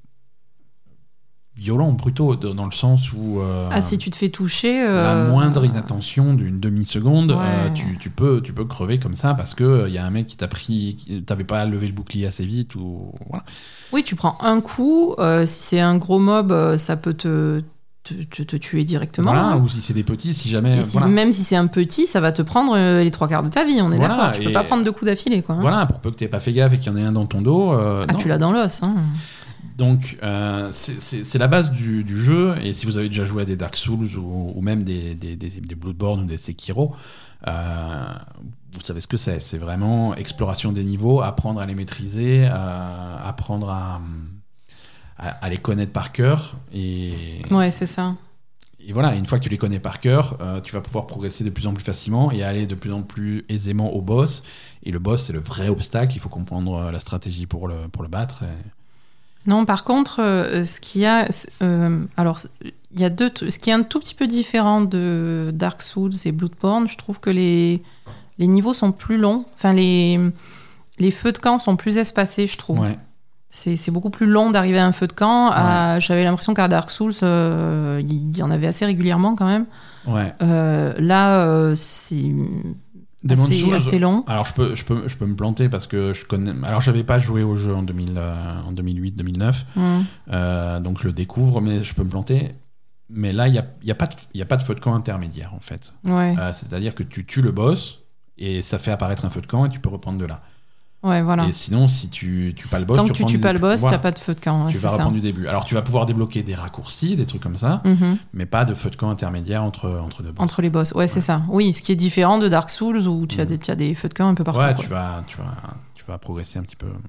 violents, brutaux, de- dans le sens où euh,
Ah, si tu te fais toucher.
la
euh,
moindre inattention d'une demi-seconde,
Ouais.
euh, tu, tu peux, tu peux crever comme ça parce que il y a un mec qui t'a pris, qui- t'avais pas levé le bouclier assez vite ou voilà.
Oui, tu prends un coup. euh, si c'est un gros mob, euh, ça peut te, te, te- te tuer directement.
Voilà,
hein.
ou si c'est des petits, si jamais.
Et si-
voilà.
Même si c'est un petit, ça va te prendre euh, les trois quarts de ta vie, on est
Voilà,
d'accord. Tu peux
et-
pas prendre deux coups d'affilée, quoi. hein.
Voilà, pour peu que tu pas fait gaffe et qu'il y en ait un dans ton dos. euh,
Ah,
non.
tu l'as dans l'os. Hein.
Donc, euh, c'est- c'est c'est la base du, du jeu. Et si vous avez déjà joué à des Dark Souls ou, ou même des, des, des, des Bloodborne ou des Sekiro, euh, vous savez ce que c'est. C'est vraiment exploration des niveaux, apprendre à les maîtriser, euh, apprendre à, à, à les connaître par cœur. Et,
Ouais, c'est ça.
et voilà, une fois que tu les connais par cœur, euh, tu vas pouvoir progresser de plus en plus facilement et aller de plus en plus aisément au boss. Et le boss, c'est le vrai obstacle. Il faut comprendre euh, la stratégie pour le, pour le battre. Et...
Non, par contre, euh, ce qu'il y a, c'est- euh, alors il y a deux, t- ce qui est un tout petit peu différent de Dark Souls et Bloodborne, je trouve que les les niveaux sont plus longs. Enfin, les les feux de camp sont plus espacés, je trouve.
Ouais.
C'est c'est beaucoup plus long d'arriver à un feu de camp. À- J'avais l'impression qu'à Dark Souls, euh, il y en avait assez régulièrement quand même.
Ouais.
Euh, là, euh, c'est
Demon's
assez,
Souls,
assez long.
alors je peux, je, peux, je peux me planter parce que je connais. Alors j'avais pas joué au jeu en, deux mille, euh, en deux mille huit deux mille neuf,
Mm.
euh, donc je le découvre, mais je peux me planter. Mais là, il n'y a, y a, pas de- y a pas de feu de camp intermédiaire en fait.
Ouais,
Euh, c'est-à-dire que tu tues le boss et ça fait apparaître un feu de camp et tu peux reprendre de là.
ouais, voilà.
Et sinon, si tu tues pas le boss,
Tant que tu
reprends
tues
du
pas le
début.
boss,
Voilà.
t'as pas de feu de camp. ouais,
Tu
c'est
vas
ça.
reprendre du début. Alors tu vas pouvoir débloquer des raccourcis, des trucs comme ça,
Mhm.
mais pas de feu de camp intermédiaire entre, entre deux boss.
Entre les boss, ouais, c'est ça. Oui, ce qui est différent de Dark Souls où tu as,
Mhm.
des, tu as des feux de camp un peu partout.
Ouais,
quoi.
tu vas, tu, vas, tu vas progresser un petit peu.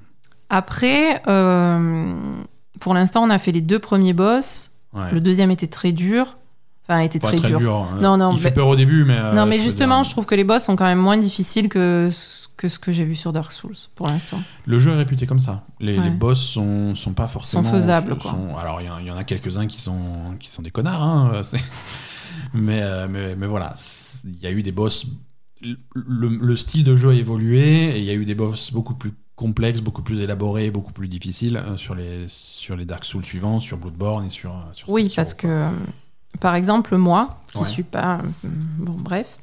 Après, euh, pour l'instant, on a fait les deux premiers boss.
Ouais.
Le deuxième était très dur. Enfin, était
Pas
très,
très
dur.
dur. hein.
Non, non,
Il
mais-
fait peur au début, mais. euh,
non, mais
je veux
justement,
dire,
je trouve que les boss sont quand même moins difficiles que, que ce que j'ai vu sur Dark Souls, pour l'instant.
Le jeu est réputé comme ça. Les,
Ouais.
les boss sont, sont pas forcément.
Sont faisables,
sont-
quoi.
sont- alors, il y, en- il y en a quelques-uns qui sont, qui sont des connards, hein, c'est- mais, euh, mais, mais voilà. c'est- Il y a eu des boss. Le, le- le style de jeu a évolué et il y a eu des boss beaucoup plus complexes, beaucoup plus élaborés, beaucoup plus difficiles euh, sur, les, sur les Dark Souls suivants, sur Bloodborne et sur, sur
Oui,
Sekiro,
parce
quoi.
que, euh, par exemple, moi, qui
Ouais.
suis pas. euh, Bon, bref,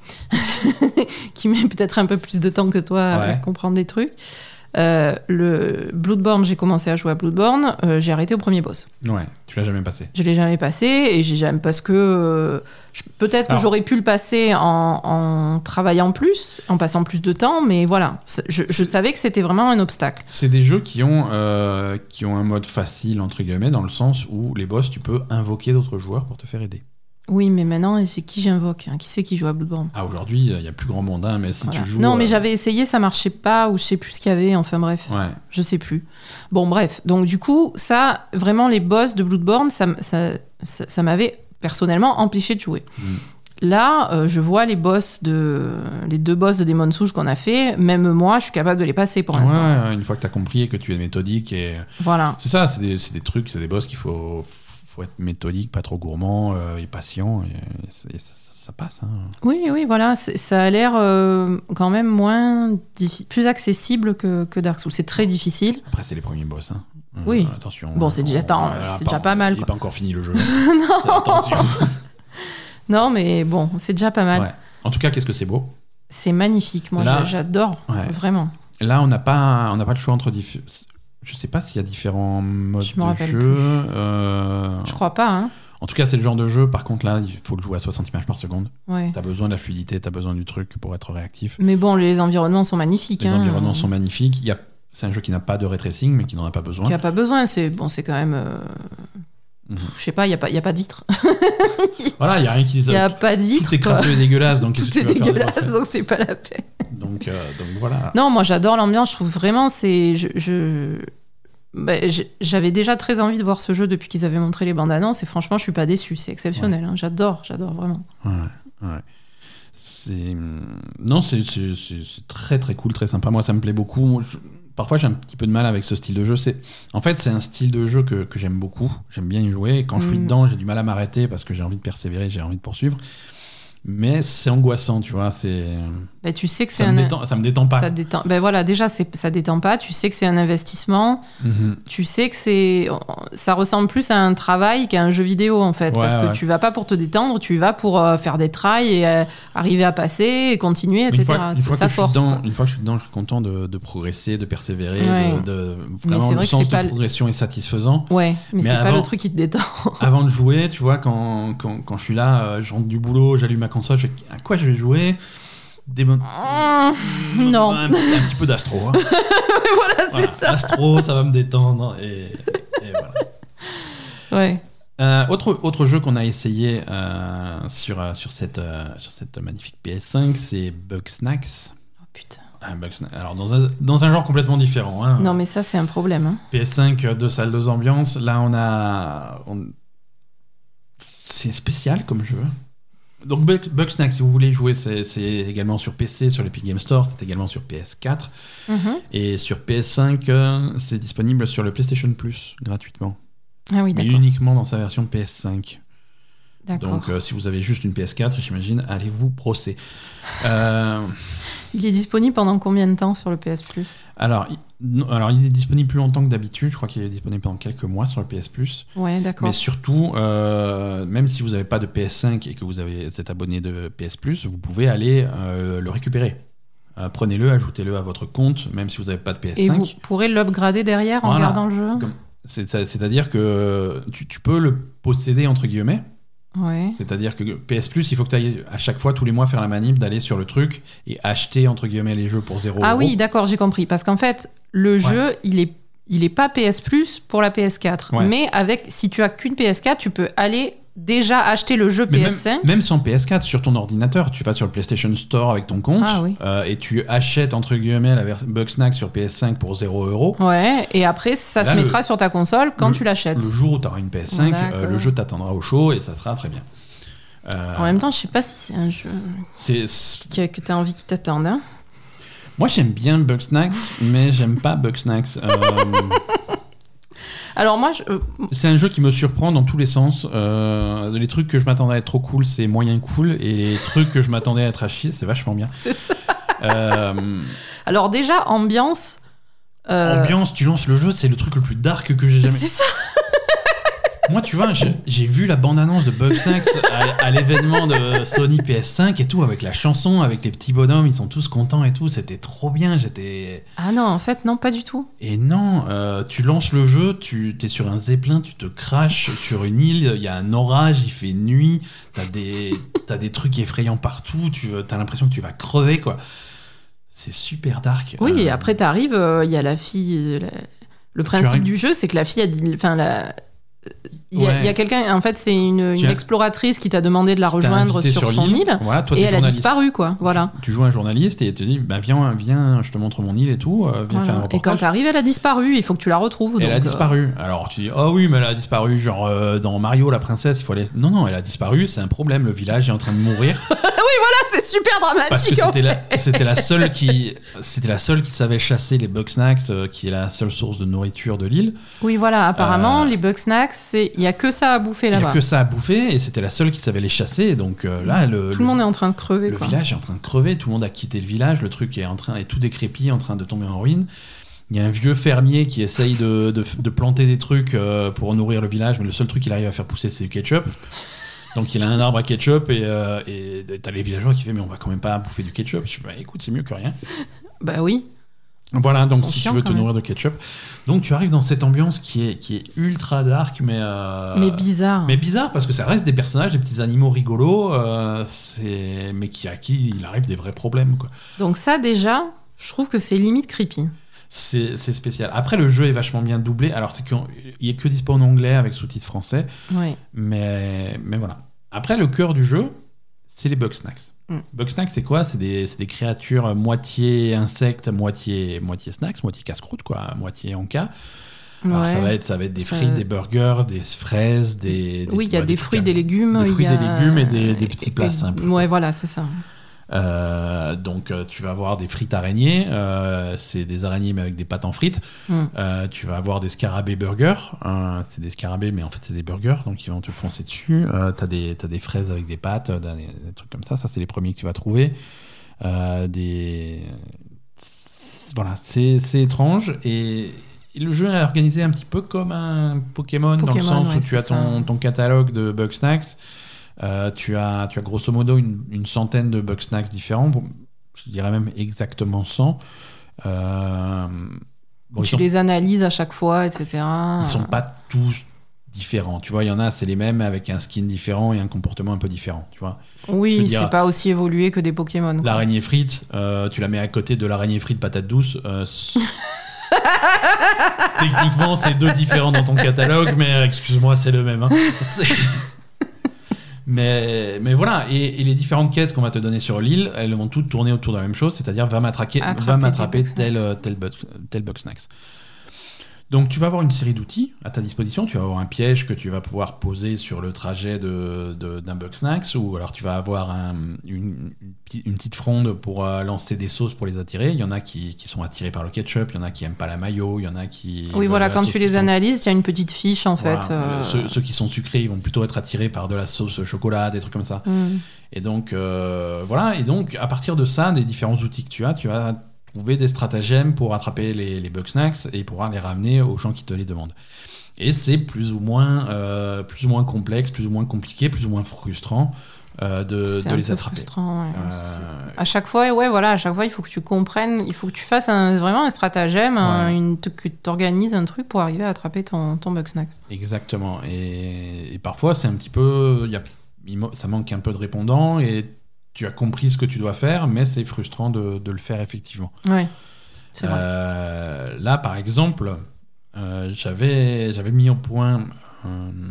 qui met peut-être un peu plus de temps que toi à
Ouais.
comprendre les trucs. Euh, le Bloodborne, j'ai commencé à jouer à Bloodborne, euh, j'ai arrêté au premier boss.
Ouais, tu l'as jamais passé.
Je l'ai jamais passé et j'ai jamais parce que euh, je- peut-être que
Alors-
j'aurais pu le passer en, en travaillant plus, en passant plus de temps, mais voilà, C'est- je, je savais que c'était vraiment un obstacle.
C'est des jeux qui ont, euh, qui ont un mode facile, entre guillemets, dans le sens où les boss, tu peux invoquer d'autres joueurs pour te faire aider.
Oui, mais maintenant, c'est qui j'invoque hein Qui c'est qui joue à Bloodborne?
Ah, aujourd'hui, il y a plus grand monde, hein, mais si
Voilà.
tu joues.
Non, mais
euh,
j'avais essayé, ça marchait pas, ou je sais plus ce qu'il y avait, enfin bref,
Ouais.
je sais plus. Bon, bref, donc du coup, ça, vraiment, les boss de Bloodborne, ça, m- ça, ça, ça m'avait personnellement empêché de jouer.
Mm.
Là, euh, je vois les boss de les deux boss de Demon's Souls qu'on a fait, même moi, je suis capable de les passer pour
Ouais,
l'instant.
ouais, une fois que tu as compris et que tu es méthodique. Et...
Voilà.
C'est ça, c'est des, c'est des trucs, c'est des boss qu'il faut, faut être méthodique, pas trop gourmand euh, et patient. Et, et c'est- et ça, ça passe. Hein.
Oui, oui, voilà, c'est- ça a l'air euh, quand même moins diffi- plus accessible que, que Dark Souls. C'est très difficile.
Après, c'est les premiers boss. Hein. Euh,
Oui.
Attention.
Bon, c'est déjà- attends,
euh,
c'est
pas-
déjà pas mal,
Il n'est
quoi.
pas encore fini le jeu. non. Attention.
Non, mais bon, c'est déjà pas mal.
Ouais. En tout cas, qu'est-ce que c'est beau.
C'est magnifique, moi
Là-
j'a- j'adore,
Ouais.
vraiment.
Là, on n'a pas, on n'a pas le choix entre diffé- je sais pas s'il y a différents modes
Je me
de
rappelle
jeu.
plus.
euh,
Je crois pas, hein.
En tout cas, c'est le genre de jeu. Par contre, là, il faut le jouer à soixante images par seconde.
Ouais.
T'as besoin de la fluidité, t'as besoin du truc pour être réactif.
Mais bon, les environnements sont magnifiques.
Les
hein.
environnements sont magnifiques. Il y a... C'est un jeu qui n'a pas de ray tracing, mais qui n'en a pas besoin.
Qui a pas besoin, c'est bon, c'est quand même. euh,
Mhm.
Je sais pas, il y a pas, il y a pas de vitre.
Voilà, il n'y a rien qui les
Il y
a.
a pas de vitre.
Tout est
quoi.
crasseux et dégueulasse. Donc qu'est-ce
Tout
que
est
tu vas faire de
dégueulasse,
après
donc c'est pas la peine.
donc, euh, donc voilà.
Non, moi j'adore l'ambiance. Je trouve vraiment, c'est, je, je... bah, j'ai- j'avais déjà très envie de voir ce jeu depuis qu'ils avaient montré les bandes annonces et franchement, je suis pas déçue. C'est exceptionnel. hein. J'adore, j'adore vraiment.
Ouais, ouais. C'est non, c'est c'est- c'est- c'est très très cool, très sympa. Moi, ça me plaît beaucoup. Moi, je- Parfois, j'ai un petit peu de mal avec ce style de jeu. C'est en fait, c'est un style de jeu que, que j'aime beaucoup. J'aime bien y jouer. Et quand je suis
Mm.
dedans, j'ai du mal à m'arrêter parce que j'ai envie de persévérer, j'ai envie de poursuivre. Mais c'est angoissant, tu vois. C'est
Bah, tu sais que c'est
ça,
un.
me détend, ça me détend pas.
Ça détend. Ben voilà, déjà, c'est, ça détend pas. Tu sais que c'est un investissement.
Mhm.
Tu sais que c'est, ça ressemble plus à un travail qu'à un jeu vidéo en fait,
Ouais,
parce que
ouais.
tu vas pas pour te détendre, tu y vas pour euh, faire des trails et euh, arriver à passer et continuer,
Mais
et
Une
cetera.
fois, une
C'est
fois
sa
que je suis
force.
dedans,
quoi.
une fois que je suis dedans, je suis content de, de progresser, de persévérer,
Ouais.
de, de-
Mais
vraiment
c'est
le
vrai que
sens
c'est
de
pas le-
progression est satisfaisant.
Ouais, mais,
Mais
c'est pas
avant-
le truc qui te détend.
Avant de jouer, tu vois, quand, quand, quand je suis là, euh, je rentre du boulot, j'allume ma console, je fais à quoi je vais jouer Des mon-
Mmh, non.
un, un petit peu d'astro. hein.
voilà, c'est
Voilà,
ça.
Astro, ça va me détendre. Et, et voilà.
Ouais.
Euh, autre, autre jeu qu'on a essayé euh, sur, euh, sur, cette, euh, sur cette magnifique P S cinq, c'est Bugsnax.
Oh putain.
Ah, Bugsnax. Alors, dans un, dans un genre complètement différent. Hein.
Non, mais ça, c'est un problème. hein.
P S cinq, euh, deux salles, deux ambiances. Là, on a. on- C'est spécial comme jeu. Donc, Bug- Bugsnax, si vous voulez jouer, c'est c'est également sur P C, sur l'Epic Game Store, c'est également sur P S quatre.
Mhm.
Et sur P S cinq, euh, c'est disponible sur le PlayStation Plus gratuitement.
Ah oui,
Mais
d'accord.
uniquement dans sa version P S cinq.
D'accord.
Donc, euh, si vous avez juste une P S quatre, j'imagine, allez-vous brosser. Euh,
Il est disponible pendant combien de temps sur le P S Plus?
alors, il, non, alors, il est disponible plus longtemps que d'habitude. Je crois qu'il est disponible pendant quelques mois sur le P S Plus.
Ouais, d'accord.
Mais surtout, euh, même si vous n'avez pas de P S cinq et que vous avez, êtes abonné de P S Plus, vous pouvez aller euh, le récupérer. Euh, prenez-le, ajoutez-le à votre compte, même si vous n'avez pas de P S cinq.
Et vous pourrez l'upgrader derrière en
Voilà.
gardant le jeu?
Comme- c'est- c'est- C'est-à-dire que tu, tu peux le posséder, entre guillemets.
Ouais.
C'est-à-dire que P S Plus, il faut que tu ailles à chaque fois, tous les mois, faire la manip, d'aller sur le truc et acheter, entre guillemets, les jeux pour zéro
Ah
euro.
oui, d'accord, j'ai compris. Parce qu'en fait, le jeu, il est, il est pas P S Plus pour la P S quatre.
Ouais.
Mais avec, si tu as qu'une P S quatre, tu peux aller déjà acheté le jeu
Mais
P S cinq.
Même, même sans P S quatre, sur ton ordinateur, tu vas sur le PlayStation Store avec ton compte
Ah oui.
euh, et tu achètes entre guillemets la version Bugsnax sur P S cinq pour zéro euros.
Ouais, et après ça
Là,
se mettra
le,
sur ta console quand
le,
tu l'achètes.
Le jour où tu auras une P S cinq, euh, le jeu t'attendra au chaud et ça sera très bien.
Euh, en même temps, je sais pas si c'est un jeu
c'est, c'est...
que, que tu as envie qu'il t'attende. Hein.
Moi j'aime bien Bugsnax, mais j'aime pas Bugsnax. Euh...
Alors moi, je...
c'est un jeu qui me surprend dans tous les sens. Euh, les trucs que je m'attendais à être trop cool, c'est moyen cool, et les trucs que je m'attendais à être à chier, c'est vachement bien.
C'est ça.
Euh...
Alors déjà, ambiance.
Euh... Ambiance, tu lances le jeu, c'est le truc le plus dark que j'ai jamais.
C'est ça.
Moi, tu vois, j'ai, j'ai vu la bande-annonce de Bugsnax à, à l'événement de Sony P S cinq et tout, avec la chanson, avec les petits bonhommes, ils sont tous contents et tout, c'était trop bien, j'étais...
Ah non, en fait, non, pas du tout.
Et non, euh, tu lances le jeu, tu es sur un zeppelin, tu te craches sur une île, il y a un orage, il fait nuit, t'as des, t'as des trucs effrayants partout, tu as l'impression que tu vas crever, quoi. C'est super dark.
Oui,
euh...
et après, t'arrives, il euh, y a la fille... La... Le principe
arrives...
du jeu, c'est que la fille a dit... Enfin, la... Il y a, ouais. a quelqu'un, en fait, c'est une, une as, exploratrice qui t'a demandé de la rejoindre sur, sur son île, île
voilà, toi,
et elle a disparu, quoi. Voilà.
Tu, tu joues un journaliste et elle te dit, bah, viens, viens, je te montre mon île et tout, euh, viens voilà. faire un reportage.
Et quand t'arrives, elle a disparu, il faut que tu la retrouves.
Elle
donc,
a disparu. Euh... Alors tu dis, oh oui, mais elle a disparu, genre euh, dans Mario, la princesse, il faut aller. Non, non, elle a disparu, c'est un problème, le village est en train de mourir.
Oui, voilà, c'est super dramatique.
Parce que c'était la, c'était la seule qui, c'était la seule qui savait chasser les Bugsnax, euh, qui est la seule source de nourriture de l'île.
Oui, voilà, apparemment, euh... les Bugsnax, il y a que ça à bouffer.
Il n'y a que ça à bouffer et c'était la seule qui savait les chasser. Donc euh, là, le,
tout le, le monde est en train de crever.
Le
quoi.
village est en train de crever. Tout le monde a quitté le village. Le truc est en train, est tout décrépit, en train de tomber en ruine. Il y a un vieux fermier qui essaye de, de, de planter des trucs euh, pour nourrir le village, mais le seul truc qu'il arrive à faire pousser, c'est du ketchup. Donc il a un arbre à ketchup et, euh, et t'as les villageois qui font mais on va quand même pas bouffer du ketchup. Je dis bah écoute, c'est mieux que rien.
Bah oui.
Voilà, donc si tu veux te nourrir de ketchup. Donc tu arrives dans cette ambiance qui est, qui est ultra dark, mais... Euh,
mais bizarre.
Mais bizarre, parce que ça reste des personnages, des petits animaux rigolos, euh, c'est, mais qui, à qui il arrive des vrais problèmes, quoi.
Donc ça, déjà, je trouve que c'est limite creepy.
C'est, c'est spécial. Après, le jeu est vachement bien doublé. Alors, c'est qu'il n'y a que dispo en anglais avec sous-titres français.
Oui.
Mais, mais voilà. Après, le cœur du jeu, c'est les Bugsnax. Mm. Bugsnax, c'est quoi ? C'est des, c'est des créatures moitié insectes, moitié, moitié snacks, moitié casse-croûte, quoi, moitié encas. Alors ouais. ça va être, ça va être des ça... frites, des burgers, des fraises, des... des
oui, il y a des, des fruits, des légumes.
Des fruits,
y a...
des légumes et des, des petits plats et, simples.
Ouais, voilà, c'est ça.
Euh, donc euh, tu vas avoir des frites araignées, euh, c'est des araignées mais avec des pâtes en frites. Mm. Euh, tu vas avoir des scarabées burgers, euh, c'est des scarabées mais en fait c'est des burgers, donc ils vont te foncer dessus. Euh, t'as des t'as des fraises avec des pâtes, des, des trucs comme ça. Ça c'est les premiers que tu vas trouver. Euh, des voilà, c'est c'est étrange et Et le jeu est organisé un petit peu comme un Pokémon, Pokémon dans le sens ouais, où tu as ton, ton catalogue de Bugsnax. Euh, tu, as, tu as grosso modo une, une centaine de Bugsnax différents. Je dirais même exactement cent. Euh, bon,
tu
sont,
les analyses à chaque fois, et cetera.
Ils ne sont pas tous différents. Tu vois, il y en a, c'est les mêmes avec un skin différent et un comportement un peu différent. Tu vois.
Oui, dire, c'est pas aussi évolué que des Pokémon. Quoi.
L'araignée frite, euh, tu la mets à côté de l'araignée frite patate douce. Euh, Techniquement, c'est deux différents dans ton catalogue, mais excuse-moi, c'est le même. Hein. C'est... mais, mais voilà, et, et les différentes quêtes qu'on va te donner sur l'île, elles vont toutes tourner autour de la même chose, c'est-à-dire va m'attraper, va m'attraper tel, tel, tel Bugsnax. Donc tu vas avoir une série d'outils à ta disposition, tu vas avoir un piège que tu vas pouvoir poser sur le trajet de, de, d'un Bugsnax, ou alors tu vas avoir un, une, une petite fronde pour euh, lancer des sauces pour les attirer. Il y en a qui, qui sont attirés par le ketchup, il y en a qui n'aiment pas la mayo, il y en a qui...
Oui voilà, quand tu les analyses, il y a une petite fiche en voilà. fait. Euh...
Ceux, ceux qui sont sucrés, ils vont plutôt être attirés par de la sauce chocolat, des trucs comme ça. Mm. Et donc, euh, voilà, et donc à partir de ça, des différents outils que tu as, tu as... trouver des stratagèmes pour attraper les, les Bugsnax et pouvoir les ramener aux gens qui te les demandent. Et c'est plus ou moins, euh, plus ou moins complexe, plus ou moins compliqué, plus ou moins frustrant euh, de, de les attraper.
Frustrant, ouais. euh... À chaque fois, ouais, voilà, à chaque fois, il faut que tu comprennes, il faut que tu fasses un, vraiment un stratagème, ouais. un, une, que tu organises un truc pour arriver à attraper ton, ton Bugsnax.
Exactement. Et, et parfois, c'est un petit peu, y a, ça manque un peu de répondants et tu as compris ce que tu dois faire, mais c'est frustrant de, de le faire effectivement.
Oui, c'est vrai.
Euh, là, par exemple, euh, j'avais, j'avais mis au point euh,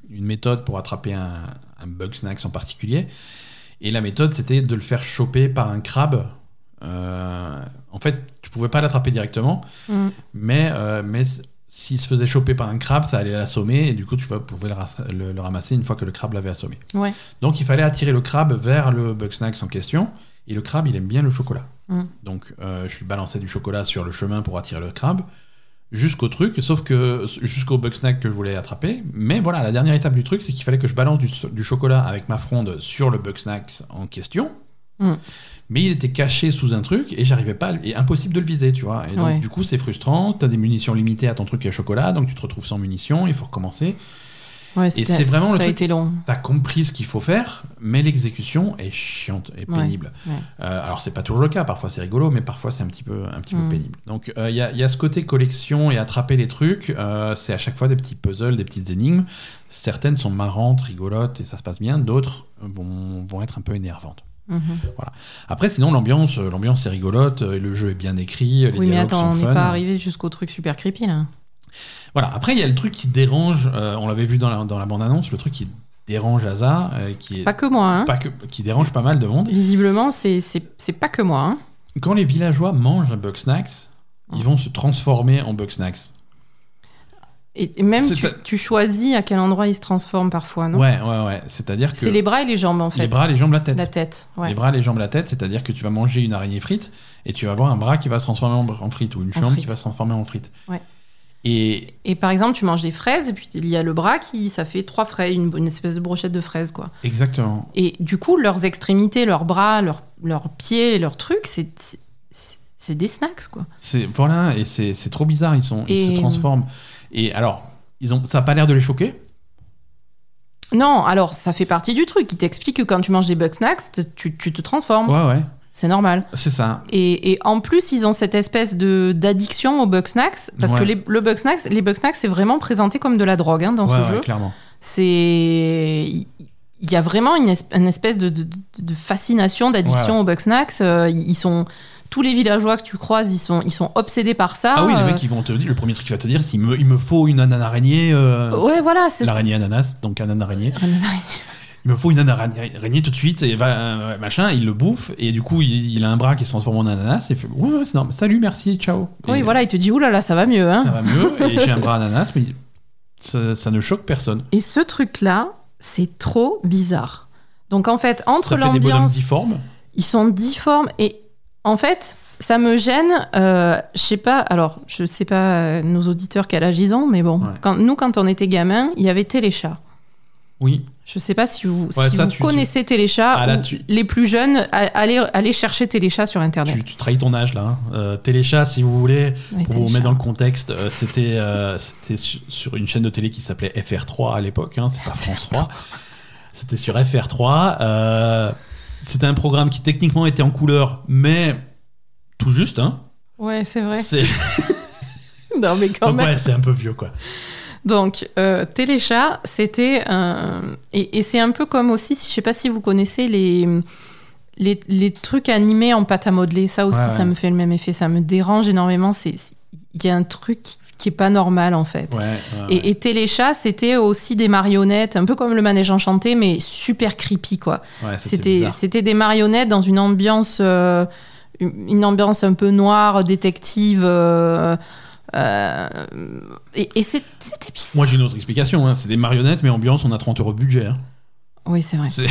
une méthode pour attraper un, un Bugsnax en particulier. Et la méthode, c'était de le faire choper par un crabe. Euh, en fait, tu pouvais pas l'attraper directement, mmh. mais, euh, mais s'il se faisait choper par un crabe, ça allait l'assommer, et du coup, tu pouvais le, ras- le, le ramasser une fois que le crabe l'avait assommé.
Ouais.
Donc, il fallait attirer le crabe vers le Bugsnax en question, et le crabe, il aime bien le chocolat. Mmh. Donc, euh, je lui balançais du chocolat sur le chemin pour attirer le crabe, jusqu'au truc, sauf que jusqu'au Bugsnax que je voulais attraper. Mais voilà, la dernière étape du truc, c'est qu'il fallait que je balance du, du chocolat avec ma fronde sur le Bugsnax en question. Mm. Mais il était caché sous un truc et j'arrivais pas, et impossible de le viser, tu vois. Et donc, ouais. du coup, c'est frustrant. T'as des munitions limitées à ton truc à chocolat, donc tu te retrouves sans munitions, il faut recommencer.
Ouais, et c'est vraiment ça le truc, a été long.
T'as compris ce qu'il faut faire, mais l'exécution est chiante et pénible. Ouais, ouais. Euh, alors c'est pas toujours le cas, parfois c'est rigolo, mais parfois c'est un petit peu, un petit mmh. peu pénible. Donc il euh, y, y a ce côté collection et attraper les trucs, euh, c'est à chaque fois des petits puzzles, des petites énigmes. Certaines sont marrantes, rigolotes et ça se passe bien, d'autres vont, vont être un peu énervantes. Mmh. Voilà. Après sinon l'ambiance, l'ambiance est rigolote, le jeu est bien écrit, les
oui,
dialogues
mais attends,
sont fun.
On n'est pas arrivé jusqu'au truc super creepy là.
Voilà. Après, il y a le truc qui dérange, euh, on l'avait vu dans la, dans la bande-annonce, le truc qui dérange Asa, euh, qui est
pas que moi, hein.
pas que, qui dérange pas mal de monde.
Visiblement, c'est, c'est, c'est pas que moi. Hein.
Quand les villageois mangent un Bugsnax, oh. ils vont se transformer en Bugsnax.
Et, et même, tu, tu choisis à quel endroit ils se transforment parfois, non ?
Ouais, ouais, ouais. C'est-à-dire que...
C'est les bras et les jambes, en fait.
Les bras, les jambes, la tête.
La tête, ouais.
Les bras, les jambes, la tête, c'est-à-dire que tu vas manger une araignée frite et tu vas avoir un bras qui va se transformer en, en frite ou une jambe qui va se transformer en frite.
Ouais.
Et...
et par exemple, tu manges des fraises, et puis il y a le bras qui, ça fait trois fraises, une, une espèce de brochette de fraises, quoi.
Exactement.
Et du coup, leurs extrémités, leurs bras, leurs, leurs pieds, leurs trucs, c'est, c'est, c'est des snacks, quoi.
C'est, voilà, et c'est, c'est trop bizarre, ils, sont, et... ils se transforment. Et alors, ils ont, ça n'a pas l'air de les choquer ?
Non, alors ça fait partie du truc. Ils t'expliquent que quand tu manges des Bugsnax, tu, tu te transformes.
Ouais, ouais.
C'est normal.
C'est ça.
Et, et en plus, ils ont cette espèce de, d'addiction aux Bugsnax, parce ouais. que les, le Bugsnax, les Bugsnax, c'est vraiment présenté comme de la drogue hein, dans
ouais,
ce
ouais,
jeu.
Clairement.
C'est... Il y a vraiment une, esp- une espèce de, de, de fascination, d'addiction ouais, ouais. aux Bugsnax. Euh, ils sont... Tous les villageois que tu croises, ils sont, ils sont obsédés par ça.
Ah oui, les mecs, ils vont te dire, le premier truc qu'il va te dire, c'est il me, il me faut une ananas araignée. Euh,
ouais, voilà. C'est
l'araignée ananas, donc ananas araignée.
Ananas araignée.
Il me faut une ananas araignée tout de suite, et va, euh, machin, il le bouffe, et du coup, il, il a un bras qui se transforme en ananas, et il fait, ouais, ouais, c'est normal, salut, merci, ciao.
Oui,
et,
voilà, il te dit, oulala, là, là, ça va mieux. Hein.
Ça va mieux, et j'ai un bras ananas, mais ça, ça ne choque personne.
Et ce truc-là, c'est trop bizarre. Donc, en fait, entre
ça fait
l'ambiance...
des bonhommes difformes.
Ils sont difformes, et en fait... Ça me gêne, euh, je sais pas, alors je sais pas euh, nos auditeurs quel âge ils ont, mais bon, ouais. quand, nous quand on était gamin, il y avait Téléchat.
Oui.
Je sais pas si vous,
ouais,
si
ça,
vous
tu,
connaissez
tu...
Téléchat,
ah, là,
ou
tu...
les plus jeunes, allez, allez chercher Téléchat sur Internet.
Tu, tu trahis ton âge là. Hein. Euh, Téléchat, si vous voulez,
ouais,
pour
Téléchat.
vous mettre dans le contexte, euh, c'était, euh, c'était sur une chaîne de télé qui s'appelait F R trois à l'époque, hein, c'est pas France trois. C'était sur F R trois. Euh, c'était un programme qui techniquement était en couleur, mais tout juste, hein.
Ouais, c'est vrai.
C'est...
non, mais quand
Donc,
même.
Ouais, c'est un peu vieux, quoi.
Donc, euh, Téléchat, c'était un... Et, et c'est un peu comme aussi, je sais pas si vous connaissez les, les, les trucs animés en pâte à modeler. Ça aussi, ouais, ouais. ça me fait le même effet. Ça me dérange énormément. C'est... Il y a un truc qui est pas normal, en fait.
Ouais, ouais,
et,
ouais.
et Téléchat, c'était aussi des marionnettes, un peu comme le Manège Enchanté, mais super creepy, quoi.
Ouais, c'était,
c'était, c'était des marionnettes dans une ambiance... Euh, une ambiance un peu noire, détective. Euh, euh, et et c'est, c'était bizarre.
Moi, j'ai une autre explication. Hein. C'est des marionnettes, mais ambiance, on a trente euros de budget. Hein.
Oui, c'est vrai.
C'est...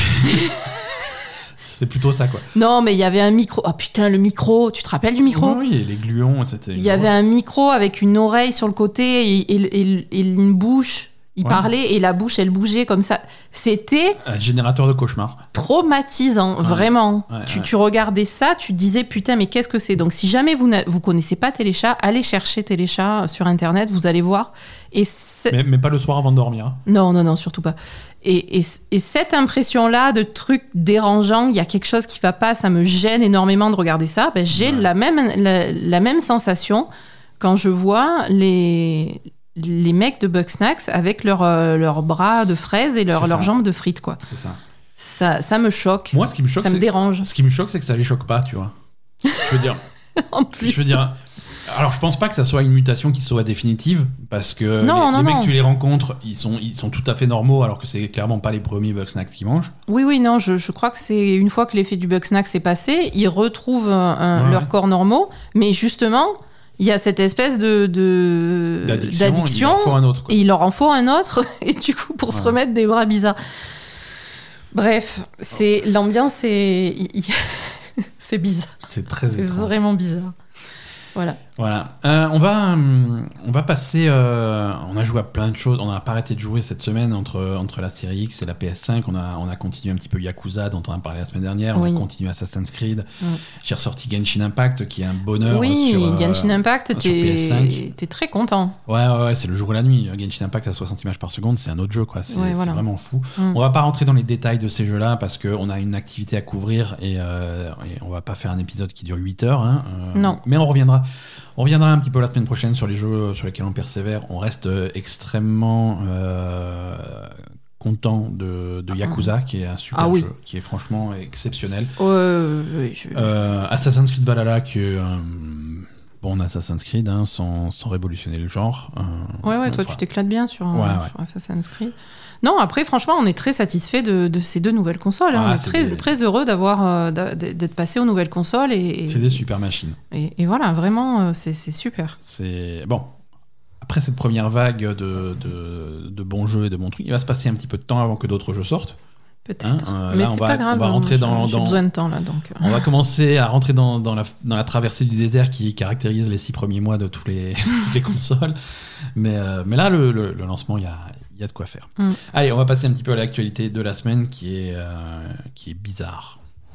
c'est plutôt ça, quoi.
Non, mais il y avait un micro. Oh putain, le micro. Tu te rappelles du micro ?
Oui, et les gluons, et cetera.
Il y avait un micro avec une oreille sur le côté et, et, et, et une bouche. Il ouais. parlait et la bouche, elle bougeait comme ça. C'était...
Un générateur de cauchemars.
Traumatisant, ouais. vraiment.
Ouais,
tu,
ouais.
tu regardais ça, tu te disais, putain, mais qu'est-ce que c'est ? Donc, si jamais vous ne vous connaissez pas Téléchat, allez chercher Téléchat sur Internet, vous allez voir. Et
mais, mais pas le soir avant de dormir.
Non, non, non, surtout pas. Et, et, et cette impression-là de truc dérangeant, il y a quelque chose qui ne va pas, ça me gêne énormément de regarder ça. Ben, j'ai ouais. la, même, la, la même sensation quand je vois les... les mecs de Bugsnax avec leurs euh, leur bras de fraises et leurs leur jambes de frites, quoi.
C'est ça.
Ça, ça me choque.
Moi, ce qui me choque,
ça
c'est...
me dérange.
Ce qui me choque, c'est que ça les choque pas, tu vois. Je veux dire...
en plus.
Je veux dire... Alors, je pense pas que ça soit une mutation qui soit définitive, parce que
non,
les,
non,
les mecs,
non.
tu les rencontres, ils sont, ils sont tout à fait normaux, alors que c'est clairement pas les premiers Bugsnax qu'ils mangent.
Oui, oui, non, je, je crois que c'est une fois que l'effet du Bugsnax est passé, ils retrouvent un, un,
Ouais.
leurs corps normaux, mais justement, il y a cette espèce de, de
D'addiction,
d'addiction,
il en faut un autre, quoi.
et il leur en faut un autre, et du coup, pour
Ouais.
se remettre des bras bizarres. Bref, c'est l'ambiance est c'est bizarre.
C'est très
C'est
étrange.
vraiment bizarre. Voilà.
Voilà. Euh, on, va, hum, on va passer. Euh, on a joué à plein de choses. On n'a pas arrêté de jouer cette semaine entre, entre la série X et la P S cinq. On a, on a continué un petit peu Yakuza, dont on a parlé la semaine dernière. On
Oui.
a continué Assassin's Creed.
Mm.
J'ai ressorti Genshin Impact, qui est un bonheur.
Oui,
sur, euh,
Genshin Impact,
sur P S cinq.
t'es t'es très content.
Ouais, ouais, ouais, c'est le jour et la nuit. Genshin Impact à soixante images par seconde, c'est un autre jeu, quoi. C'est
Ouais,
c'est
voilà.
vraiment fou.
Mm.
On va pas rentrer dans les détails de ces jeux-là parce qu'on a une activité à couvrir et, euh, et on va pas faire un épisode qui dure huit heures. Hein. Euh,
Non.
Mais on reviendra. On reviendra un petit peu la semaine prochaine sur les jeux sur lesquels on persévère. On reste euh, extrêmement euh, content de, de Yakuza, qui est un super
Ah oui.
jeu, qui est franchement exceptionnel.
Euh, oui, je-
Euh, Assassin's Creed Valhalla, qui est un bon Assassin's Creed, hein, sans, sans révolutionner le genre. Euh,
Ouais, ouais,
donc,
toi,
voilà.
tu t'éclates bien sur,
Ouais,
euh,
ouais.
sur Assassin's Creed. Non, après, franchement, on est très satisfait de, de ces deux nouvelles consoles. hein.
Ah,
on est
c'est
très,
des-
très heureux d'avoir, euh, d'a- d'être passé aux nouvelles consoles. Et, et,
C'est des super machines.
et, et voilà, vraiment, euh, c'est c'est super.
C'est bon. Après cette première vague de, de, de bons jeux et de bons trucs, il va se passer un petit peu de temps avant que d'autres jeux sortent.
Peut-être.
Hein, euh,
Mais
là, on
c'est
va-
pas grave.
on va
hein,
rentrer
j'ai-
dans-
J'ai
dans-
besoin de temps, là, donc... euh.
On va commencer à rentrer dans, dans, la, dans la traversée du désert qui caractérise les six premiers mois de tous les, toutes les consoles. Mais, euh, mais là, le, le, le lancement, il y a, il y a de quoi faire.
Mm.
Allez, on va passer un petit peu à l'actualité de la semaine qui est, euh, qui est bizarre.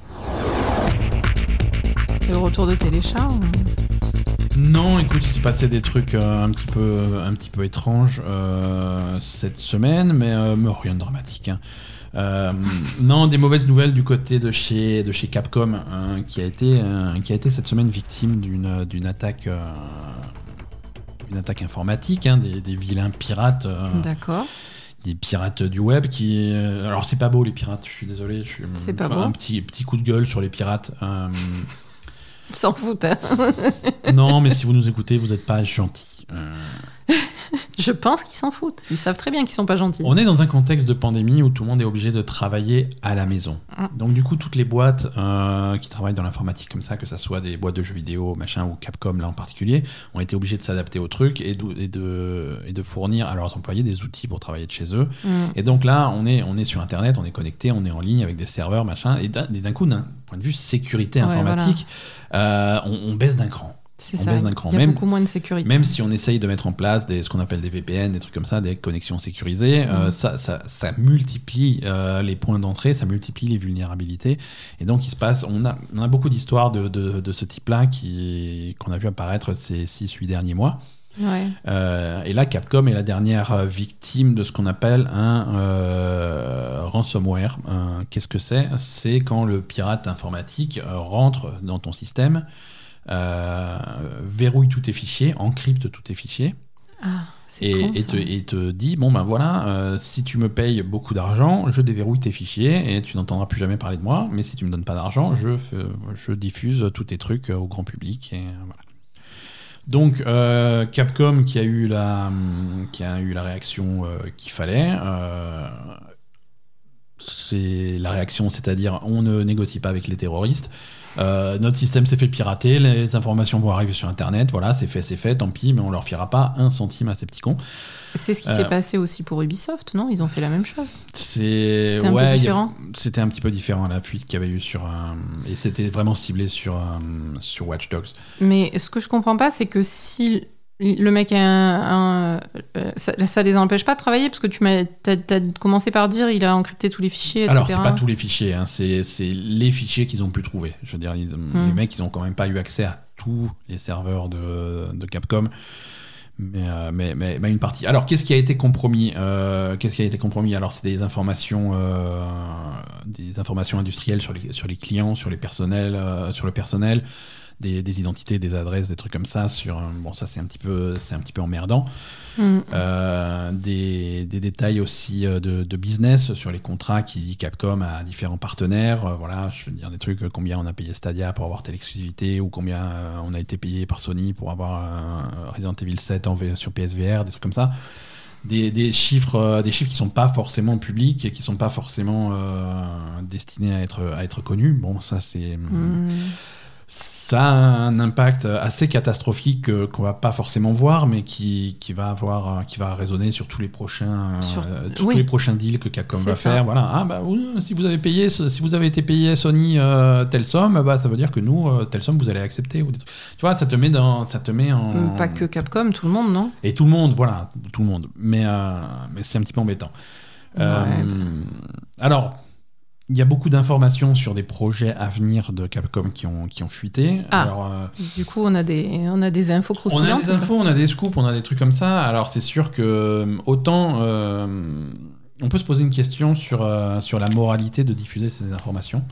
Le retour de Téléchat ou-
Non, écoute, il s'est passé des trucs euh, un petit peu, un petit peu étranges euh, cette semaine, mais, euh, mais rien de dramatique. Hein. Euh, non, des mauvaises nouvelles du côté de chez, de chez Capcom, hein, qui, a été, euh, qui a été cette semaine victime d'une, d'une attaque, euh, une attaque informatique, hein, des, des vilains pirates. euh,
D'accord.
Des pirates du web qui. euh, alors, c'est pas beau, les pirates, je suis désolé. Je suis,
C'est pas
un
beau.
petit, petit coup de gueule sur les pirates. euh,
Ils s'en foutent. hein.
non, mais si vous nous écoutez, vous n'êtes pas gentils. Euh,
Je pense qu'ils s'en foutent. Ils savent très bien qu'ils sont pas gentils.
On est dans un contexte de pandémie où tout le monde est obligé de travailler à la maison.
Mm.
Donc du coup, toutes les boîtes euh, qui travaillent dans l'informatique comme ça, que ça soit des boîtes de jeux vidéo, machin, ou Capcom là en particulier, ont été obligées de s'adapter au truc et de, et de, et de fournir à leurs employés des outils pour travailler de chez eux.
Mm.
Et donc là, on est, on est sur Internet, on est connecté, on est en ligne avec des serveurs, machin, et d'un, et d'un coup, d'un point de vue sécurité
Ouais,
informatique, euh, on, on baisse d'un cran.
C'est
On
ça.
baisse
Il
d'un cran.
y a
Même-
beaucoup moins de sécurité.
Même si on essaye de mettre en place des, ce qu'on appelle des V P N, des trucs comme ça, des connexions sécurisées, euh,
Mhm.
ça, ça, ça multiplie euh, les points d'entrée, ça multiplie les vulnérabilités. Et donc, il se passe, on a, on a beaucoup d'histoires de, de, de ce type-là qui, qu'on a vu apparaître ces six huit derniers mois.
Ouais.
Euh, et là, Capcom est la dernière victime de ce qu'on appelle un euh, ransomware. Euh, qu'est-ce que c'est ? C'est quand le pirate informatique euh, rentre dans ton système, euh, verrouille tous tes fichiers, encrypte tous tes fichiers,
Ah, c'est
et,
con,
et
ça.
te, et te dit, bon ben voilà, euh, si tu me payes beaucoup d'argent, je déverrouille tes fichiers et tu n'entendras plus jamais parler de moi, mais si tu me donnes pas d'argent, je, fais- je diffuse tous tes trucs au grand public. Et voilà. Donc euh, Capcom qui a eu la, qui a eu la réaction euh, qu'il fallait, euh, c'est la réaction, c'est-à-dire on ne négocie pas avec les terroristes. Euh, notre système s'est fait pirater, les informations vont arriver sur Internet, voilà, c'est fait, c'est fait, tant pis, mais on leur filera pas un centime à ces petits cons.
C'est ce qui
Euh,
s'est passé aussi pour Ubisoft, non ? Ils ont fait la même chose.
C'est
C'était un peu
ouais, il y a-
différent.
C'était un petit peu différent la fuite qu'il y avait eu sur un, et c'était vraiment ciblé sur un- sur Watch Dogs.
Mais ce que je comprends pas, c'est que si le mec a un. un- euh, ça, ça les empêche pas de travailler, parce que tu m'as t'as, t'as commencé par dire il a encrypté tous les fichiers, et cetera.
Alors c'est pas tous les fichiers, hein, c'est c'est les fichiers qu'ils ont pu trouver. Je veux dire, ils-
Hmm.
les mecs ils ont quand même pas eu accès à tous les serveurs de, de Capcom. Mais, euh, mais, mais, mais une partie. Alors, qu'est-ce qui a été compromis euh, Qu'est-ce qui a été compromis Alors, c'est des informations, euh, des informations industrielles sur les, sur les clients, sur les personnels, euh, sur le personnel, des, des identités, des adresses, des trucs comme ça. Sur, bon, ça, c'est un petit peu, c'est un petit peu emmerdant.
Mm.
Euh, des, des détails aussi de, de business sur les contrats qui dit Capcom à différents partenaires. Euh, voilà, je veux dire des trucs, combien on a payé Stadia pour avoir telle exclusivité, ou combien euh, on a été payé par Sony pour avoir euh, Resident Evil sept en v- sur P S V R, des trucs comme ça. Des, des chiffres, euh, des chiffres qui sont pas forcément publics et qui sont pas forcément euh, destinés à être à être connus. Bon, ça c'est
Mm.
ça a un impact assez catastrophique euh, qu'on va pas forcément voir, mais qui, qui va avoir, euh, qui va résonner sur tous les prochains,
Sur-
euh, tous
oui.
les prochains deals que Capcom
C'est
va
ça.
faire. Voilà. Ah bah oui, si vous avez payé, ce- si vous avez été payé Sony euh, telle somme, bah ça veut dire que nous euh, telle somme vous allez accepter. Ou des trucs. Tu vois, ça te met dans, ça te met en.
Pas que Capcom, tout le monde, non?
Et tout le monde, voilà, tout le monde. Mais euh, mais c'est un petit peu embêtant. Euh,
Ouais.
alors. Il y a beaucoup d'informations sur des projets à venir de Capcom qui ont, qui ont fuité.
Ah.
Alors, euh,
Du coup, on a des, on a des infos
on a
croustillantes.
des infos, on a des scoops, on a des trucs comme ça. Alors c'est sûr que euh, autant euh, on peut se poser une question sur, euh, sur la moralité de diffuser ces informations.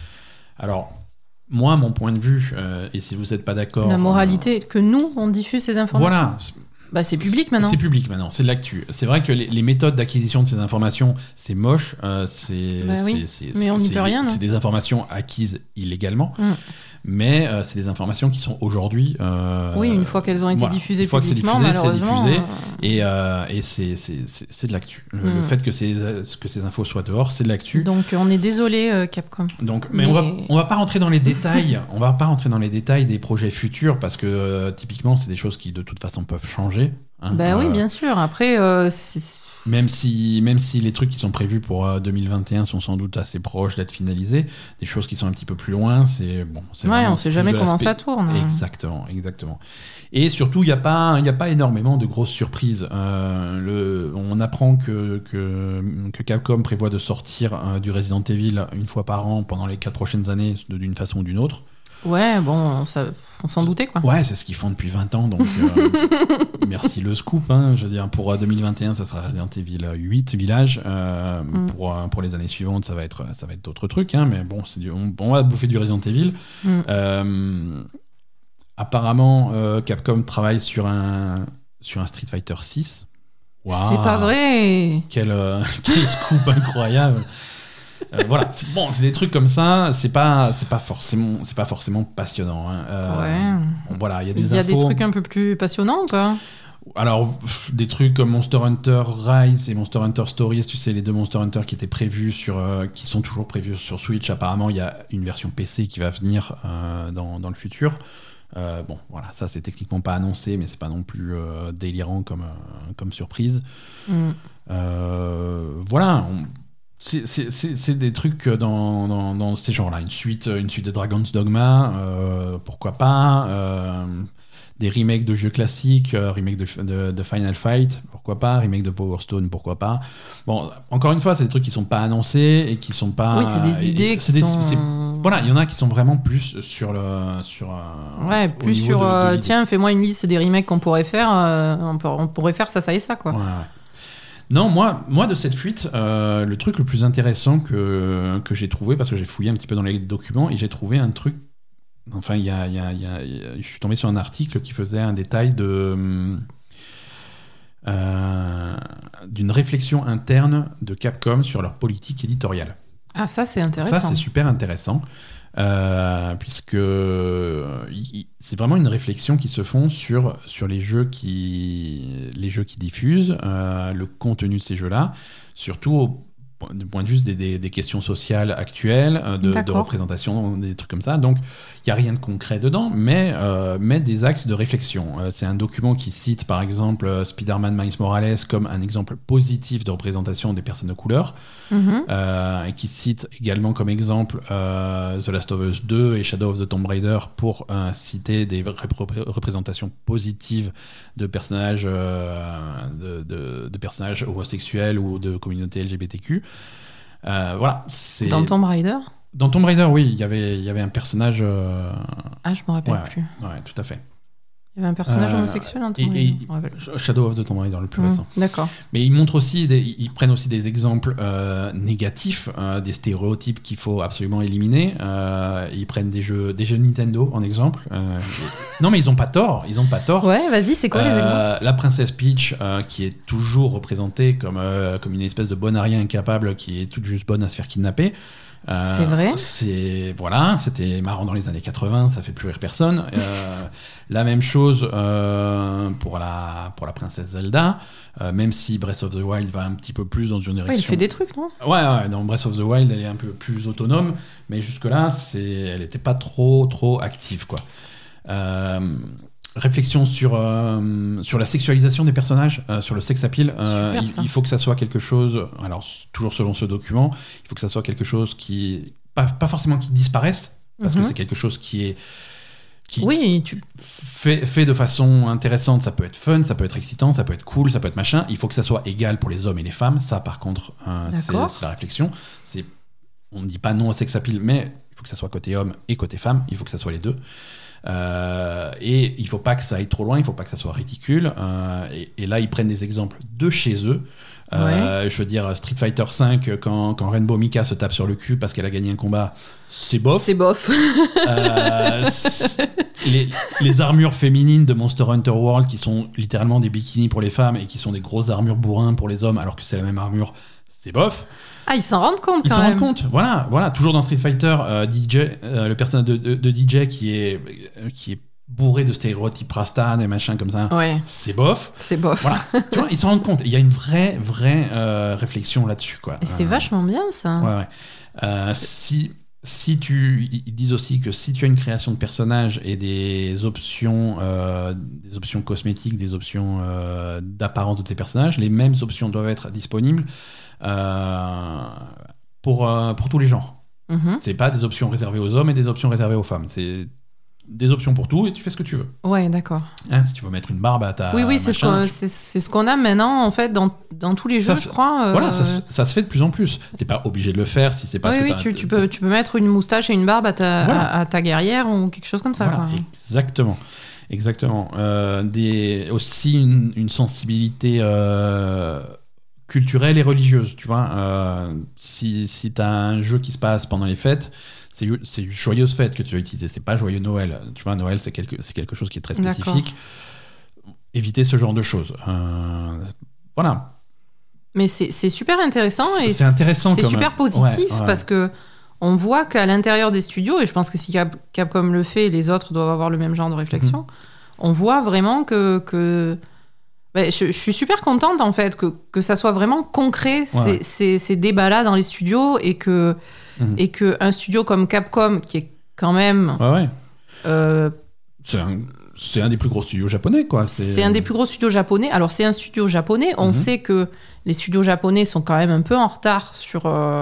Alors moi, mon point de vue, euh, et si vous n'êtes pas d'accord...
La moralité, que nous, on diffuse ces informations.
Voilà.
Bah, c'est public maintenant.
C'est public maintenant, c'est de l'actu. C'est vrai que les, les méthodes d'acquisition de ces informations, c'est moche. euh, c'est,
Bah oui,
c'est, c'est-
mais on n'y
c'est-
peut rien, non.
C'est des informations acquises illégalement,
Mm.
mais euh, c'est des informations qui sont aujourd'hui... euh,
Oui, une fois qu'elles ont été
voilà,
diffusées
une fois que c'est
publiquement,
diffusé, c'est
malheureusement.
diffusé.
euh,
Et, euh, et c'est, c'est, c'est, c'est de l'actu. Le, le
Mm.
fait que ces, que ces infos soient dehors, c'est de l'actu.
Donc, on est désolé, euh, Capcom.
Donc, mais,
Mais-
on va on va pas rentrer dans les détails. On va pas rentrer dans les détails des projets futurs parce que euh, typiquement, c'est des choses qui de toute façon peuvent changer. hein.
Bah oui,
Euh,
bien sûr. Après, euh, c'est-
Même si, même si les trucs qui sont prévus pour euh, deux mille vingt et un sont sans doute assez proches d'être finalisés, des choses qui sont un petit peu plus loin, c'est bon. C'est
ouais,
vraiment
on sait
plus
jamais
de
comment
l'aspect-
ça tourne.
Exactement, exactement. Et surtout, il n'y a pas, il y a pas énormément de grosses surprises. Euh, le, on apprend que, que, que Capcom prévoit de sortir euh, du Resident Evil une fois par an pendant les quatre prochaines années, de- d'une façon ou d'une autre.
Ouais, bon, ça, on s'en doutait, quoi.
Ouais, c'est ce qu'ils font depuis vingt ans, donc euh, merci le scoop. Hein, je veux dire, pour euh, deux mille vingt et un, ça sera Resident Evil huit Village. Euh,
Mm.
pour, euh, pour les années suivantes, ça va être, ça va être d'autres trucs. Hein, mais bon, c'est du, on, on va bouffer du Resident Evil.
Mm.
Euh, apparemment, euh, Capcom travaille sur un, sur un Street Fighter six. Waouh.
C'est pas vrai.
Quel, euh, quel scoop incroyable. Euh, voilà, c'est, bon, c'est des trucs comme ça, c'est pas, c'est pas forcément, c'est pas forcément passionnant. Hein. Euh,
Ouais.
bon, voilà, il y a des
Il y a des
infos.
trucs un peu plus passionnants ou pas?
Alors, pff, des trucs comme Monster Hunter Rise et Monster Hunter Stories, tu sais, les deux Monster Hunter qui étaient prévus sur, euh, qui sont toujours prévus sur Switch. Apparemment, il y a une version P C qui va venir euh, dans, dans le futur. Euh, bon, voilà, ça c'est techniquement pas annoncé, mais c'est pas non plus euh, délirant comme, euh, comme surprise.
Mm.
Euh, voilà. On, C'est, c'est, c'est, c'est des trucs dans, dans, dans ces genres-là. Une suite, une suite de Dragon's Dogma, euh, pourquoi pas. Euh, des remakes de vieux classiques, euh, remake de, de, de Final Fight, pourquoi pas. Remake de Power Stone, pourquoi pas. Bon, encore une fois, c'est des trucs qui sont pas annoncés et qui sont pas.
Oui, c'est des
et-
idées
c'est
qui
des-
sont...
c'est- voilà, il y en a qui sont vraiment plus sur le. Sur, euh,
Ouais,
au
plus
niveau
sur...
de- de
euh,
l'idée.
tiens, fais-moi une liste des remakes qu'on pourrait faire. euh, on, peut- on pourrait faire ça, ça et ça, quoi.
Ouais, ouais. Non, moi, moi de cette fuite, euh, le truc le plus intéressant que, que j'ai trouvé, parce que j'ai fouillé un petit peu dans les documents, et j'ai trouvé un truc. Enfin, il y a, il y a- il y a- il y a- je suis tombé sur un article qui faisait un détail de. euh, d'une réflexion interne de Capcom sur leur politique éditoriale.
Ah, ça, c'est intéressant.
Ça, c'est super intéressant. Euh, puisque euh, y- y- c'est vraiment une réflexion qui se font sur, sur les jeux qui, les jeux qui diffusent, euh, le contenu de ces jeux-là, surtout au, du point de vue des, des, des questions sociales actuelles, euh, de, de
D'accord.
représentation, des trucs comme ça. Donc, il n'y a rien de concret dedans, mais, euh, mais des axes de réflexion. Euh, c'est un document qui cite, par exemple, euh, Spider-Man Miles Morales comme un exemple positif de représentation des personnes de couleur.
Mhm.
Euh, et qui cite également comme exemple euh, The Last of Us deux et Shadow of the Tomb Raider pour euh, citer des repré- représentations positives de personnages, euh, de, de- de personnages homosexuels ou de communauté L G B T Q. Euh, voilà, c'est...
Dans Tomb Raider?
Dans Tomb Raider, oui, il y avait, il y avait un personnage... euh,
Ah, je me rappelle
Ouais.
plus.
Ouais, tout à fait.
Il y avait un personnage
Euh,
homosexuel dans
et,
Tomb
et-
Raider, je me rappelle.
Shadow of the Tomb Raider, le plus
Mmh,
récent.
D'accord.
Mais ils montrent aussi, des, ils prennent aussi des exemples euh, négatifs, euh, des stéréotypes qu'il faut absolument éliminer. Euh, ils prennent des jeux, des jeux Nintendo en exemple. Euh, non, mais ils ont pas tort. Ils ont pas tort.
Ouais, vas-y, c'est quoi les
Euh,
exemples?
La princesse Peach, euh, qui est toujours représentée comme, euh, comme une espèce de bonne à rien incapable, qui est toute juste bonne à se faire kidnapper. Euh,
C'est vrai.
C'est voilà, c'était marrant dans les années quatre-vingts, ça fait plus rire personne. Euh, la même chose euh, pour la pour la princesse Zelda, euh, même si Breath of the Wild va un petit peu plus dans une direction.
Ouais, il fait des trucs, non?
Ouais, ouais, dans Breath of the Wild, elle est un peu plus autonome, mais jusque là, c'est, elle n'était pas trop trop active, quoi. Euh, Réflexion sur, euh, sur la sexualisation des personnages, euh, sur le sex appeal. Euh,
Super,
il,
ça.
il faut que ça soit quelque chose, alors toujours selon ce document, il faut que ça soit quelque chose qui, pas, pas forcément qui disparaisse, parce
Mhm.
que c'est quelque chose qui est qui
Oui, tu...
fait, fait de façon intéressante. Ça peut être fun, ça peut être excitant, ça peut être cool, ça peut être machin. Il faut que ça soit égal pour les hommes et les femmes. Ça, par contre, euh, c'est,
D'accord.
c'est la réflexion. C'est, on ne dit pas non au sex appeal, mais il faut que ça soit côté homme et côté femme. Il faut que ça soit les deux. Euh, et il faut pas que ça aille trop loin, il faut pas que ça soit ridicule. Euh, et, et là, ils prennent des exemples de chez eux. Euh, Je veux dire, Street Fighter cinq, quand, quand Rainbow Mika se tape sur le cul parce qu'elle a gagné un combat, c'est bof.
c'est bof.
Euh, c'est- les, les armures féminines de Monster Hunter World, qui sont littéralement des bikinis pour les femmes et qui sont des grosses armures bourrins pour les hommes, alors que c'est la même armure, c'est bof.
Ah, ils s'en rendent compte
Ils
quand
s'en
même.
rendent compte. Voilà, voilà. Toujours dans Street Fighter, euh, D J, euh, le personnage de, de- de D J qui est, euh, qui est bourré de stéréotypes Rastan et machin comme ça,
Ouais,
c'est bof.
c'est bof.
Voilà. Tu vois, ils s'en rendent compte. Il y a une vraie, vraie euh, réflexion là-dessus, quoi.
Et c'est
Euh,
vachement bien, ça.
Ouais, ouais. Euh, si, si tu, ils disent aussi que si tu as une création de personnage et des options, euh, des options cosmétiques, des options euh, d'apparence de tes personnages, les mêmes options doivent être disponibles euh, pour, euh, pour tous les genres.
Mhm.
C'est pas des options réservées aux hommes et des options réservées aux femmes. C'est des options pour tout et tu fais ce que tu veux.
Ouais, d'accord.
Hein, si tu veux mettre une barbe à ta
oui, oui, c'est ce,
machin,
qu'on, c'est, c'est ce qu'on a maintenant, en fait, dans, dans tous les jeux,
Ça,
je crois. euh,
Voilà, ça, se- ça se fait de plus en plus. T'es pas obligé de le faire si c'est pas
oui,
ce que
oui,
t'as-
tu, tu, peux, tu peux mettre une moustache et une barbe à ta,
Voilà.
à, à ta guerrière ou quelque chose comme ça.
Voilà,
quoi.
exactement. Exactement. Euh, des, aussi une, une sensibilité euh, culturelle et religieuse, tu vois. Euh, si si tu as un jeu qui se passe pendant les fêtes, c'est, c'est une joyeuse fête que tu vas utiliser, c'est pas joyeux Noël. Tu vois, Noël, c'est quelque, c'est quelque chose qui est très spécifique. Éviter ce genre de choses. Euh, voilà.
Mais c'est, c'est super intéressant et
C'est intéressant
c'est
comme-
super positif
ouais, ouais.
parce que on voit qu'à l'intérieur des studios, et je pense que si Cap- Capcom le fait, les autres doivent avoir le même genre de réflexion, on voit vraiment que... que... Ben, je, je suis super contente en fait que, que ça soit vraiment concret ces,
Ouais.
ces, ces débats-là dans les studios et que,
Mhm.
et que un studio comme Capcom, qui est quand même...
Ouais, ouais.
euh,
C'est un, c'est un des plus gros studios japonais, quoi. C'est,
C'est un des plus gros studios japonais. Alors, c'est un studio japonais. On
Mhm.
sait que les studios japonais sont quand même un peu en retard sur, euh,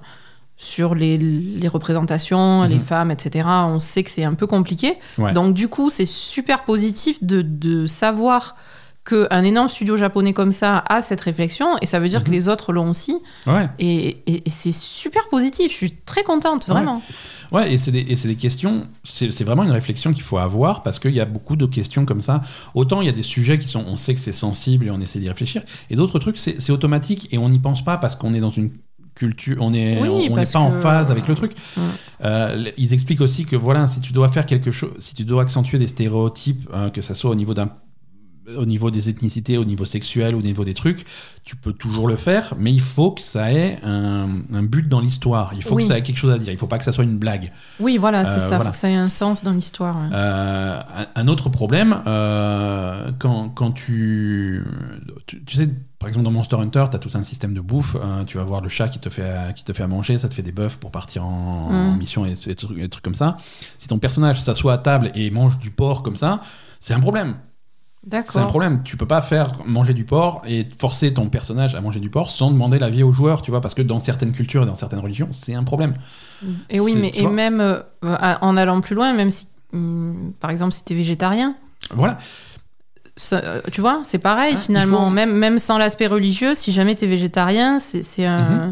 sur les, les représentations,
Mhm.
les femmes, et cetera. On sait que c'est un peu compliqué.
Ouais.
Donc, du coup, c'est super positif de, de savoir qu'un énorme studio japonais comme ça a cette réflexion. Et ça veut dire
Mhm.
que les autres l'ont aussi.
Ouais.
Et, et- et c'est super positif. Je suis très contente, vraiment.
Ouais, et c'est des, et c'est des questions, c'est, c'est vraiment une réflexion qu'il faut avoir parce qu'il y a beaucoup de questions comme ça. Autant il y a des sujets qui sont, on sait que c'est sensible et on essaie d'y réfléchir, et d'autres trucs, c'est, c'est automatique et on n'y pense pas parce qu'on est dans une culture, on est,
Oui,
on n'est
parce
pas en
que-
phase avec le truc.
Mm.
Euh, ils expliquent aussi que voilà, si tu dois faire quelque chose, si tu dois accentuer des stéréotypes, hein, que ça soit au niveau d'un au niveau des ethnicités, au niveau sexuel, au niveau des trucs, tu peux toujours le faire, mais il faut que ça ait un, un but dans l'histoire. Il faut
Oui.
que ça ait quelque chose à dire. Il faut pas que ça soit une blague.
Oui, voilà, c'est
Euh,
ça. Il
voilà.
faut que ça ait un sens dans l'histoire. ouais.
Euh, un, un autre problème, euh, quand, quand tu, tu... Tu sais, par exemple, dans Monster Hunter, tu as tout un système de bouffe. euh, tu vas voir le chat qui te, fait, à- qui te fait à manger, ça te fait des bœufs pour partir en,
Mm.
en mission et des trucs, des trucs comme ça. Si ton personnage s'assoit à table et mange du porc comme ça, c'est un problème. C'est un
D'accord.
problème. Tu peux pas faire manger du porc et forcer ton personnage à manger du porc sans demander l'avis aux joueurs, tu vois, parce que dans certaines cultures et dans certaines religions, c'est un problème.
Et oui,
C'est-
mais
tu
et
vois.
même euh, en allant plus loin, même si, hum, par exemple, si t'es végétarien,
Voilà.
ça, euh, tu vois, c'est pareil
Ah,
finalement.
il faut-
Même, même sans l'aspect religieux, si jamais t'es végétarien, c'est c'est un,
Mhm.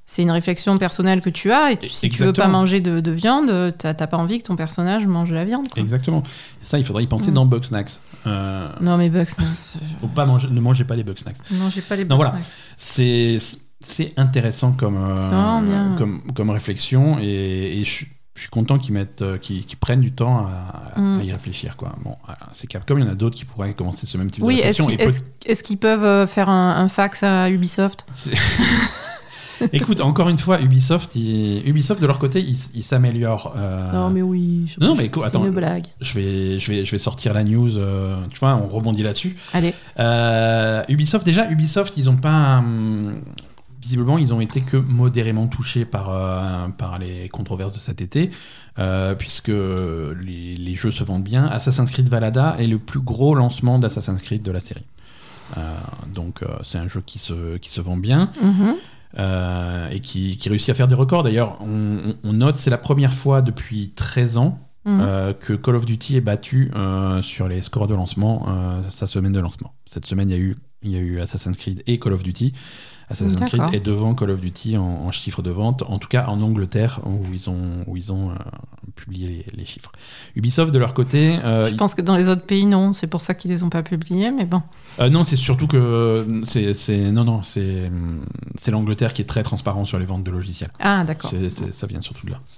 c'est une réflexion personnelle que tu as, et tu, si Exactement. tu veux pas manger de, de viande, t'as, t'as pas envie que ton personnage mange de la viande. Quoi.
Exactement. Et ça, il faudrait y penser mmh. dans Bugsnax. Euh...
Non, mais Bugsnax.
Faut pas manger, ne mangez pas les Bugsnax.
Ne mangez pas les Bugsnax.
Non, voilà. C'est, c'est intéressant comme, euh,
c'est vraiment bien.
comme, comme réflexion, et, et je, je suis content qu'ils, mettent, qu'ils, qu'ils prennent du temps à, mmh. à y réfléchir. Quoi. Bon, voilà, c'est Capcom, il y en a d'autres qui pourraient commencer ce même type
oui,
de réflexion.
Oui, est-ce, est-ce, peut... est-ce qu'ils peuvent faire un, un fax à Ubisoft ?
Écoute, encore une fois, Ubisoft, ils... Ubisoft de leur côté, ils, ils s'améliorent. Euh...
Non, mais oui. Je
non, mais écoute,
c'est
attends,
une blague.
Je vais, je vais, je vais sortir la news. Euh, tu vois, on rebondit là-dessus.
Allez.
Euh, Ubisoft, déjà, Ubisoft, ils ont pas. Hum, visiblement, ils ont été que modérément touchés par, euh, par les controverses de cet été, euh, puisque les, les jeux se vendent bien. Assassin's Creed Valhalla est le plus gros lancement d'Assassin's Creed de la série. Euh, donc, euh, c'est un jeu qui se, qui se vend bien.
Mm-hmm.
Euh, et qui, qui réussit à faire des records. D'ailleurs, on, on note, c'est la première fois depuis treize ans mmh. euh, que Call of Duty est battu euh, sur les scores de lancement, euh, sa semaine de lancement. Cette semaine, il y a eu, il y a eu Assassin's Creed et Call of Duty. Assassin's D'accord. Creed est devant Call of Duty en, en chiffres de vente, en tout cas en Angleterre, où ils ont, où ils ont euh, publié les, les chiffres. Ubisoft, de leur côté... Euh,
Je pense que dans les autres pays, non. C'est pour ça qu'ils les ont pas publiés, mais bon...
Euh, non, c'est surtout que c'est, c'est non non c'est c'est l'Angleterre qui est très transparent sur les ventes de logiciels.
Ah d'accord.
C'est, c'est, ça vient surtout de là.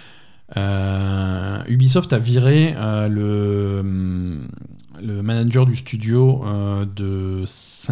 Euh, Ubisoft a viré euh, le le manager du studio euh, de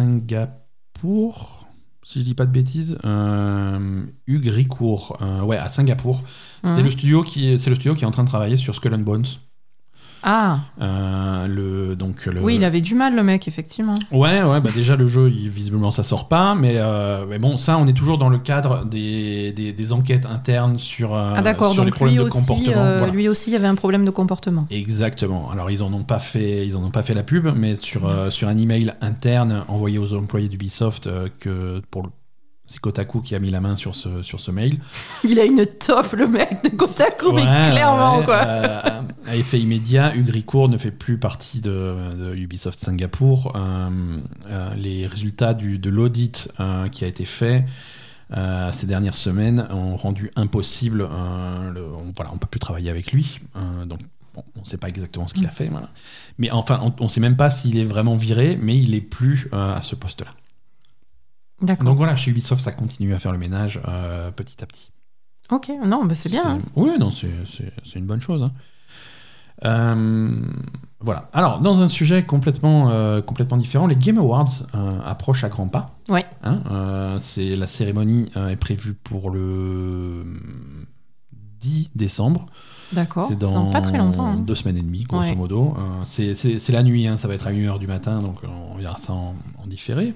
Singapour, si je dis pas de bêtises, euh, Hugues Ricourt, euh, ouais à Singapour. C'était mmh. le studio qui c'est le studio qui est en train de travailler sur Skull and Bones.
Ah.
Euh, le, donc, le...
Oui, il avait du mal, le mec, effectivement.
Ouais, ouais, bah déjà le jeu, il, visiblement, ça sort pas, mais, euh, mais bon, ça, on est toujours dans le cadre des, des, des enquêtes internes sur, euh,
ah, d'accord,
sur
donc
les problèmes
lui
de
aussi,
comportement.
Euh,
voilà.
Lui aussi, il y avait un problème de comportement.
Exactement. Alors, ils en ont pas fait, ils en ont pas fait la pub, mais sur, euh, sur un email interne envoyé aux employés d'Ubisoft, euh, que pour le c'est Kotaku qui a mis la main sur ce, sur ce mail.
Il a une top, le mec de Kotaku, ouais, mais clairement,
ouais,
quoi.
Euh, à effet immédiat, Hugues Ricourt ne fait plus partie de, de Ubisoft Singapour. Euh, euh, les résultats du, de l'audit euh, qui a été fait euh, ces dernières semaines ont rendu impossible. Euh, le, on, voilà, on ne peut plus travailler avec lui. Euh, donc, bon, on ne sait pas exactement ce qu'il a fait. Voilà. Mais enfin, on ne sait même pas s'il est vraiment viré, mais il n'est plus euh, à ce poste-là.
D'accord.
Donc voilà, chez Ubisoft, ça continue à faire le ménage euh, petit à petit.
Ok, non, bah c'est bien.
C'est...
Hein.
Oui, non, c'est, c'est, c'est une bonne chose. Hein. Euh, voilà. Alors, dans un sujet complètement, euh, complètement différent, les Game Awards euh, approchent à grands pas.
Ouais.
Hein, euh, c'est, la cérémonie euh, est prévue pour le dix décembre.
D'accord,
c'est dans,
c'est dans pas très longtemps. Hein.
Deux semaines et demie, grosso ouais. modo. Euh, c'est, c'est, c'est la nuit, hein, ça va être à une heure du matin, donc on verra ça en, en différé.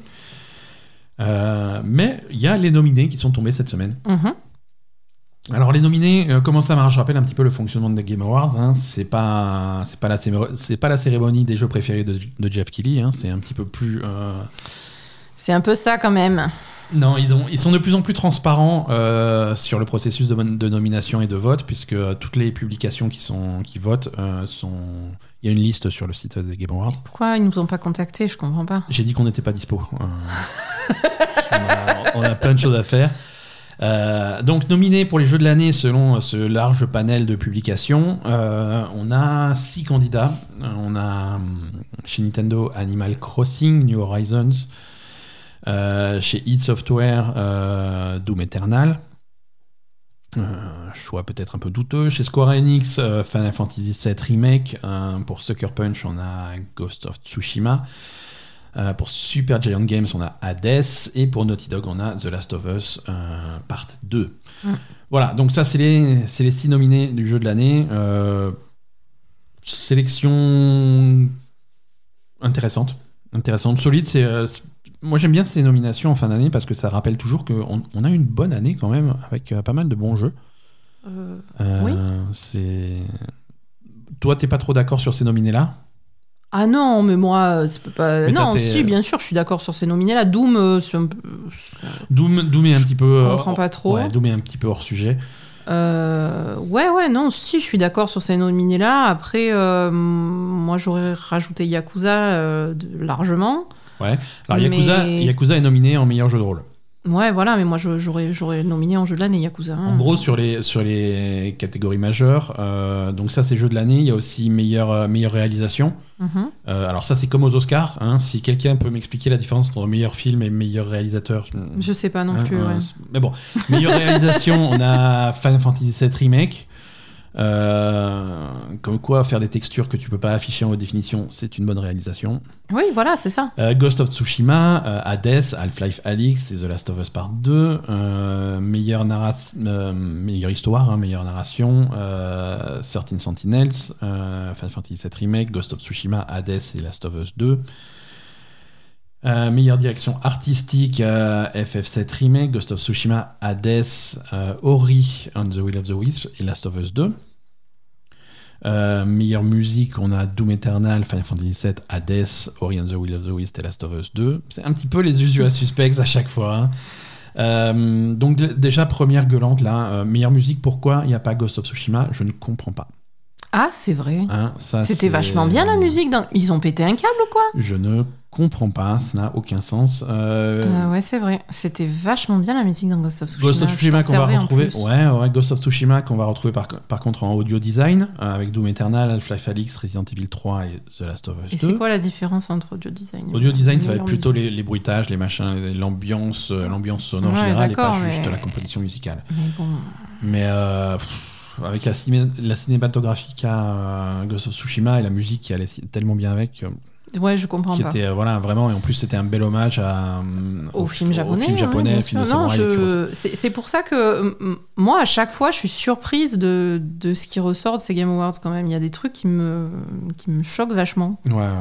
Euh, mais il y a les nominés qui sont tombés cette semaine.
Mmh.
Alors les nominés, euh, comment ça marche ? Je rappelle un petit peu le fonctionnement des Game Awards. Hein. C'est pas, c'est pas la, c'est pas la cérémonie des jeux préférés de, de Jeff Keighley. Hein. C'est un petit peu plus. Euh...
C'est un peu ça quand même.
Non, ils, ont, ils sont de plus en plus transparents euh, sur le processus de, de nomination et de vote, puisque euh, toutes les publications qui sont qui votent euh, sont. Il y a une liste sur le site des Game Awards.
Pourquoi ils nous ont pas contactés ? Je comprends pas.
J'ai dit qu'on n'était pas dispo. Euh, on, a, on a plein de choses à faire. Euh, donc nominés pour les jeux de l'année selon ce large panel de publications, euh, on a six candidats. On a chez Nintendo Animal Crossing, New Horizons, euh, chez id Software, euh, Doom Eternal. Euh, choix peut-être un peu douteux. Chez Square Enix, euh, Final Fantasy sept Remake. Euh, pour Sucker Punch, on a Ghost of Tsushima. Euh, pour Super Giant Games, on a Hades. Et pour Naughty Dog, on a The Last of Us euh, Part deux. Mm. Voilà, donc ça, c'est les, c'est les six nominés du jeu de l'année. Euh, sélection intéressante. Intéressante, solide. C'est, euh, c'est... Moi, j'aime bien ces nominations en fin d'année parce que ça rappelle toujours qu'on on a eu une bonne année quand même, avec euh, pas mal de bons jeux.
Euh,
euh,
oui.
C'est... Toi, t'es pas trop d'accord sur ces nominés-là ?
Ah non, mais moi, c'est pas... Mais non, si, bien sûr, je suis d'accord sur ces nominés-là. Doom, euh, c'est un peu...
Doom, Doom est un
je
petit peu...
Je comprends pas trop.
Ouais, Doom est un petit peu hors sujet.
Euh, ouais, ouais, non, si, je suis d'accord sur ces nominés-là. Après, euh, moi, j'aurais rajouté Yakuza euh, de, largement.
Ouais, alors Yakuza, mais... Yakuza est nominé en meilleur jeu de rôle.
Ouais, voilà, mais moi je- j'aurais, j'aurais nominé en jeu de l'année Yakuza. hein.
En gros, sur les, sur les catégories majeures, euh, donc ça c'est jeu de l'année, il y a aussi meilleure, euh, meilleure réalisation.
Mhm.
Euh, alors ça c'est comme aux Oscars, hein, si quelqu'un peut m'expliquer la différence entre meilleur film et meilleur réalisateur.
Je sais pas non
Hein,
plus.
euh,
ouais.
c'est- Mais bon, meilleure réalisation, on a Final Fantasy sept Remake. Euh, comme quoi, faire des textures que tu peux pas afficher en haute définition, c'est une bonne réalisation.
Oui, voilà, c'est ça.
Euh, Ghost of Tsushima, euh, Hades, Half-Life Alyx et The Last of Us Part deux. Euh, meilleure, narra- euh, meilleure histoire, hein, meilleure narration, euh, thirteen Sentinels, euh, Final Fantasy sept Remake, Ghost of Tsushima, Hades et Last of Us deux. Euh, meilleure direction artistique, euh, F F sept Remake, Ghost of Tsushima, Hades, euh, Ori and the Will of the Wisps et Last of Us deux. Euh, meilleure musique, on a Doom Eternal, Final Fantasy sept, Hades, Ori and the Will of the Wisps et Last of Us deux. C'est un petit peu les usual suspects à chaque fois. hein. Euh, donc d- déjà, première gueulante là, euh, meilleure musique, pourquoi il n'y a pas Ghost of Tsushima? Je ne comprends pas.
Ah, c'est vrai.
Hein, ça,
C'était
c'est-
vachement bien la musique. dans- Ils ont pété un câble ou quoi?
Je ne comprends pas, ça n'a aucun sens. Euh,
Euh, Ouais, c'est vrai. C'était vachement bien la musique dans Ghost of Tsushima.
Ghost of
Je
Tsushima
t'en
qu'on va
servais en
retrouver,
plus.
ouais, ouais, Ghost of Tsushima qu'on va retrouver par, par contre en audio design euh, avec Doom Eternal, Half-Life Alyx, Resident Evil trois et The Last of Us
Et
deux.
c'est quoi la différence entre audio design et
Audio design, ça va être
meilleure
plutôt
musique
les, les bruitages, les machins, l'ambiance, euh, l'ambiance sonore
Ouais,
générale et pas
d'accord,
juste
mais-
la composition musicale.
Mais bon.
Mais euh, pff, avec la, ciné- la cinématographie qu'a euh, Ghost of Tsushima et la musique qui allait si- tellement bien avec, euh,
Ouais, je comprends
qui
pas.
était euh, voilà vraiment, et en plus c'était un bel hommage à, euh,
Au film japonais.
film
ouais,
japonais,
bien
film de
sûr. Non,
samouraï, tu vois.
je... c'est, c'est pour ça que m- moi, à chaque fois, je suis surprise de, de ce qui ressort de ces Game Awards quand même. Il y a des trucs qui me, qui me choquent vachement.
Ouais, ouais.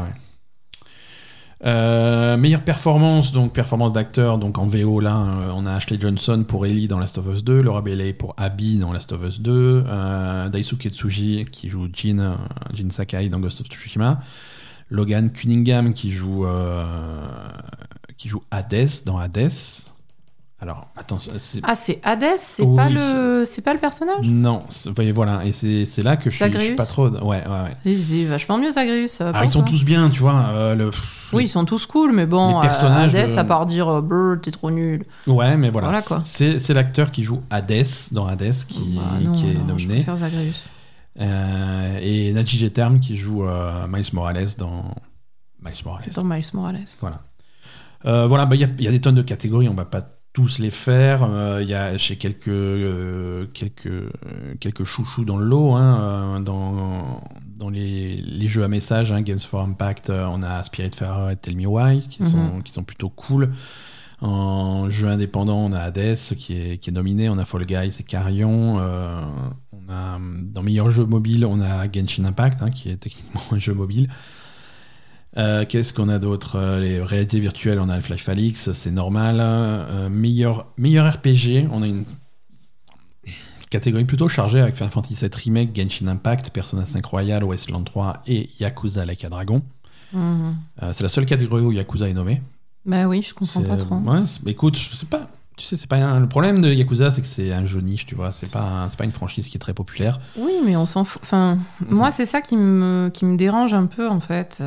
Euh, meilleure performance, donc performance d'acteur, donc en V O là, euh, on a Ashley Johnson pour Ellie dans Last of Us deux, Laura Bailey pour Abby dans Last of Us deux, euh, Daisuke Tsuji qui joue Jin, euh, Jin Sakai dans Ghost of Tsushima, Logan Cunningham qui joue euh, qui joue Hades dans Hades. Alors attends, c'est
Ah, c'est Hades, c'est
Oui,
pas le, c'est pas le personnage.
non, c'est- voyez, voilà, et c'est c'est là que je suis, je suis
Zagreus.
pas trop, ouais, ouais, ouais.
Et C'est vachement mieux Zagreus. Ça va
Alors
pas,
ils sont
ça
tous bien, tu vois. euh, le,
Oui, ils sont tous cool, mais bon,
Les personnages
euh, Hades,
de-
à part dire euh, Brr, t'es trop nul.
Ouais, mais voilà,
Voilà, quoi.
c'est c'est l'acteur qui joue Hades dans Hades qui,
Bah, non,
qui est
non, Je
nominé.
préfère Zagreus.
Euh, et Nadji Jeterm qui joue euh, Miles Morales dans Miles Morales.
Dans Miles Morales.
Voilà. Euh, voilà, bah, il y, a- il y a des tonnes de catégories, on va pas tous les faire. Euh, Il y a chez quelques euh, quelques euh, quelques chouchous dans le lot, hein, euh, dans dans les, les jeux à message, hein, Games for Impact, euh, on a Spiritfarer et Tell Me Why qui
Mhm.
sont qui sont plutôt cool. En jeu indépendant, on a Hades qui est, qui est nominé, on a Fall Guys et Carrion. euh, on a, dans meilleur jeu mobile, on a Genshin Impact, hein, qui est techniquement un jeu mobile. Euh, Qu'est-ce qu'on a d'autre? Euh, Les réalités virtuelles, on a Half-Life Alyx, c'est normal. Euh, meilleur, meilleur R P G, on a une catégorie plutôt chargée avec Final Fantasy sept Remake, Genshin Impact, Persona cinq Royal, Wasteland trois et Yakuza Like a Dragon.
Mhm.
Euh, c'est la seule catégorie où Yakuza est nommé.
Bah oui, je comprends
C'est-
pas trop.
Ouais, c'est- écoute, je sais pas. Tu sais, c'est pas un- le problème de Yakuza, c'est que c'est un jeu niche, tu vois. C'est pas, un- c'est pas une franchise qui est très populaire.
Oui, mais on s'en fout. Enfin,
Mhm.
moi, c'est ça qui me, qui me dérange un peu, en fait.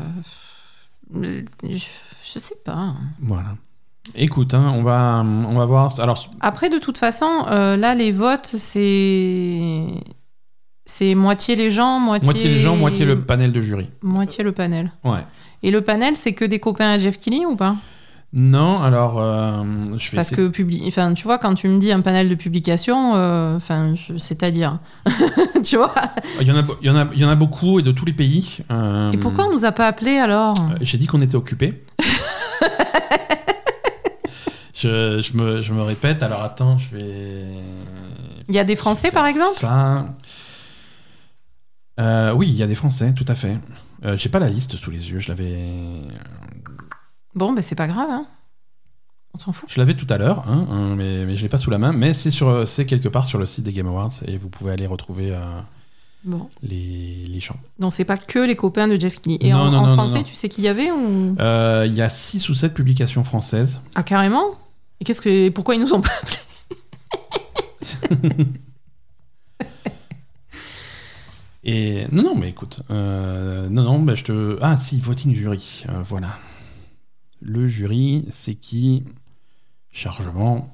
Euh, Je, je sais pas.
Voilà. Écoute, hein, on va, on va voir. Alors,
Après, de toute façon, euh, là, les votes, c'est. C'est moitié les gens, moitié.
moitié les gens, moitié le panel de jury.
Moitié le panel.
Ouais.
Et le panel, c'est que des copains à Jeff Keighley ou pas?
Non, alors, euh, je vais
Parce
essayer-
que, publi... enfin, tu vois, quand tu me dis un panel de publication, euh, enfin, je- c'est-à-dire. tu vois?
il y en a, il y en a, il y en a beaucoup et de tous les pays. Euh,
Et pourquoi on nous a pas appelés alors?
euh, J'ai dit qu'on était occupés. je, je, me, je me répète. Alors, attends, je vais.
Il y a des Français, par exemple?
Ça. Euh, oui, il y a des Français, tout à fait. Euh, J'ai pas la liste sous les yeux. Je l'avais.
Bon, ben c'est pas grave, hein. On s'en fout.
Je l'avais tout à l'heure, hein, hein, mais, mais je l'ai pas sous la main. Mais c'est sur, c'est quelque part sur le site des Game Awards et vous pouvez aller retrouver euh,
Bon.
les, les chants.
Non, c'est pas que les copains de Jeff Keighley. Et
Non,
en,
non,
en
non,
français,
non, non.
tu sais qu'il y avait ou...
Euh, Il y a six ou sept publications françaises.
Ah, carrément? Et qu'est-ce que... pourquoi ils nous ont pas appelés?
Et non, non, mais écoute, euh, non, non, bah, je te. Ah, si, voting jury, euh, voilà. Le jury, c'est qui? Chargement.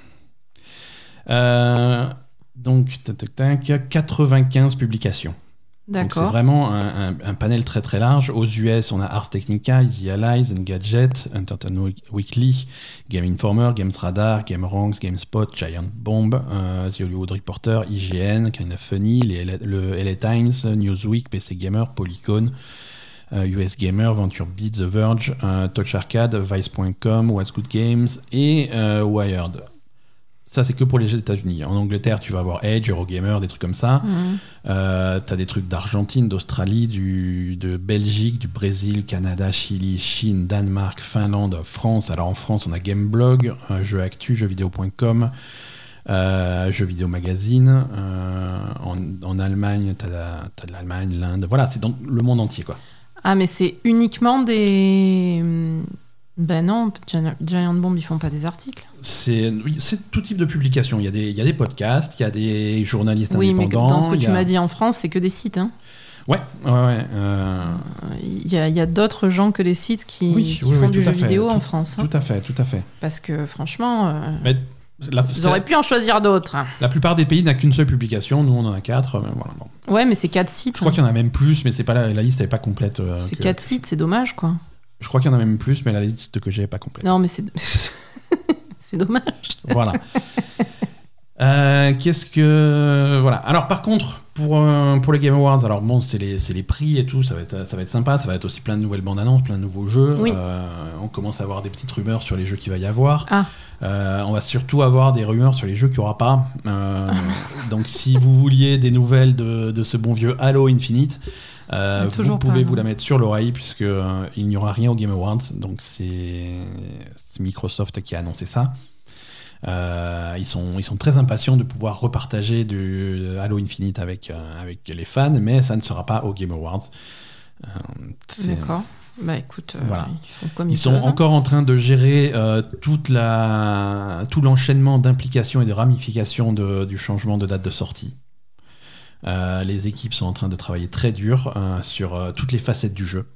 Euh, donc, tac, tac, tac, quatre-vingt-quinze publications.
D'accord.
Donc c'est vraiment un, un, un panel très très large. Aux U S, on a Ars Technica, Easy Allies, Engadget, Entertainment Weekly, Game Informer, Games Radar, Game Ranks, GameSpot, Giant Bomb, euh, The Hollywood Reporter, I G N, Kinda Funny, les, le L A Times, Newsweek, P C Gamer, Polygon, euh, U S Gamer, Venture Beat, The Verge, euh, Touch Arcade, Vice point com, What's Good Games et euh, Wired. Ça, c'est que pour les États-Unis. En Angleterre, tu vas avoir Edge, Eurogamer, des trucs comme ça. Mmh. Euh, tu as des trucs d'Argentine, d'Australie, du, de Belgique, du Brésil, Canada, Chili, Chine, Danemark, Finlande, France. Alors en France, on a Gameblog, euh, Jeux Actu, jeuxvideo point com, euh, Jeux Vidéo Magazine. Euh, en, en Allemagne, tu as de l'Allemagne, l'Inde. Voilà, c'est dans le monde entier, quoi.
Ah, mais c'est uniquement des... Ben non, Giant Bomb, ils font pas des articles.
C'est, c'est tout type de publication. Il y a des, il y a des podcasts, il y a des journalistes
oui,
indépendants.
Oui, mais dans ce que tu
a...
m'as dit en France, c'est que des sites. Hein.
Ouais, ouais, ouais. Euh...
Il, y a, il y a d'autres gens que les sites qui,
oui,
qui
oui,
font
oui,
du jeu
fait,
vidéo
tout,
en France.
Tout
hein.
à fait, tout à fait.
Parce que franchement, euh,
mais la,
ils auraient pu en choisir d'autres.
La plupart des pays n'a qu'une seule publication. Nous, on en a quatre. Mais voilà, bon.
Ouais, mais c'est quatre sites.
Je crois hein. qu'il y en a même plus, mais c'est pas la, la liste n'est pas complète. Euh,
c'est
que...
quatre sites, c'est dommage, quoi.
Je crois qu'il y en a même plus, mais la liste que j'ai n'est pas complète.
Non, mais c'est, c'est dommage.
Voilà. euh, qu'est-ce que... Voilà. Alors, par contre, pour, euh, pour les Game Awards, alors bon, c'est les, c'est les prix et tout, ça va, être, ça va être sympa, ça va être aussi plein de nouvelles bandes annonces, plein de nouveaux jeux.
Oui.
Euh, on commence à avoir des petites rumeurs sur les jeux qu'il va y avoir.
Ah.
Euh, on va surtout avoir des rumeurs sur les jeux qu'il n'y aura pas. Euh, donc, si vous vouliez des nouvelles de, de ce bon vieux Halo Infinite... Euh, vous pouvez pas, vous la mettre sur l'oreille puisque euh, il n'y aura rien au Game Awards, donc c'est, c'est Microsoft qui a annoncé ça. Euh, ils sont ils sont très impatients de pouvoir repartager du Halo Infinite avec euh, avec les fans, mais ça ne sera pas au Game Awards. Euh,
D'accord. Bah écoute, euh,
voilà.
ils font comme
ils,
ils
sont
peuvent,
encore
hein.
en train de gérer euh, toute la tout l'enchaînement d'implications et de ramifications de, du changement de date de sortie. Euh, les équipes sont en train de travailler très dur euh, sur euh, toutes les facettes du jeu.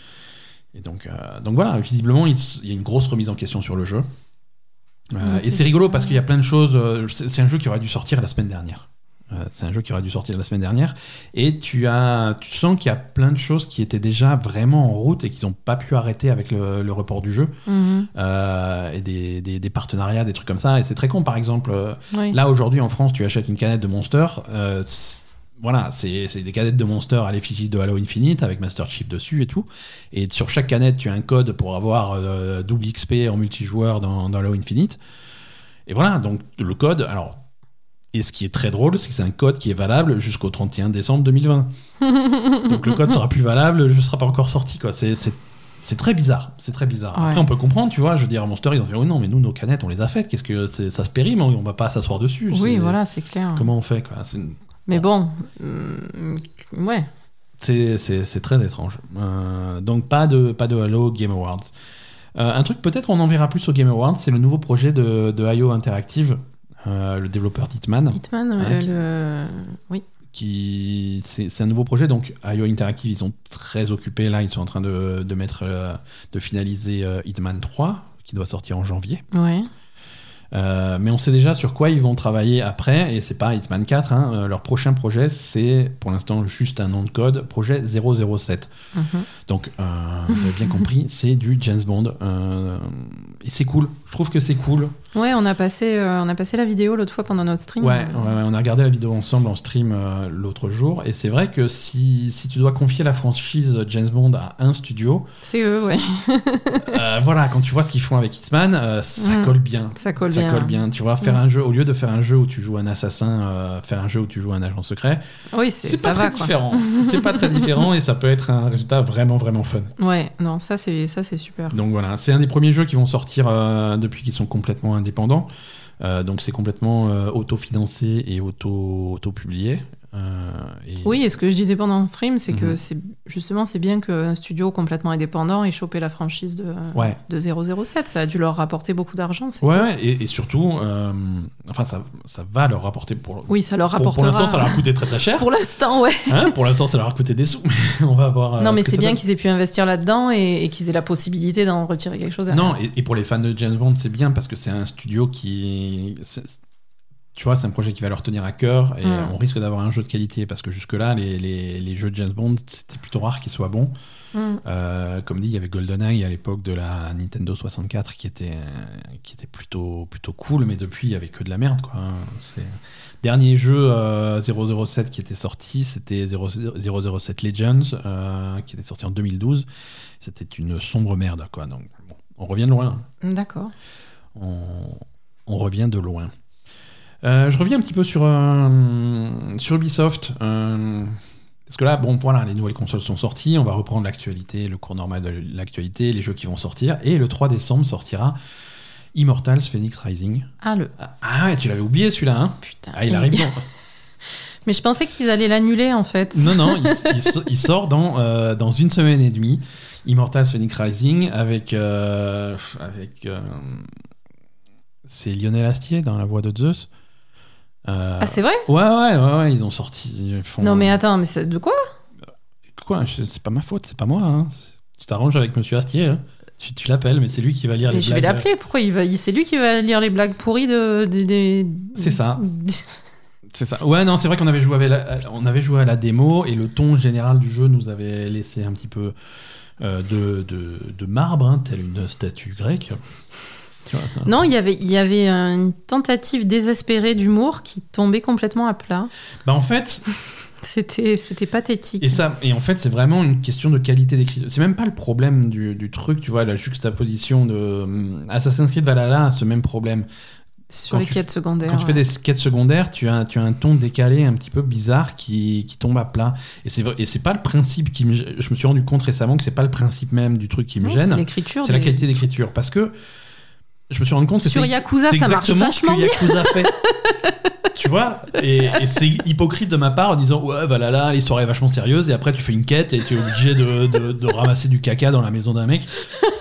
Et donc, euh, donc voilà, visiblement, il, il y a une grosse remise en question sur le jeu. Euh,
ouais,
et c'est, c'est rigolo parce qu'il y a plein de choses. Euh, c'est, c'est un jeu qui aurait dû sortir la semaine dernière. Euh, c'est un jeu qui aurait dû sortir la semaine dernière. Et tu, as, tu sens qu'il y a plein de choses qui étaient déjà vraiment en route et qu'ils n'ont pas pu arrêter avec le, le report du jeu. Mm-hmm. Euh, et des, des, des partenariats, des trucs comme ça. Et c'est très con, par exemple. Euh, oui. Là, aujourd'hui, en France, tu achètes une canette de Monster. Euh, Voilà, c'est, c'est des canettes de Monster à l'effigie de Halo Infinite avec Master Chief dessus et tout. Et sur chaque canette, tu as un code pour avoir euh, double X P en multijoueur dans, dans Halo Infinite. Et voilà, donc le code. Alors, et ce qui est très drôle, c'est que c'est un code qui est valable jusqu'au trente et un décembre deux mille vingt. Donc le code sera plus valable, le jeu sera pas encore sorti, quoi. C'est, c'est, c'est très bizarre. C'est très bizarre. Ouais. Après, on peut comprendre, tu vois. Je veux dire, Monster, ils ont fait oh non, mais nous, nos canettes, on les a faites. Qu'est-ce que c'est, ça se périme, on va pas s'asseoir dessus.
Oui,
c'est,
voilà, c'est clair.
Comment on fait, quoi. C'est une...
Mais bon, euh, ouais.
C'est, c'est, c'est très étrange. Euh, donc pas de, pas de Halo Game Awards. Euh, un truc peut-être on en verra plus au Game Awards, c'est le nouveau projet de, de I O Interactive, euh, le développeur d'Hitman.
Hitman,
hein,
euh,
qui,
le... oui.
Qui, c'est, c'est un nouveau projet, donc I O Interactive, ils sont très occupés là, ils sont en train de, de, mettre, euh, de finaliser euh, Hitman trois, qui doit sortir en janvier.
Ouais.
Euh, mais on sait déjà sur quoi ils vont travailler après, et c'est pas Hitman quatre, hein. Euh, leur prochain projet c'est pour l'instant juste un nom de code, projet zéro zéro sept. Mm-hmm. Donc euh, vous avez bien compris, c'est du James Bond, euh, et c'est cool, je trouve que c'est cool.
Ouais, on a passé, euh, on a passé la vidéo l'autre fois pendant notre stream.
Ouais, ouais, on a regardé la vidéo ensemble en stream euh, l'autre jour, et c'est vrai que si, si tu dois confier la franchise James Bond à un studio,
c'est eux, ouais.
euh, voilà, quand tu vois ce qu'ils font avec Hitman, euh, ça mmh. colle bien.
Ça colle
ça
bien.
colle bien. Tu vois, faire mmh. un jeu, au lieu de faire un jeu où tu joues un assassin, euh, faire un jeu où tu joues un agent secret,
oui, c'est,
c'est
ça
pas
va,
très
quoi.
différent. C'est pas très différent, et ça peut être un résultat vraiment, vraiment fun.
Ouais, non, ça c'est, ça c'est super.
Donc voilà, c'est un des premiers jeux qui vont sortir euh, depuis qu'ils sont complètement indépendants. Euh, donc c'est complètement euh, auto-financé et auto, auto-publié. Euh, et...
Oui, et ce que je disais pendant le stream, c'est
Mhm.
que c'est, justement, c'est bien qu'un studio complètement indépendant ait chopé la franchise de,
Ouais.
de zéro zéro sept. Ça a dû leur rapporter beaucoup d'argent. C'est
Ouais,
cool.
ouais, et, et surtout, euh, enfin, ça, ça va leur rapporter pour.
Oui, ça leur
Pour, pour
rapportera.
l'instant, ça leur a coûté très très cher.
Pour l'instant, ouais.
Hein, pour l'instant, ça leur a coûté des sous, mais on va voir. euh,
non, mais
ce que
c'est
ça
bien
donne.
qu'ils aient pu investir là-dedans et, et qu'ils aient la possibilité d'en retirer quelque chose. derrière.
Non, et, et pour les fans de James Bond, c'est bien parce que c'est un studio qui. c'est- Tu vois, c'est un projet qui va leur tenir à cœur et
Mm.
on risque d'avoir un jeu de qualité parce que jusque-là, les, les, les jeux de James Bond, c'était plutôt rare qu'ils soient bons.
Mm.
Euh, comme dit, il y avait GoldenEye à l'époque de la Nintendo soixante-quatre qui était, qui était plutôt, plutôt cool, mais depuis, il y avait que de la merde, quoi. C'est... Dernier jeu euh, zéro zéro sept qui était sorti, c'était zéro zéro sept Legends, euh, qui était sorti en deux mille douze. C'était une sombre merde, quoi. Donc, bon, on revient de loin.
D'accord.
On, on revient de loin. Euh, je reviens un petit peu sur, euh, sur Ubisoft. Euh, parce que là, bon, voilà, les nouvelles consoles sont sorties. On va reprendre l'actualité, le cours normal de l'actualité, les jeux qui vont sortir. Et le trois décembre sortira Immortals Phoenix Rising.
Ah, le.
Ah ouais, tu l'avais oublié celui-là, hein?
Putain.
Ah, il arrive dans...
Mais je pensais qu'ils allaient l'annuler, en fait.
Non, non, il, il, il sort dans, euh, dans une semaine et demie. Immortals Phoenix Rising avec... Euh, avec euh, c'est Lionel Astier dans la voix de Zeus. Euh,
Ah, c'est vrai?
Ouais, ouais, ouais, ouais, ils ont sorti. Ils font...
Non, mais attends, mais c'est de quoi?
Quoi? je- C'est pas ma faute, c'est pas moi. Hein. Tu t'arranges avec Monsieur Astier. Hein. Tu, tu l'appelles, mais c'est lui qui va lire
Mais
les
je vais
blagues.
l'appeler. Pourquoi il va... il- C'est lui qui va lire les blagues pourries de. de, de-
C'est ça. C'est ça. Ouais, non, c'est vrai qu'on avait joué avec la, on avait joué à la démo et le ton général du jeu nous avait laissé un petit peu euh, de, de, de marbre, hein, telle une statue grecque. Tu vois, ça.
Non, il y avait, il y avait une tentative désespérée d'humour qui tombait complètement à plat.
Bah en fait,
C'était, c'était pathétique.
et ça, et en fait, c'est vraiment une question de qualité d'écriture. C'est même pas le problème du, du truc, tu vois, la juxtaposition de hum, Assassin's Creed Valhalla a ce même problème.
Sur
quand
les
tu-
quêtes secondaires.
Quand tu fais
ouais.
des quêtes secondaires, tu as, tu as un ton décalé un petit peu bizarre qui, qui tombe à plat. Et c'est, vrai- et c'est pas le principe qui me gê- Je me suis rendu compte récemment que c'est pas le principe même du truc qui me
Non,
gêne.
c'est l'écriture.
C'est la
des-
qualité d'écriture. Parce que je me suis rendu compte que
Sur
c'est,
Yakuza,
c'est
ça marche
exactement ce que
vachement bien.
Yakuza fait. Tu vois, et, et c'est hypocrite de ma part en disant ouais, voilà, là, l'histoire est vachement sérieuse, et après tu fais une quête et tu es obligé de, de, de ramasser du caca dans la maison d'un mec.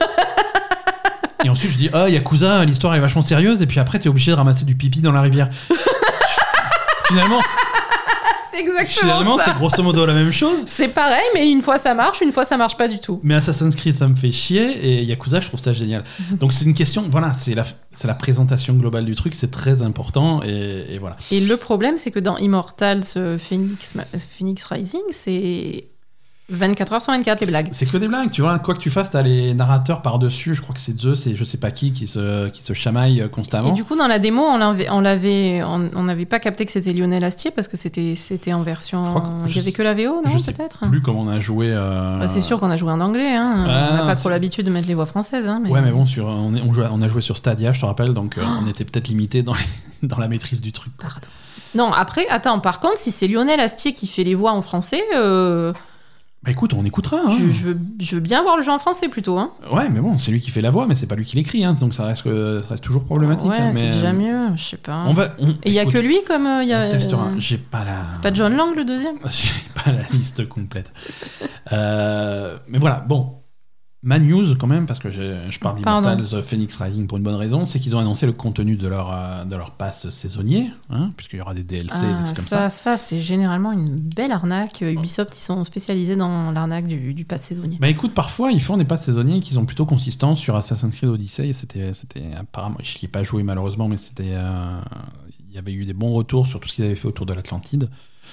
Et ensuite je dis ah, Yakuza, l'histoire est vachement sérieuse, et puis après tu es obligé de ramasser du pipi dans la rivière. Finalement,
C'est exactement
finalement
ça.
c'est grosso modo la même chose.
C'est pareil, mais une fois ça marche, une fois ça marche pas du tout.
Mais Assassin's Creed, ça me fait chier, et Yakuza, je trouve ça génial. Donc c'est une question, voilà, c'est la, c'est la présentation globale du truc, c'est très important, et, et voilà.
Et le problème, c'est que dans Immortals euh, Phoenix, Phoenix Rising, c'est vingt-quatre heures sur vingt-quatre les blagues.
C'est que des blagues, tu vois. Quoi que tu fasses, t'as les narrateurs par-dessus. Je crois que c'est Zeus et je sais pas qui qui se, qui se chamaillent constamment.
Et du coup, dans la démo, on l'avait, on l'avait, on on n'avait pas capté que c'était Lionel Astier parce que c'était, c'était en version.
Je crois que-
Il y
je
avait
sais-
que la V O, non,
je sais
peut-être.
plus comment on a joué. euh,
Bah, c'est sûr qu'on a joué en anglais. Hein.
Ah,
on n'a pas
c'est-
trop l'habitude de mettre les voix françaises. Hein, mais...
Ouais, mais bon, sur, on, est- on, jouait- on a joué sur Stadia, je te rappelle, donc euh, on était peut-être limité dans, les- dans la maîtrise du truc.
Pardon. Non, après, attends. Par contre, si c'est Lionel Astier qui fait les voix en français, euh,
Bah écoute, on écoutera. Hein.
je, je veux, je veux bien voir le jeu en français plutôt. Hein.
Ouais, mais bon, c'est lui qui fait la voix, mais c'est pas lui qui l'écrit, hein, donc ça reste, que- ça reste toujours problématique.
Ouais,
hein,
c'est
mais,
déjà
euh,
mieux. Je sais pas.
On va, on-
Et il y a
écoute,
que lui comme euh, il y a.
on testera.
euh,
J'ai pas la.
C'est pas John Lang le deuxième.
J'ai pas la liste complète. Euh, mais voilà, bon. Ma news, quand même, parce que je, je parle
Pardon.
d'Immortals Phoenix Rising pour une bonne raison, c'est qu'ils ont annoncé le contenu de leur, euh, de leur pass saisonnier, hein, puisqu'il y aura des D L C, des
Ah,
trucs comme ça.
ça, ça c'est généralement une belle arnaque. Ubisoft, ils sont spécialisés dans l'arnaque du, du pass saisonnier.
Bah écoute, parfois ils font des passes saisonniers qui sont plutôt consistants sur Assassin's Creed Odyssey. Et c'était, c'était apparemment, je n'y ai pas joué malheureusement, mais c'était, euh, il y avait eu des bons retours sur tout ce qu'ils avaient fait autour de l'Atlantide.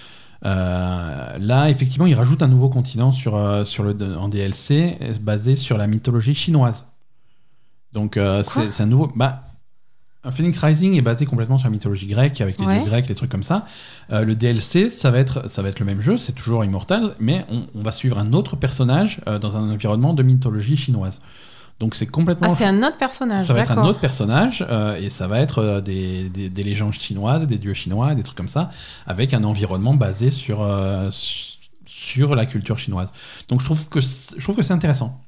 Euh, là, effectivement, ils rajoutent un nouveau continent sur, euh, sur le, en D L C euh, basé sur la mythologie chinoise. Donc euh, c'est, c'est un nouveau. Bah, Phoenix Rising est basé complètement sur la mythologie grecque avec les
Ouais.
dieux grecs, les trucs comme ça. Euh, le D L C, ça va être, ça va être le même jeu, c'est toujours Immortal, mais on, on va suivre un autre personnage euh, dans un environnement de mythologie chinoise. Donc c'est complètement.
Ah, c'est un autre personnage,
Ça va être
d'accord.
un autre personnage euh, et ça va être euh, des, des, des légendes chinoises, des dieux chinois, des trucs comme ça, avec un environnement basé sur, euh, sur la culture chinoise. Donc je trouve que c'est, je trouve que c'est intéressant.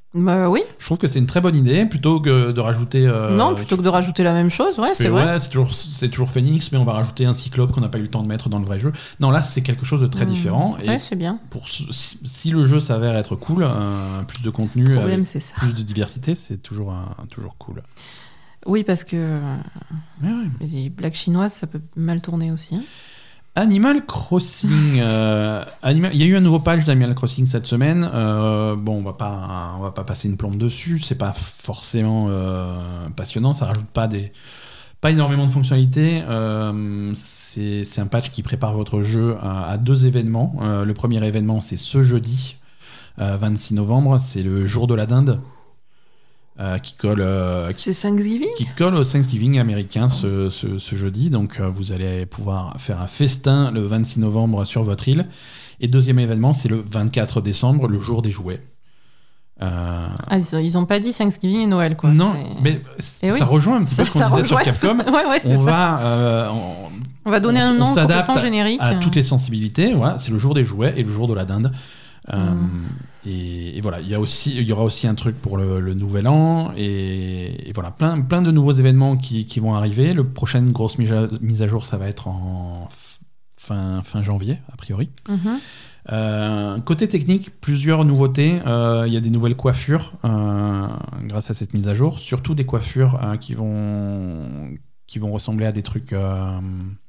Bah oui.
Je trouve que c'est une très bonne idée, plutôt que de rajouter... Euh,
non, plutôt que de rajouter la même chose, ouais, c'est
fais,
vrai.
Ouais, c'est toujours, c'est toujours Phoenix, mais on va rajouter un Cyclope qu'on n'a pas eu le temps de mettre dans le vrai jeu. Non, là, c'est quelque chose de très mmh. différent.
Ouais,
et
c'est bien.
Pour, si, si le jeu s'avère être cool, euh, plus de contenu,
le problème,
avec
c'est ça.
plus de diversité, c'est toujours, un, toujours cool.
Oui, parce que
ouais.
les blagues chinoises, ça peut mal tourner aussi. Hein.
Animal Crossing, euh, Animal... il y a eu un nouveau patch d'Animal Crossing cette semaine. Euh, bon, on va pas, on va pas passer une plombe dessus. C'est pas forcément euh, passionnant. Ça rajoute pas des, pas énormément de fonctionnalités. Euh, c'est, c'est un patch qui prépare votre jeu à, à deux événements. Euh, le premier événement, c'est ce jeudi, euh, vingt-six novembre. C'est le jour de la dinde. Euh, qui colle, euh, qui,
c'est Thanksgiving
qui colle au Thanksgiving américain ce, ce, ce jeudi. Donc euh, vous allez pouvoir faire un festin le vingt-six novembre sur votre île. Et deuxième événement, c'est le vingt-quatre décembre, le jour des jouets. Euh...
Ah, ils n'ont pas dit Thanksgiving et Noël, quoi.
Non,
c'est...
mais
et
ça
oui.
rejoint un petit
ça,
peu ce qu'on disait sur Capcom.
ouais, ouais, c'est
on,
ça.
Va, euh, on,
on va donner
on,
un nom complètement générique.
À, à toutes les sensibilités. Voilà, c'est le jour des jouets et le jour de la dinde. Euh,
mm.
et, et voilà, il y a aussi, il y aura aussi un truc pour le, le nouvel an et, et voilà, plein, plein de nouveaux événements qui, qui vont arriver. Le prochaine grosse mise à, mise à jour, ça va être en fin, fin janvier a priori.
Mm-hmm.
Euh, côté technique, plusieurs nouveautés. Euh, il y a des nouvelles coiffures euh, grâce à cette mise à jour, surtout des coiffures euh, qui vont qui vont ressembler à des trucs. Euh,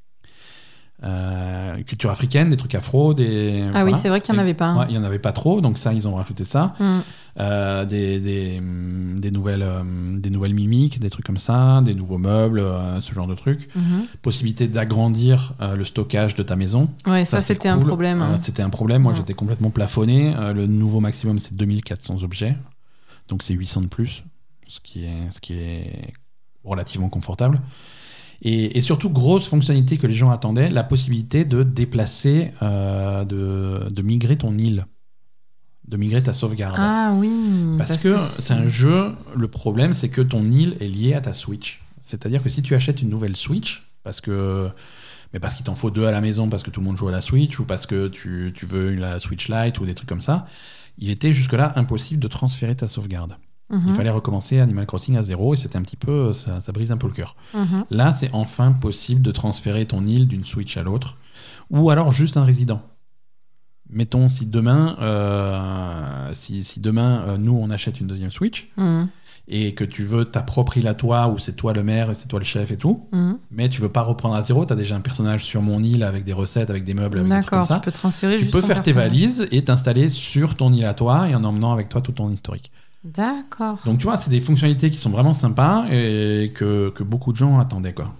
Euh, culture africaine, des trucs afro, des
ah voilà. Oui, c'est vrai qu'il n'y en avait pas. Hein.
Ouais, il n'y en avait pas trop, donc ça, ils ont rajouté ça.
Mm.
Euh, des, des, des, nouvelles, euh, des nouvelles mimiques, des trucs comme ça, des nouveaux meubles, euh, ce genre de trucs.
Mm-hmm.
Possibilité d'agrandir euh, le stockage de ta maison.
Ouais, ça, ça c'était cool. un problème. Hein.
Euh, c'était un problème. Moi,
ouais.
j'étais complètement plafonné. Euh, le nouveau maximum, c'est deux mille quatre cents objets, donc c'est huit cents de plus, ce qui est, ce qui est relativement confortable. Et, et surtout, grosse fonctionnalité que les gens attendaient, la possibilité de déplacer, euh, de, de migrer ton île, de migrer ta sauvegarde.
Ah oui.
Parce, parce que, que c'est... c'est un jeu, le problème, c'est que ton île est liée à ta Switch. C'est-à-dire que si tu achètes une nouvelle Switch, parce que... mais parce qu'il t'en faut deux à la maison, parce que tout le monde joue à la Switch, ou parce que tu, tu veux la Switch Lite, ou des trucs comme ça, il était jusque-là impossible de transférer ta sauvegarde. Mmh. Il fallait recommencer Animal Crossing à zéro et c'était un petit peu, ça, ça brise un peu le cœur.
Mmh.
Là, c'est enfin possible de transférer ton île d'une Switch à l'autre, ou alors juste un résident. Mettons si demain, euh, si, si demain euh, nous on achète une deuxième Switch
mmh.
et que tu veux ta propre île à toi où c'est toi le maire et c'est toi le chef et tout,
mmh.
mais tu veux pas reprendre à zéro, tu as déjà un personnage sur mon île avec des recettes, avec des meubles, avec
D'accord,
des trucs comme ça.
tu peux transférer.
Tu
juste
peux faire
personne.
tes valises et t'installer sur ton île à toi et en emmenant avec toi tout ton historique.
D'accord.
Donc tu vois, c'est des fonctionnalités qui sont vraiment sympas et que, que beaucoup de gens attendaient, quoi.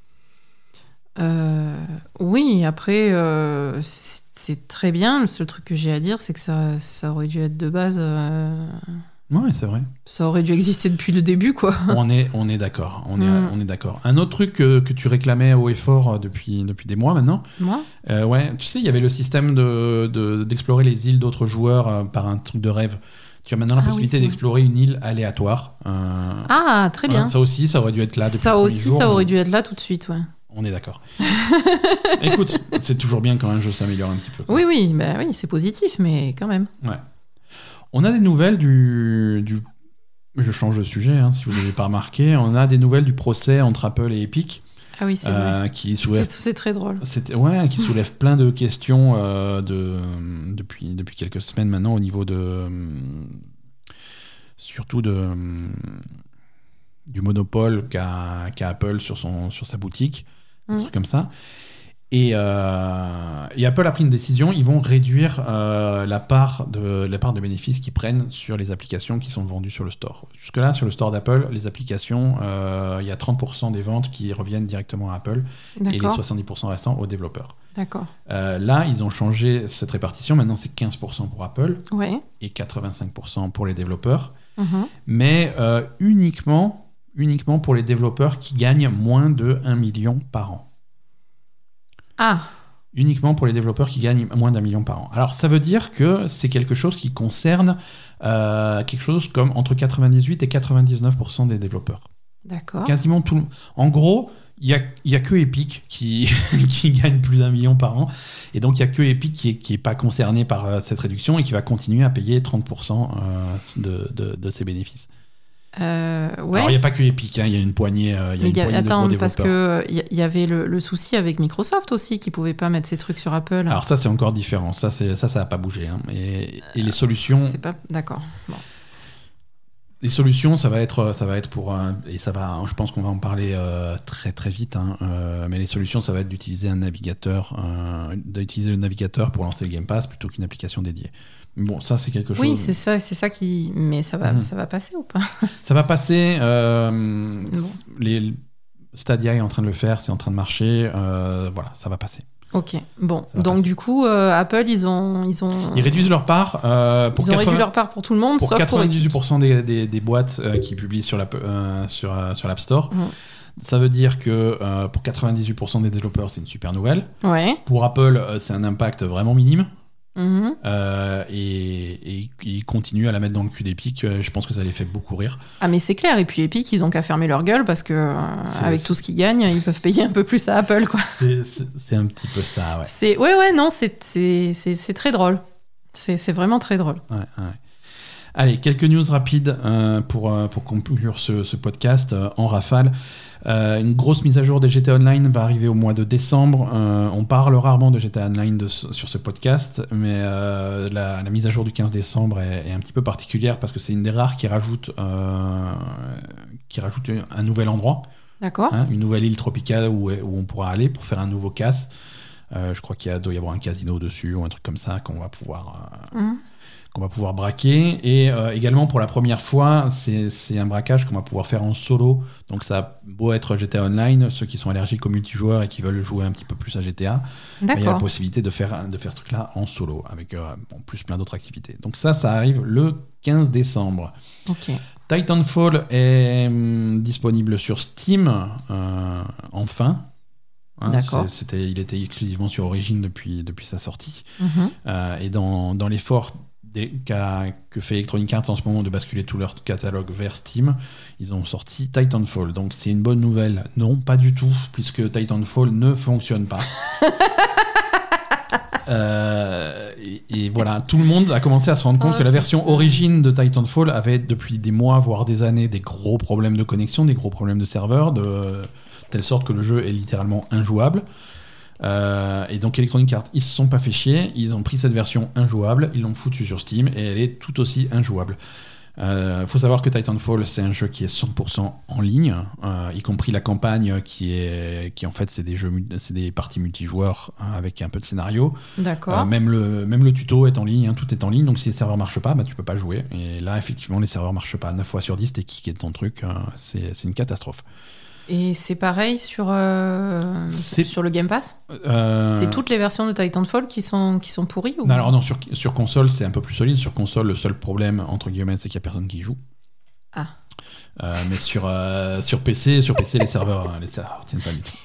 Euh, oui, après, euh, c'est, c'est très bien. Le seul truc que j'ai à dire, c'est que ça, ça aurait dû être de base... Euh...
Ouais, c'est vrai.
Ça aurait dû exister depuis le début, quoi.
On est, on est d'accord. On est,
mm.
on est d'accord. Un autre truc que, que tu réclamais haut et fort depuis, depuis des mois maintenant.
Moi
euh, Ouais, tu sais, il y avait le système de, de, d'explorer les îles d'autres joueurs euh, par un truc de rêve. Tu as maintenant la ah, possibilité oui, d'explorer une île aléatoire. Euh,
ah, très
voilà,
bien.
Ça aussi, ça aurait dû être là depuis
Ça
le
aussi,
jour,
ça
mais...
aurait dû être là tout de suite, ouais.
On est d'accord. Écoute, c'est toujours bien quand un jeu s'améliore un petit peu.
Quoi. Oui, oui, bah oui, c'est positif, mais quand même.
Ouais. On a des nouvelles du... du... Je change de sujet, hein, si vous n'avez pas remarqué. On a des nouvelles du procès entre Apple et Epic.
Ah oui, c'est
euh,
vrai.
Qui soulève...
C'est très drôle.
C'était... Ouais, qui soulève plein de questions euh, de... depuis... depuis quelques semaines maintenant au niveau de... Surtout de... du monopole qu'a, qu'a Apple sur, son, sur sa boutique, mmh. un truc comme ça. Et, euh, et Apple a pris une décision, ils vont réduire euh, la, part de, la part de bénéfices qu'ils prennent sur les applications qui sont vendues sur le store. Jusque-là, sur le store d'Apple, les applications, euh, il y a trente pour cent des ventes qui reviennent directement à Apple. D'accord. Et les soixante-dix pour cent restants aux développeurs.
D'accord.
Euh, là, ils ont changé cette répartition. Maintenant, c'est quinze pour cent pour Apple
ouais.
et quatre-vingt-cinq pour cent pour les développeurs.
Mmh.
Mais euh, uniquement, uniquement pour les développeurs qui gagnent moins de un million par an.
Ah.
Uniquement pour les développeurs qui gagnent moins d'un million par an. Alors, ça veut dire que c'est quelque chose qui concerne euh, quelque chose comme entre quatre-vingt-dix-huit et quatre-vingt-dix-neuf pour cent des développeurs.
D'accord.
Quasiment tout le... En gros, Il y a, il y a que Epic qui, qui gagne plus d'un million par an. Et donc, il y a que Epic qui est, qui est pas concerné par euh, cette réduction et qui va continuer à payer trente pour cent euh, de, de, de ses bénéfices.
Euh, ouais.
Alors, il n'y a pas que Epic, hein, il y a une poignée, euh, il y a
Mais
une
y a,
poignée
attends,
de gros
parce
développeurs.
qu'il y, y avait le, le souci avec Microsoft aussi, qui ne pouvait pas mettre ses trucs sur Apple.
Alors ça, c'est encore différent. Ça, c'est, ça, ça n'a pas bougé. Hein. Et, et les solutions...
C'est pas... D'accord. Bon.
Les solutions, ça va être, ça va être pour... Euh, et ça va, je pense qu'on va en parler euh, très très vite. Hein, euh, mais les solutions, ça va être d'utiliser un navigateur, euh, d'utiliser le navigateur pour lancer le Game Pass plutôt qu'une application dédiée. Bon, ça, c'est quelque chose...
Oui, c'est ça, c'est ça qui... Mais ça va,
Mmh.
ça va passer ou pas?
Ça va passer. Euh,
Bon.
les, Stadia est en train de le faire, c'est en train de marcher. Euh, voilà, ça va passer.
Ok, bon.
Ça va
Donc
passer.
du coup, euh, Apple, ils ont... Ils, ont...
Ils réduisent leur part. Euh, pour
ils ont réduit
quatre-vingts
leur part pour tout le monde,
pour
sauf pour
quatre-vingt-dix-huit pour
Epic.
cent des, des, des boîtes euh, qui publient sur, la, euh, sur, euh, sur l'App Store.
Mmh.
Ça veut dire que euh, pour quatre-vingt-dix-huit pour cent des développeurs, c'est une super nouvelle.
Ouais.
Pour Apple, euh, c'est un impact vraiment minime.
Mhm.
Euh, et, et ils continuent à la mettre dans le cul d'Epic. Euh, Je pense que ça les fait beaucoup rire.
Ah mais c'est clair, et puis Epic, ils ont qu'à fermer leur gueule parce que euh,
C'est-
avec tout ce qu'ils gagnent, ils peuvent payer un peu plus à Apple, quoi.
C'est, c'est, c'est un petit peu ça, ouais.
C'est... Ouais, ouais, non, c'est, c'est, c'est, c'est très drôle. C'est, c'est vraiment très drôle.
Ouais, ouais. Allez, quelques news rapides euh, pour, euh, pour conclure ce, ce podcast euh, en rafale. Euh, une grosse mise à jour des G T A Online va arriver au mois de décembre. Euh, on parle rarement de G T A Online de, sur ce podcast, mais euh, la, la mise à jour du quinze décembre est, est un petit peu particulière parce que c'est une des rares qui rajoute, euh, qui rajoute un nouvel endroit,
D'accord.
hein, une nouvelle île tropicale où, où on pourra aller pour faire un nouveau casse. Euh, je crois qu'il y a, doit y avoir un casino dessus ou un truc comme ça qu'on va pouvoir... Euh,
Mhm.
qu'on va pouvoir braquer. Et euh, également, pour la première fois, c'est, c'est un braquage qu'on va pouvoir faire en solo. Donc ça a beau être G T A Online, ceux qui sont allergiques aux multijoueurs et qui veulent jouer un petit peu plus à G T A, il y a la
D'accord.
possibilité de faire, de faire ce truc-là en solo, avec euh, en plus plein d'autres activités. Donc ça, ça arrive le quinze décembre.
Ok.
Titanfall est hum, disponible sur Steam, euh, enfin. Hein,
D'accord.
c'est- c'était, il était exclusivement sur Origin depuis, depuis sa sortie.
Mhm.
Euh, et dans, dans l'effort des- qu'a, que fait Electronic Arts en ce moment de basculer tout leur catalogue vers Steam, ils ont sorti Titanfall. Donc c'est une bonne nouvelle. Non, pas du tout, puisque Titanfall ne fonctionne pas. Euh, et, et voilà, tout le monde a commencé à se rendre compte
Oh,
que la version
putain.
origine de Titanfall avait depuis des mois, voire des années, des gros problèmes de connexion, des gros problèmes de serveur, de telle sorte que le jeu est littéralement injouable. Euh, et donc Electronic Arts, ils se sont pas fait chier, ils ont pris cette version injouable, ils l'ont foutue sur Steam et elle est tout aussi injouable. Il euh, faut savoir que Titanfall, c'est un jeu qui est cent pour cent en ligne, euh, y compris la campagne qui est, qui en fait c'est des jeux, c'est des parties multijoueurs hein, avec un peu de scénario.
D'accord.
Euh, même le même le tuto est en ligne, hein, tout est en ligne. Donc si les serveurs marchent pas, bah tu peux pas jouer. Et là effectivement les serveurs marchent pas. neuf fois sur dix, t'es kické de ton truc, euh, c'est c'est une catastrophe.
Et c'est pareil sur, euh,
C'est-
sur le Game Pass.
Euh,
C'est toutes les versions de Titanfall qui sont, qui sont pourries ou...
Non, alors non, sur, sur console, c'est un peu plus solide. Sur console, le seul problème, entre guillemets, c'est qu'il n'y a personne qui y joue.
Ah.
Euh, mais sur, euh, sur P C, sur P C, les serveurs les serveurs tiennent pas du tout.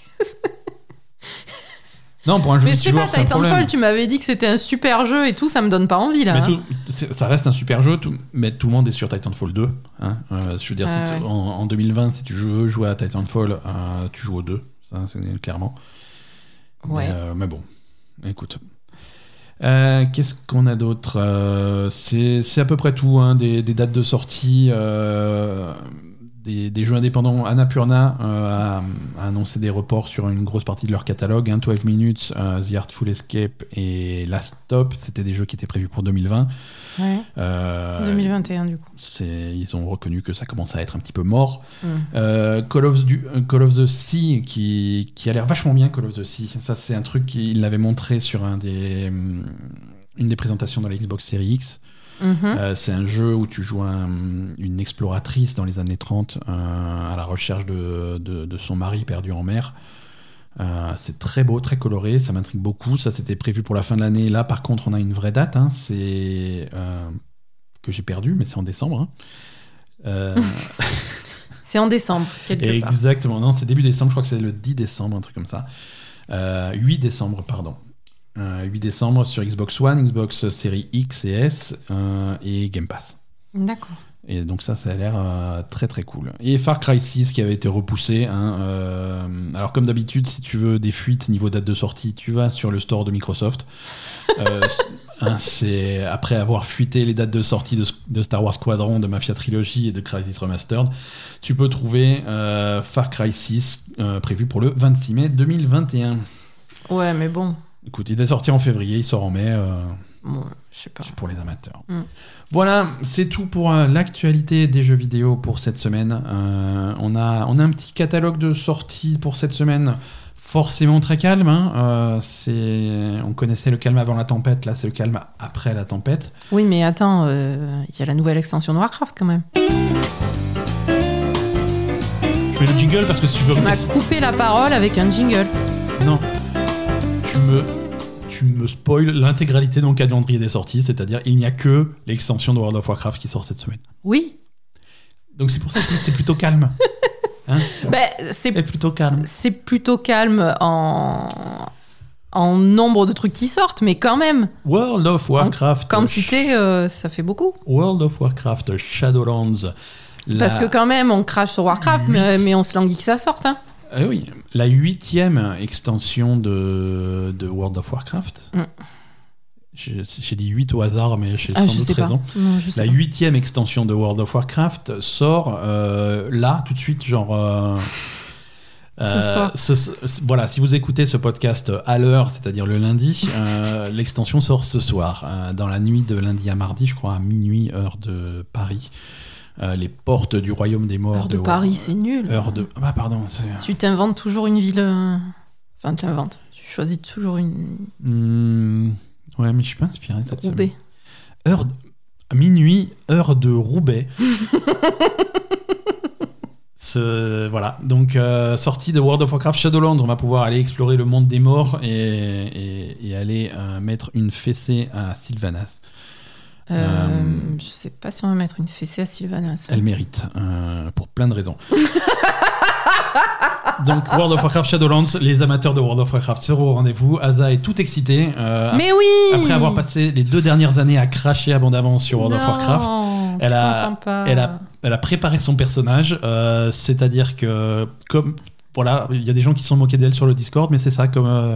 Non, pour un jeu
Mais je sais pas,
multijoueur, c'est un problème.
Titanfall, tu m'avais dit que c'était un super jeu et tout, ça me donne pas envie là.
Mais
hein.
tout- c'est- ça reste un super jeu, tout- mais tout le monde est sur Titanfall deux. Hein. Euh, je veux dire,
Ah
si tu-
ouais.
en, en deux mille vingt, si tu veux jouer à Titanfall, euh, tu joues au deux, ça, c'est clairement.
Ouais.
Mais, euh, mais bon, écoute. Euh, qu'est-ce qu'on a d'autre Euh, c'est, c'est à peu près tout, hein, des, des dates de sortie, euh, des, des jeux indépendants. Annapurna euh, a, a annoncé des reports sur une grosse partie de leur catalogue, hein, douze Minutes, euh, The Artful Escape et Last Stop. C'était des jeux qui étaient prévus pour deux mille vingt.
Ouais.
Euh,
deux mille vingt et un du coup.
c'est, ils ont reconnu que ça commençait à être un petit peu mort.
Mm.
Euh, Call, of du, Call of the Sea, qui, qui a l'air vachement bien, Call of the Sea. Ça, c'est un truc qu'il avait montré sur un des, hum, une des présentations dans la Xbox Series X.
Mhm.
Euh, c'est un jeu où tu joues un- une exploratrice dans les années trente euh, à la recherche de, de, de son mari perdu en mer. Euh, c'est très beau, très coloré, ça m'intrigue beaucoup. Ça, c'était prévu pour la fin de l'année. Là, par contre, on a une vraie date. Hein. C'est euh, que j'ai perdu, mais c'est en décembre. Hein. Euh,
C'est en décembre, quelque part.
exactement. Non, c'est début décembre. Je crois que c'est le dix décembre, un truc comme ça. Euh, huit décembre, pardon. Euh, huit décembre sur Xbox One, Xbox Series X et S euh, et Game Pass.
D'accord.
Et donc ça, ça a l'air euh, très très cool. Et Far Cry six qui avait été repoussé. Hein, euh, alors comme d'habitude, si tu veux des fuites niveau date de sortie, tu vas sur le store de Microsoft. euh, hein, c'est après avoir fuité les dates de sortie de, de Star Wars Squadron, de Mafia Trilogy et de Crysis Remastered, tu peux trouver euh, Far Cry six euh, prévu pour le vingt-six mai deux mille vingt et un.
Ouais, mais bon.
Écoute, il est sorti en février, il sort en mai. Euh,
bon, je sais pas.
C'est pour les amateurs.
Mm.
Voilà, c'est tout pour euh, l'actualité des jeux vidéo pour cette semaine. Euh, on, a, on a un petit catalogue de sorties pour cette semaine, forcément très calme. Hein. Euh, c'est, on connaissait le calme avant la tempête, là c'est le calme après la tempête.
Oui, mais attends, il euh, y a la nouvelle extension de Warcraft quand même.
Je mets le jingle parce que si tu veux...
Tu m'as coupé la parole avec un jingle.
Non, tu me... tu me spoil l'intégralité de mon calendrier des sorties, c'est-à-dire il n'y a que l'extension de World of Warcraft qui sort cette semaine.
Oui.
Donc c'est pour ça que c'est plutôt calme. Hein
ben, c'est,
c'est plutôt calme.
C'est plutôt calme en... en nombre de trucs qui sortent, mais quand même.
World of Warcraft.
En quantité, euh, ça fait beaucoup.
World of Warcraft Shadowlands. La...
Parce que quand même, on crache sur Warcraft, mais, mais on se languit que ça sorte. Hein.
Euh, oui, la huitième extension de, de World of Warcraft. Mm. J'ai, j'ai dit huit au hasard, mais j'ai ah, sans doute raison.
Non, je sais
la
pas.
huitième extension de World of Warcraft sort euh, là, tout de suite, genre... Euh,
ce euh, soir.
Ce, ce, voilà, si vous écoutez ce podcast à l'heure, c'est-à-dire le lundi, euh, l'extension sort ce soir, euh, dans la nuit de lundi à mardi, je crois, à minuit, heure de Paris. Euh, les portes du royaume des morts.
Heure de, de Paris, c'est nul.
Heure de... Ah pardon. C'est...
Tu t'inventes toujours une ville... Euh... Enfin, t'inventes. Tu choisis toujours une...
Mmh... Ouais, mais je suis pas inspiré de cette
Roubaix.
Semaine. Heure de... Minuit, heure de Roubaix. Ce... Voilà. Donc, euh, sortie de World of Warcraft Shadowlands, on va pouvoir aller explorer le monde des morts et, et, et aller euh, mettre une fessée à Sylvanas.
Euh, euh, je sais pas si on va mettre une fessée à Sylvanas.
Elle mérite, euh, pour plein de raisons. Donc, World of Warcraft Shadowlands, les amateurs de World of Warcraft seront au rendez-vous. Asa est tout excitée. Euh,
Mais oui
Après avoir passé les deux dernières années à cracher abondamment sur World
non,
of Warcraft, elle a, elle, a, elle a préparé son personnage. Euh, c'est-à-dire que, comme. Voilà, il y a des gens qui se sont moqués d'elle sur le Discord, mais c'est ça, comme. Euh,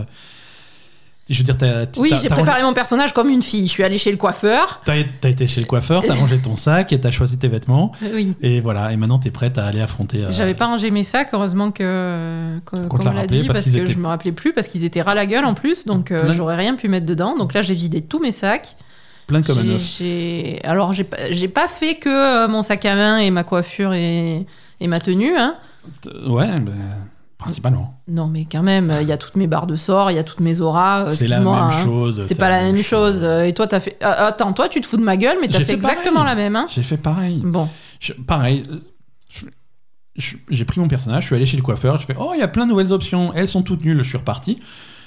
Je veux dire, t'as, t'as,
oui,
t'as,
j'ai
t'as
préparé
rangé...
mon personnage comme une fille. Je suis allée chez le coiffeur.
T'as, t'as été chez le coiffeur, t'as rangé ton sac et t'as choisi tes vêtements.
Oui.
Et voilà, et maintenant t'es prête à aller affronter. Euh...
J'avais pas rangé mes sacs, heureusement que, que qu'on me l'a dit, parce, parce que étaient... je me rappelais plus, parce qu'ils étaient ras la gueule en plus, donc euh, j'aurais rien pu mettre dedans. Donc là, j'ai vidé tous mes sacs.
Plein comme un œuf.
J'ai... Alors, j'ai pas, j'ai pas fait que mon sac à main et ma coiffure et, et ma tenue. Hein.
Ouais, ben. Principalement.
Non, mais quand même, il y a toutes mes barres de sorts, il y a toutes mes auras.
C'est la même
hein.
chose.
C'est, c'est pas la même chose. chose. Et toi, t'as fait. Ah, attends, toi, tu te fous de ma gueule, mais t'as fait, fait exactement la même. Hein.
J'ai fait pareil.
Bon.
Je, pareil. Je, je, j'ai pris mon personnage, je suis allé chez le coiffeur, je fais oh, il y a plein de nouvelles options, elles sont toutes nulles, je suis reparti.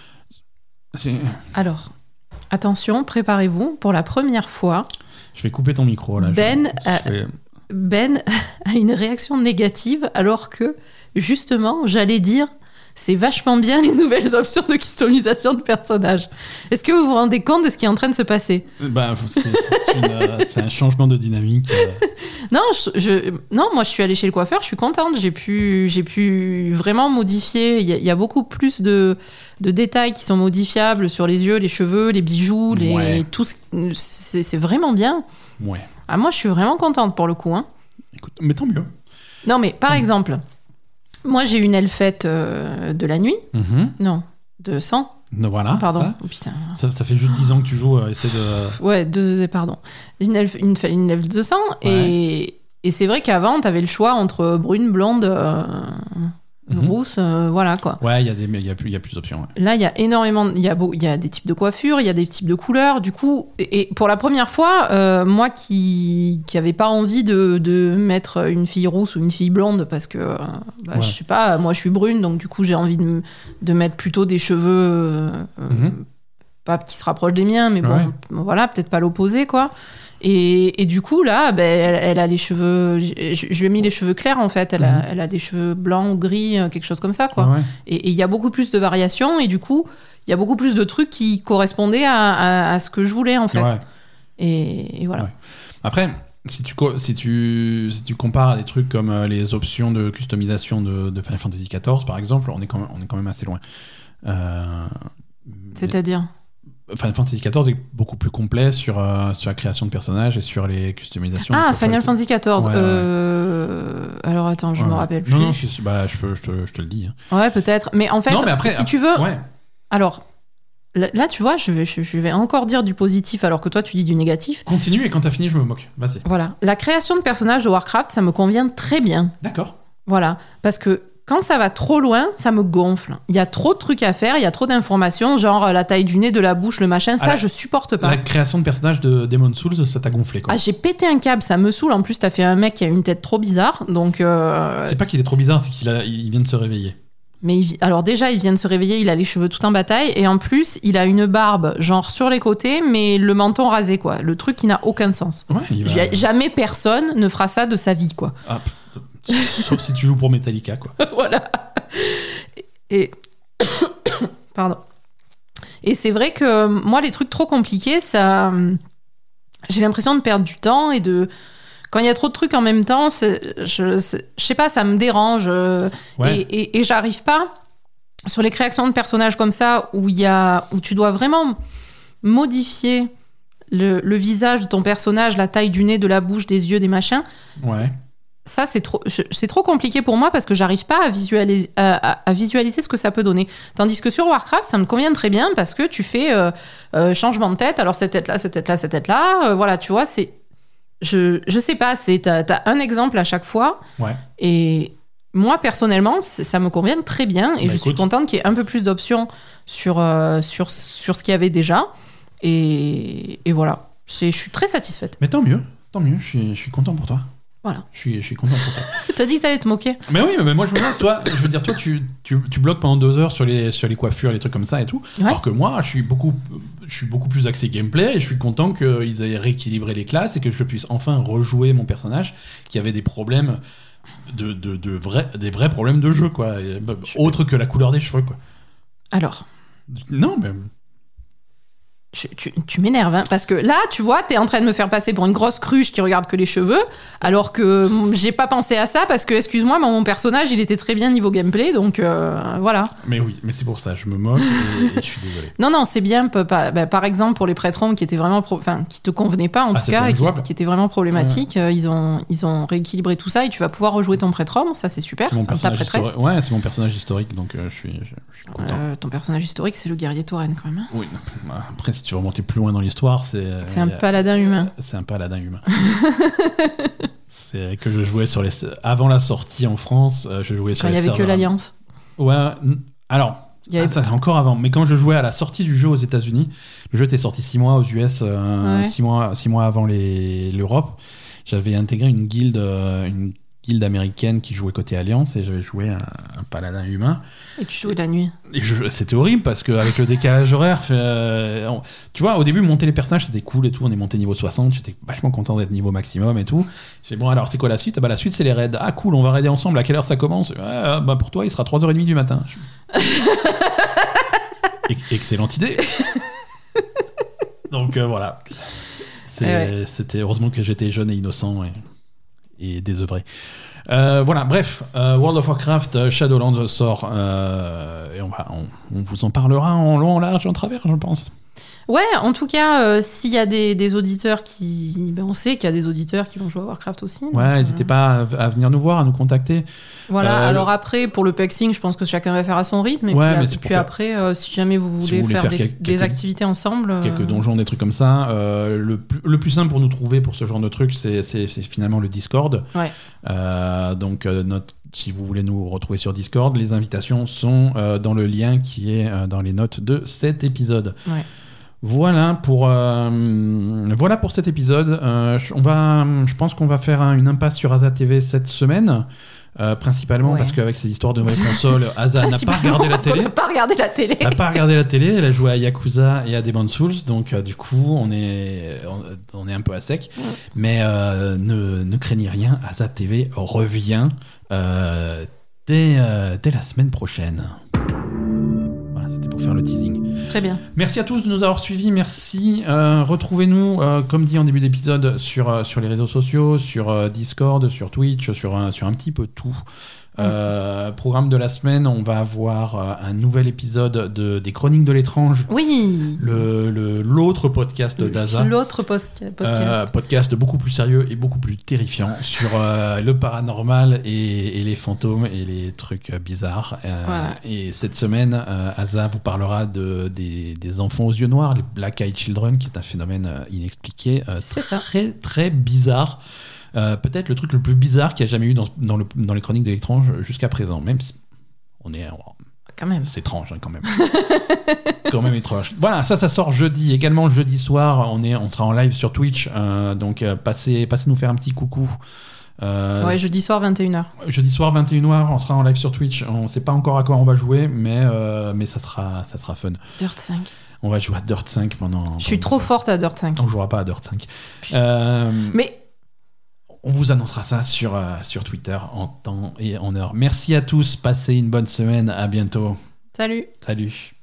C'est...
Alors, attention, préparez-vous pour la première fois.
Je vais couper ton micro là.
Ben,
je,
a,
je fais...
Ben a une réaction négative alors que. Justement, j'allais dire, c'est vachement bien les nouvelles options de customisation de personnages. Est-ce que vous vous rendez compte de ce qui est en train de se passer ?
Bah, c'est, c'est, une, euh, c'est un changement de dynamique. Euh...
Non, je, je, non, moi je suis allée chez le coiffeur, je suis contente. J'ai pu, j'ai pu vraiment modifier. Il y a, il y a beaucoup plus de, de détails qui sont modifiables sur les yeux, les cheveux, les bijoux, les,
ouais.
tout. C'est, c'est vraiment bien.
Ouais.
Ah, moi je suis vraiment contente pour le coup. Hein.
Écoute, mais tant mieux.
Non, mais par mmh. exemple. Moi, j'ai une elfette euh, de la nuit. Mm-hmm. Non, de sang.
No, voilà,
oh, pardon.
Ça.
Oh, putain.
Ça, ça fait juste dix ans que tu joues. Euh, essaie de...
Ouais, de, pardon. Une elfe, une, une elfe de sang. Ouais. Et, et c'est vrai qu'avant, tu avais le choix entre brune, blonde, euh, mm-hmm. rousse, euh, voilà quoi.
Ouais, il y, y, y a plus d'options. Ouais.
Là, il y a énormément. Il y, y a des types de coiffures, il y a des types de couleurs. Du coup, et, et pour la première fois, euh, moi qui n'avais pas envie de, de mettre une fille rousse ou une fille blonde, parce que, euh, bah, ouais. je sais pas, moi je suis brune, donc du coup, j'ai envie de, de mettre plutôt des cheveux. Euh, mm-hmm. Pas qui se rapprochent des miens, mais bon, ouais. voilà, peut-être pas l'opposé, quoi. Et, et du coup, là, ben, elle, elle a les cheveux... Je, je lui ai mis les cheveux clairs, en fait. Elle, mmh. a, elle a des cheveux blancs ou gris, quelque chose comme ça, quoi. Ah ouais. Et il y a beaucoup plus de variations. Et du coup, il y a beaucoup plus de trucs qui correspondaient à, à, à ce que je voulais, en fait. Ouais. Et, et voilà. Ouais.
Après, si tu, si, tu, si tu compares à des trucs comme euh, les options de customisation de, de Final Fantasy quatorze, par exemple, on est quand même, on est quand même assez loin. Euh,
C'est-à-dire
Final Fantasy quatorze est beaucoup plus complet sur, euh, sur la création de personnages et sur les customisations.
Ah, Final Fantasy quatorze.
Ouais,
euh... ouais. Alors attends, je
ouais,
me
ouais.
rappelle plus.
Non, non, je, bah, je, peux, je, te, je te le dis. Hein.
Ouais, peut-être. Mais en fait,
non, mais après,
si tu veux...
Ouais.
Alors, là, tu vois, je vais, je vais encore dire du positif alors que toi, tu dis du négatif.
Continue et quand t'as fini, je me moque. Vas-y.
Voilà. La création de personnages de Warcraft, ça me convient très bien.
D'accord.
Voilà. Parce que quand ça va trop loin, ça me gonfle. Il y a trop de trucs à faire, il y a trop d'informations, genre la taille du nez, de la bouche, le machin, ça,
ah, la,
je supporte pas.
La création de personnages de Demon's Souls, ça t'a gonflé, quoi.
Ah, j'ai pété un câble, ça me saoule. En plus, t'as fait un mec qui a une tête trop bizarre, donc... Euh...
C'est pas qu'il est trop bizarre, c'est qu'il a, il vient de se réveiller.
Mais il, alors déjà, il vient de se réveiller, il a les cheveux tout en bataille, et en plus, il a une barbe, genre sur les côtés, mais le menton rasé, quoi. Le truc qui n'a aucun sens.
Ouais, il va...
Jamais personne ne fera ça de sa vie, quoi.
Ah, sauf si tu joues pour Metallica, quoi.
Voilà. Et... Pardon. Et c'est vrai que moi, les trucs trop compliqués, ça... J'ai l'impression de perdre du temps et de... Quand il y a trop de trucs en même temps, c'est... Je... C'est... je sais pas, ça me dérange. Ouais. Et, et, et j'arrive pas, sur les créations de personnages comme ça, où, y a... où tu dois vraiment modifier le, le visage de ton personnage, la taille du nez, de la bouche, des yeux, des machins.
Ouais.
Ça, c'est trop, c'est trop compliqué pour moi parce que j'arrive pas à visualiser, à, à visualiser ce que ça peut donner. Tandis que sur Warcraft, ça me convient très bien parce que tu fais euh, euh, changement de tête, alors cette tête-là, cette tête-là, cette tête-là, euh, voilà, tu vois, c'est... Je, je sais pas, c'est, t'as, t'as un exemple à chaque fois.
Ouais.
Et moi, personnellement, ça me convient très bien et bah, je écoute. suis contente qu'il y ait un peu plus d'options sur, euh, sur, sur ce qu'il y avait déjà. Et, et voilà, c'est, je suis très satisfaite.
Mais tant mieux, tant mieux, je suis, je suis content pour toi.
Voilà.
Je suis, je suis content pour toi.
T'as dit que t'allais te moquer.
Mais oui, mais moi je me demande, toi, je veux dire, toi tu, tu, tu bloques pendant deux heures sur les, sur les coiffures, les trucs comme ça et tout. Ouais. Alors que moi, je suis, beaucoup, je suis beaucoup plus axé gameplay et je suis content qu'ils aient rééquilibré les classes et que je puisse enfin rejouer mon personnage qui avait des problèmes, de, de, de vrais, des vrais problèmes de jeu, quoi. Et, bah, autre que la couleur des cheveux, quoi.
Alors.
Non, mais.
Tu, tu, tu m'énerves, hein, parce que là, tu vois, t'es en train de me faire passer pour une grosse cruche qui regarde que les cheveux, alors que j'ai pas pensé à ça, parce que, excuse-moi, mon personnage, il était très bien niveau gameplay, donc euh, voilà.
Mais oui, mais c'est pour ça, je me moque et, et je suis désolé.
Non, non, c'est bien, bah, bah, par exemple, pour les prêtrons qui étaient vraiment, pro- enfin, qui te convenaient pas, en ah, tout cas, et qui, qui étaient vraiment problématiques, ouais. euh, ils, ont, ils ont rééquilibré tout ça, et tu vas pouvoir rejouer ton prêtron, ça c'est super,
mon
ta prêtresse.
Histori- ouais, c'est mon personnage historique, donc euh, je, suis, je, je suis content.
Euh, ton personnage historique, c'est le guerrier tauren, quand même. Hein.
Oui, après, si tu veux remonter plus loin dans l'histoire, c'est...
C'est un euh, paladin humain.
C'est un paladin humain. C'est que je jouais sur les... Avant la sortie en France, je jouais sur
quand
les
il n'y avait que l'Alliance.
Ouais, alors... Y avait... ah, ça c'est encore avant, mais quand je jouais à la sortie du jeu aux États-Unis, le jeu était sorti six mois aux U S, euh, ouais. six mois, six mois avant les, l'Europe. J'avais intégré une guilde, euh, une guilde américaine qui jouait côté Alliance et j'avais joué un, un paladin humain.
Et tu jouais la nuit.
Et je, c'était horrible parce qu'avec le décalage horaire, euh, on, tu vois, au début, monter les personnages c'était cool et tout. On est monté niveau soixante, j'étais vachement content d'être niveau maximum et tout. J'ai dit, bon, alors c'est quoi la suite? Ah, bah, la suite, c'est les raids. Ah, cool, on va raider ensemble. À quelle heure ça commence? Ah, bah, pour toi, il sera trois heures trente du matin. Excellente idée. Donc euh, voilà. C'est, ouais. C'était heureusement que j'étais jeune et innocent et, et désœuvré. Euh, voilà, bref, euh, World of Warcraft Shadowlands sort euh, et on, va, on, on vous en parlera en long, en large et en travers, je pense.
Ouais, en tout cas, euh, s'il y a des, des auditeurs qui... Ben on sait qu'il y a des auditeurs qui vont jouer à Warcraft aussi.
Ouais, n'hésitez euh... pas à, à venir nous voir, à nous contacter.
Voilà, euh, alors le... après, pour le pexing, je pense que chacun va faire à son rythme. Et
ouais,
puis,
mais
et
c'est
puis
faire...
après, euh, si jamais vous voulez, si vous voulez faire, faire des, quelques, des activités ensemble...
Quelques euh... donjons, des trucs comme ça. Euh, le, le plus simple pour nous trouver pour ce genre de trucs, c'est, c'est, c'est finalement le Discord.
Ouais.
Euh, donc, euh, notre... si vous voulez nous retrouver sur Discord, les invitations sont euh, dans le lien qui est euh, dans les notes de cet épisode.
Ouais.
Voilà pour euh, voilà pour cet épisode. Euh, on va, je pense qu'on va faire un, une impasse sur Asa T V cette semaine, euh, principalement ouais. parce qu'avec ces histoires de nouvelles consoles, Asa n'a pas regardé la télé.
N'a pas regardé la télé.
N'a pas regardé la télé. Elle a joué à Yakuza et à Demon's Souls, donc euh, du coup on est on, on est un peu à sec. Ouais. Mais euh, ne ne craignez rien, Asa T V revient euh, dès euh, dès la semaine prochaine. Voilà, c'était pour pour faire le teasing.
Très bien.
Merci à tous de nous avoir suivis. Merci. Euh, retrouvez-nous, euh, comme dit en début d'épisode, sur, euh, sur les réseaux sociaux, sur euh, Discord, sur Twitch, sur un, sur un petit peu tout. Euh, programme de la semaine, on va avoir euh, un nouvel épisode de, des Chroniques de l'étrange.
Oui.
Le, le, l'autre podcast d'Aza.
L'autre post- podcast.
Euh, podcast beaucoup plus sérieux et beaucoup plus terrifiant sur euh, le paranormal et, et les fantômes et les trucs euh, bizarres. Euh,
voilà.
Et cette semaine, euh, Aza vous parlera de, des, des enfants aux yeux noirs, les Black Eyed Children, qui est un phénomène euh, inexpliqué, euh,
C'est
très, très bizarre. Euh, peut-être le truc le plus bizarre qu'il y a jamais eu dans, dans, le, dans les Chroniques de l'étrange jusqu'à présent. Même si on est...
Quand même.
C'est étrange, hein, quand même. quand même étrange. Voilà, ça, ça sort jeudi. Également, jeudi soir, on, est, on sera en live sur Twitch. Euh, donc, euh, passez, passez nous faire un petit coucou. Euh,
ouais, jeudi soir, vingt et une heures.
Jeudi soir, vingt et une heures, on sera en live sur Twitch. On ne sait pas encore à quoi on va jouer, mais, euh, mais ça, sera, ça sera fun.
Dirt cinq.
On va jouer à Dirt cinq pendant...
Je suis trop forte à Dirt cinq.
On ne jouera pas à Dirt cinq. Euh,
mais...
On vous annoncera ça sur, euh, sur Twitter en temps et en heure. Merci à tous, passez une bonne semaine, à bientôt.
Salut.
Salut.